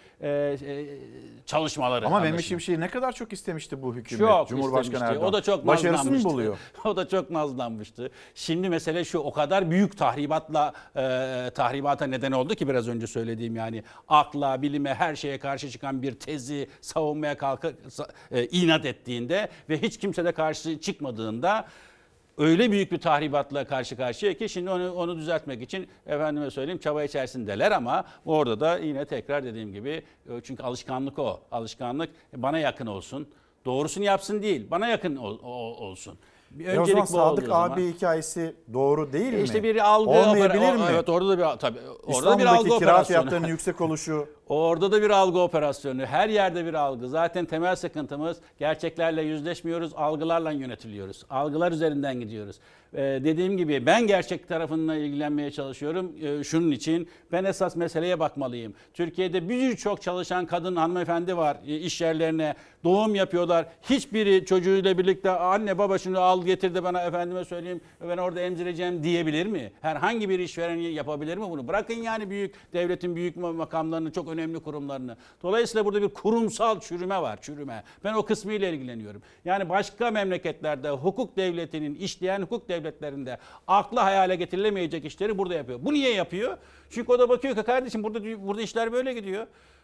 çalışmaları. Ama Mehmet Şimşek'i ne kadar çok istemişti bu hükümet. Çok Cumhurbaşkanı istemişti. Erdoğan. O da çok başarısını mı buluyor? O da çok nazlanmıştı. Şimdi mesele şu, o kadar büyük tahribata neden oldu ki biraz önce söylediğim yani akla, bilime, her şeye karşı çıkan bir tezi savunmaya inat ettiğinde ve hiç kimse de karşı çıkmadığında öyle büyük bir tahribatla karşı karşıya ki şimdi onu düzeltmek için efendime söyleyeyim çaba içerisindeler ama orada da yine tekrar dediğim gibi çünkü alışkanlık o. Alışkanlık bana yakın olsun. Doğrusunu yapsın değil, bana yakın olsun. O zaman Sadık abi hikayesi doğru değil mi? İşte bir algı olmayabilir mi? Evet, orada da bir tabii orada bir algı kira fiyatlarının yüksek oluşu. Orada da bir algı operasyonu. Her yerde bir algı. Zaten temel sıkıntımız gerçeklerle yüzleşmiyoruz, algılarla yönetiliyoruz. Algılar üzerinden gidiyoruz. Dediğim gibi ben gerçek tarafından ilgilenmeye çalışıyorum. Şunun için ben esas meseleye bakmalıyım. Türkiye'de birçok çalışan kadın hanımefendi var iş yerlerine. Doğum yapıyorlar. Hiçbiri çocuğuyla birlikte anne baba şunu al getir de bana efendime söyleyeyim ben orada emzireceğim diyebilir mi? Herhangi bir işveren yapabilir mi bunu? Bırakın yani devletin büyük makamlarını, çok önemli kurumlarını. Dolayısıyla burada bir kurumsal çürüme var. Ben o kısmıyla ilgileniyorum. Yani başka memleketlerde hukuk devletinin işleyen hukuk devletlerinde akla hayale getirilemeyecek işleri burada yapıyor. Bu niye yapıyor? Çünkü o da bakıyor ki kardeşim burada işler böyle gidiyor.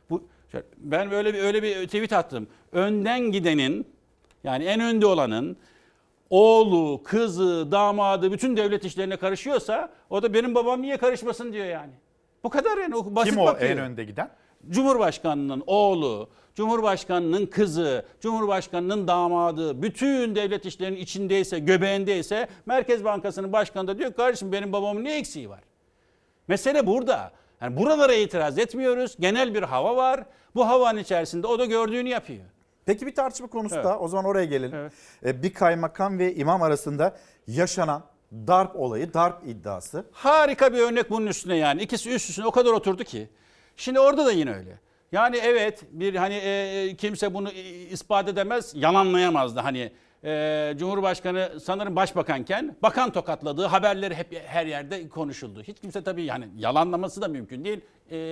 Ben öyle bir tweet attım. Önden gidenin yani en önde olanın oğlu, kızı, damadı bütün devlet işlerine karışıyorsa o da benim babam niye karışmasın diyor yani. Bu kadar yani basit Kim o bakıyor. en önde giden? Cumhurbaşkanının oğlu, Cumhurbaşkanının kızı, Cumhurbaşkanının damadı bütün devlet işlerinin içindeyse, göbeğindeyse Merkez Bankası'nın başkanı da diyor kardeşim benim babamın ne eksiği var? Mesele burada. Yani buralara itiraz etmiyoruz. Genel bir hava var. Bu havanın içerisinde o da gördüğünü yapıyor. Peki bir tartışma konusu da o zaman oraya gelelim. Evet. Bir kaymakam ve imam arasında yaşanan darp olayı, darp iddiası. Harika bir örnek bunun üstüne yani. İkisi üst üstüne o kadar oturdu ki. Şimdi orada da yine öyle. Yani evet bir kimse bunu ispat edemez, yalanlayamaz da hani Cumhurbaşkanı sanırım başbakanken bakan tokatladığı haberleri hep her yerde konuşuldu. Hiç kimse tabii yani yalanlaması da mümkün değil,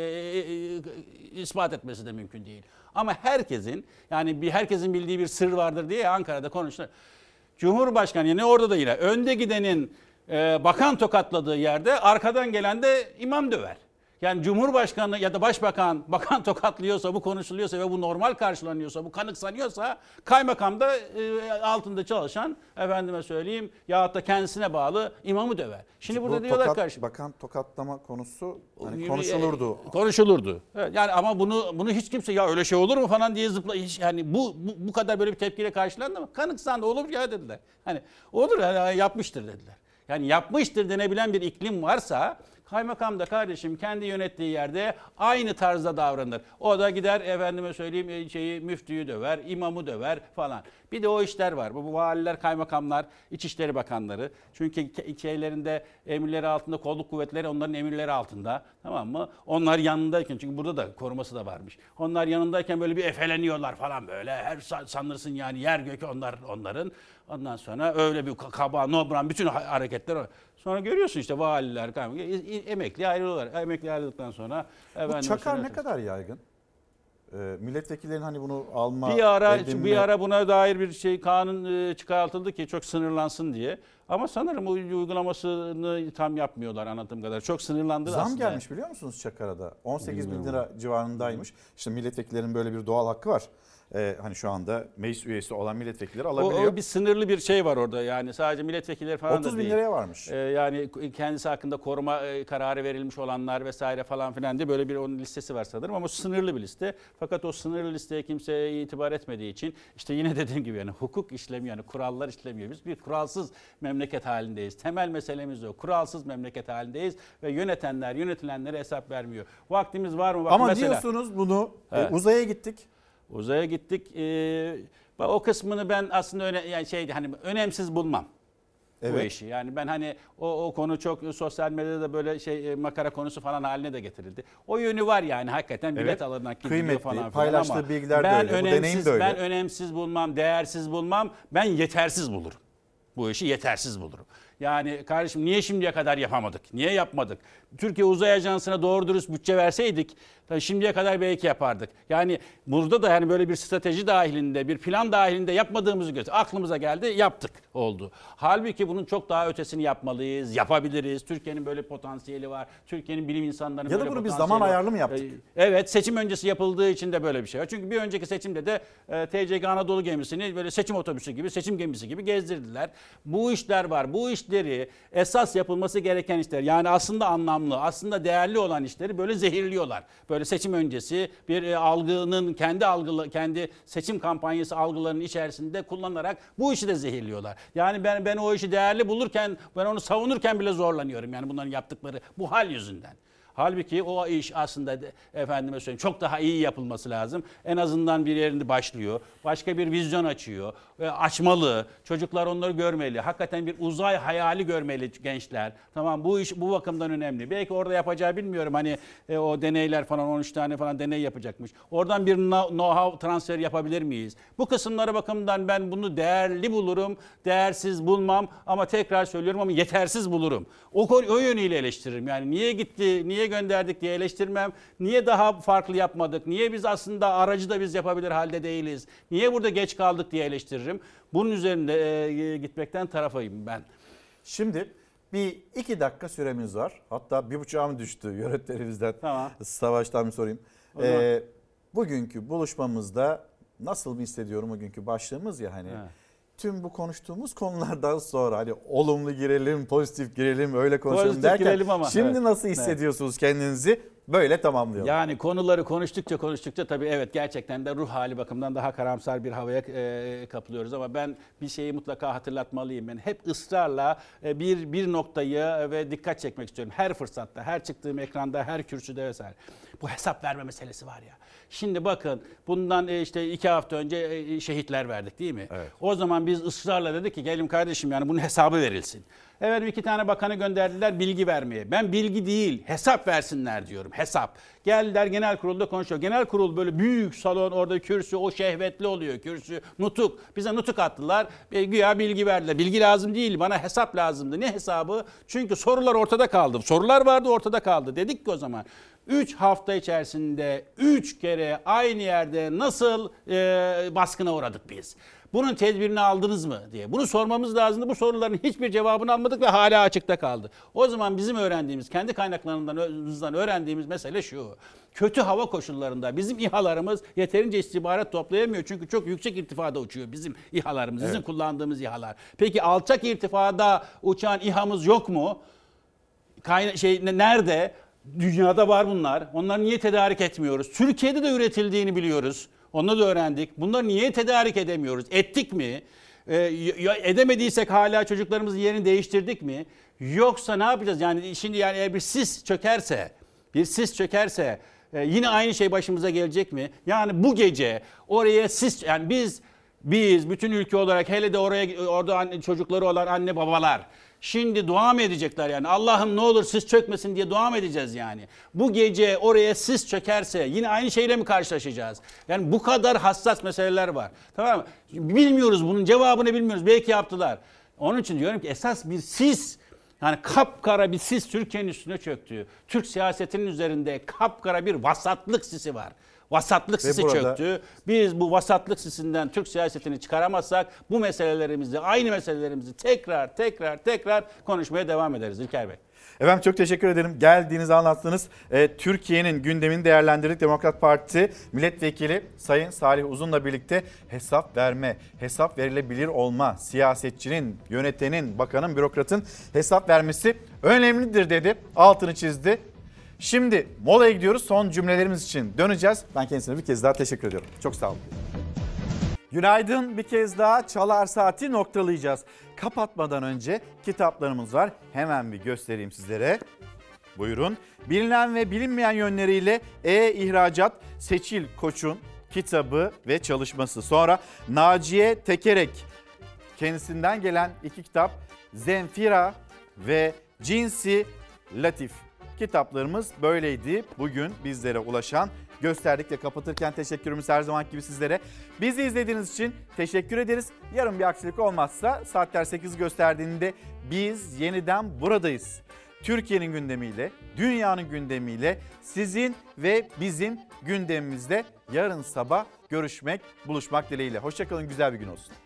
ispat etmesi de mümkün değil. Ama herkesin bildiği bir sır vardır diye Ankara'da konuşulur. Cumhurbaşkanı yani orada da yine önde gidenin bakan tokatladığı yerde arkadan gelen de imam döver. Yani Cumhurbaşkanı ya da Başbakan bakan tokatlıyorsa, bu konuşuluyorsa ve bu normal karşılanıyorsa, bu kanıksanıyorsa kaymakam da altında çalışan efendime söyleyeyim yahut da kendisine bağlı imamı döver. Şimdi burada diyorlar karşı. Bakan tokatlama konusu hani konuşulurdu. Konuşulurdu. Evet, yani ama bunu hiç kimse ya öyle şey olur mu falan diye yani bu kadar böyle bir tepkiyle karşılandı mı? Kanıksandı olur ya dediler. Hani olur yapmıştır dediler. Yani yapmıştır denebilen bir iklim varsa kaymakam da kardeşim kendi yönettiği yerde aynı tarzda davranır. O da gider efendime söyleyeyim müftüyü döver, imamı döver falan. Bir de o işler var. Bu valiler, kaymakamlar, İçişleri Bakanları. Çünkü şeylerinde emirleri altında, kolluk kuvvetleri onların emirleri altında. Tamam mı? Onlar yanındayken, çünkü burada da koruması da varmış. Onlar yanındayken böyle bir efeleniyorlar falan böyle. Her sanırsın yani yer gök onların. Ondan sonra öyle bir kaba, nobran bütün hareketler. Sonra görüyorsun işte valiler, emekli ayrılıyorlar. Emekli ayrıldıktan sonra... Bu çakar ne kadar yaygın? Milletvekillerinin hani bunu alma... Bir ara buna dair bir kanun çıkartıldı ki çok sınırlansın diye. Ama sanırım uygulamasını tam yapmıyorlar anladığım kadar. Çok sınırlandı Zam aslında. gelmiş biliyor musunuz Çakar'a da? 18 bin lira civarındaymış. İşte milletvekillerinin böyle bir doğal hakkı var. Hani şu anda meclis üyesi olan milletvekilleri alabiliyor. O bir sınırlı bir şey var orada yani sadece milletvekilleri falan 30 da bin değil. liraya varmış. Yani kendisi hakkında koruma kararı verilmiş olanlar vesaire falan filan diye böyle bir onun listesi var sanırım ama sınırlı bir liste. Fakat o sınırlı listeye kimse itibar etmediği için işte yine dediğim gibi yani hukuk işlemiyor yani kurallar işlemiyor. Biz bir kuralsız memleket halindeyiz. Temel meselemiz o. Kuralsız memleket halindeyiz ve yönetenler yönetilenlere hesap vermiyor. Vaktimiz var mı? Bak ama mesela, diyorsunuz bunu uzaya gittik. Uzaya gittik. O kısmını ben aslında hani önemsiz bulmam. Evet. Bu işi. Yani ben hani o konu çok sosyal medyada böyle makara konusu falan haline de getirildi. O yönü var yani hakikaten bilet alınan gidiyor falan filan. Paylaştığı bilgiler de öyle. Bu deneyim de öyle. Ben önemsiz bulmam, değersiz bulmam. Ben yetersiz bulurum. Bu işi yetersiz bulurum. Yani kardeşim niye şimdiye kadar yapamadık? Niye yapmadık? Türkiye Uzay Ajansı'na doğru dürüst bütçe verseydik şimdiye kadar belki yapardık. Yani burada da yani böyle bir strateji dahilinde, bir plan dahilinde yapmadığımızı gösteriyor. Aklımıza geldi, yaptık oldu. Halbuki bunun çok daha ötesini yapmalıyız, yapabiliriz. Türkiye'nin böyle potansiyeli var. Türkiye'nin bilim insanlarının böyle potansiyeli var. Ya da bunu bir zaman ayarlı mı yaptık? Evet, seçim öncesi yapıldığı için de böyle bir şey var. Çünkü bir önceki seçimde de TCG Anadolu gemisini böyle seçim otobüsü gibi, seçim gemisi gibi gezdirdiler. Bu işler var. Bu işleri esas yapılması gereken işler. Yani aslında anlamlı, aslında değerli olan işleri böyle zehirliyorlar. Böyle seçim öncesi bir algının kendi seçim kampanyası algılarının içerisinde kullanarak bu işi de zehirliyorlar. Yani ben o işi değerli bulurken, ben onu savunurken bile zorlanıyorum. Yani bunların yaptıkları bu hal yüzünden. Halbuki o iş aslında efendime söyleyeyim çok daha iyi yapılması lazım. En azından bir yerinde başlıyor. Başka bir vizyon açıyor. Açmalı. Çocuklar onları görmeli. Hakikaten bir uzay hayali görmeli gençler. Tamam bu iş bu bakımdan önemli. Belki orada yapacağı bilmiyorum. Hani o deneyler falan 13 tane falan deney yapacakmış. Oradan bir know-how transfer yapabilir miyiz? Bu kısımlara bakımdan ben bunu değerli bulurum. Değersiz bulmam ama tekrar söylüyorum ama yetersiz bulurum. O yönüyle eleştiririm. Yani niye gitti, niye gönderdik diye eleştirmem. Niye daha farklı yapmadık? Niye biz aslında aracı da biz yapabilir halde değiliz? Niye burada geç kaldık diye eleştiririm. Bunun üzerinde gitmekten tarafayım ben. Şimdi bir 2 dakika süremiz var. Hatta 1,5'a mı düştü yönetmenimizden? Tamam. Savaş'tan bir sorayım. Bugünkü buluşmamızda nasıl mı hissediyorum bugünkü başlığımız ya hani. Evet. Tüm bu konuştuğumuz konulardan sonra hani olumlu girelim, pozitif girelim, öyle konuşalım pozitif derken ama, şimdi nasıl hissediyorsunuz kendinizi? Böyle tamamlayalım. Yani konuları konuştukça tabii evet gerçekten de ruh hali bakımından daha karamsar bir havaya kapılıyoruz ama ben bir şeyi mutlaka hatırlatmalıyım. Ben hep ısrarla bir noktayı ve dikkat çekmek istiyorum. Her fırsatta, her çıktığım ekranda, her kürsüde vesaire. Bu hesap verme meselesi var ya. Şimdi bakın bundan işte 2 hafta önce şehitler verdik değil mi? Evet. O zaman biz ısrarla dedik ki gelin kardeşim yani bunun hesabı verilsin. Evet 2 tane bakanı gönderdiler bilgi vermeye. Ben bilgi değil hesap versinler diyorum hesap. Geldiler genel kurulda konuşuyor. Genel kurul böyle büyük salon orada kürsü o şehvetli oluyor kürsü nutuk. Bize nutuk attılar güya bilgi verdiler. Bilgi lazım değil bana hesap lazımdı. Ne hesabı? Çünkü sorular ortada kaldı. Sorular vardı ortada kaldı. Dedik ki o zaman 3 hafta içerisinde 3 kere aynı yerde nasıl baskına uğradık biz? Bunun tedbirini aldınız mı diye. Bunu sormamız lazımdı. Bu soruların hiçbir cevabını almadık ve hala açıkta kaldı. O zaman bizim öğrendiğimiz, kendi kaynaklarımızdan öğrendiğimiz mesele şu. Kötü hava koşullarında bizim İHA'larımız yeterince istihbarat toplayamıyor. Çünkü çok yüksek irtifada uçuyor bizim İHA'larımız, bizim kullandığımız İHA'lar. Peki alçak irtifada uçan İHA'mız yok mu? Nerede? Dünyada var bunlar. Onları niye tedarik etmiyoruz? Türkiye'de de üretildiğini biliyoruz. Onu da öğrendik. Bunları niye tedarik edemiyoruz? Ettik mi? Edemediysek hala çocuklarımızın yerini değiştirdik mi? Yoksa ne yapacağız? Yani şimdi yani eğer bir sis çökerse yine aynı şey başımıza gelecek mi? Yani bu gece oraya sis, yani biz bütün ülke olarak, hele de orada çocukları olan anne babalar şimdi dua mı edecekler yani? Allah'ım ne olur sis çökmesin diye dua mı edeceğiz yani? Bu gece oraya sis çökerse yine aynı şeyle mi karşılaşacağız? Yani bu kadar hassas meseleler var. Tamam mı? Bilmiyoruz, bunun cevabını bilmiyoruz. Belki yaptılar. Onun için diyorum ki esas bir sis, yani kapkara bir sis Türkiye'nin üstüne çöktü. Türk siyasetinin üzerinde kapkara bir vasatlık sisi var. Vasatlık sisi çöktü. Biz bu vasatlık sisinden Türk siyasetini çıkaramazsak bu aynı meselelerimizi tekrar konuşmaya devam ederiz İlker Bey. Efendim çok teşekkür ederim. Geldiğinizi anlattınız. Türkiye'nin gündemini değerlendirdik. Demokrat Parti Milletvekili Sayın Salih Uzun'la birlikte hesap verilebilir olma, siyasetçinin, yönetenin, bakanın, bürokratın hesap vermesi önemlidir dedi. Altını çizdi. Şimdi molaya gidiyoruz. Son cümlelerimiz için döneceğiz. Ben kendisine bir kez daha teşekkür ediyorum. Çok sağ olun. Günaydın, bir kez daha Çalar Saati noktalayacağız. Kapatmadan önce kitaplarımız var. Hemen bir göstereyim sizlere. Buyurun. Bilinen ve bilinmeyen yönleriyle ihracat Seçil Koç'un kitabı ve çalışması. Sonra Naciye Tekerek, kendisinden gelen 2 kitap Zenfira ve Cinsi Latif. Kitaplarımız böyleydi. Bugün bizlere ulaşan, gösterdik ve kapatırken teşekkürümüz her zaman gibi sizlere. Bizi izlediğiniz için teşekkür ederiz. Yarın bir aksilik olmazsa saatler 8 gösterdiğinde biz yeniden buradayız. Türkiye'nin gündemiyle, dünyanın gündemiyle, sizin ve bizim gündemimizde yarın sabah buluşmak dileğiyle. Hoşça kalın, güzel bir gün olsun.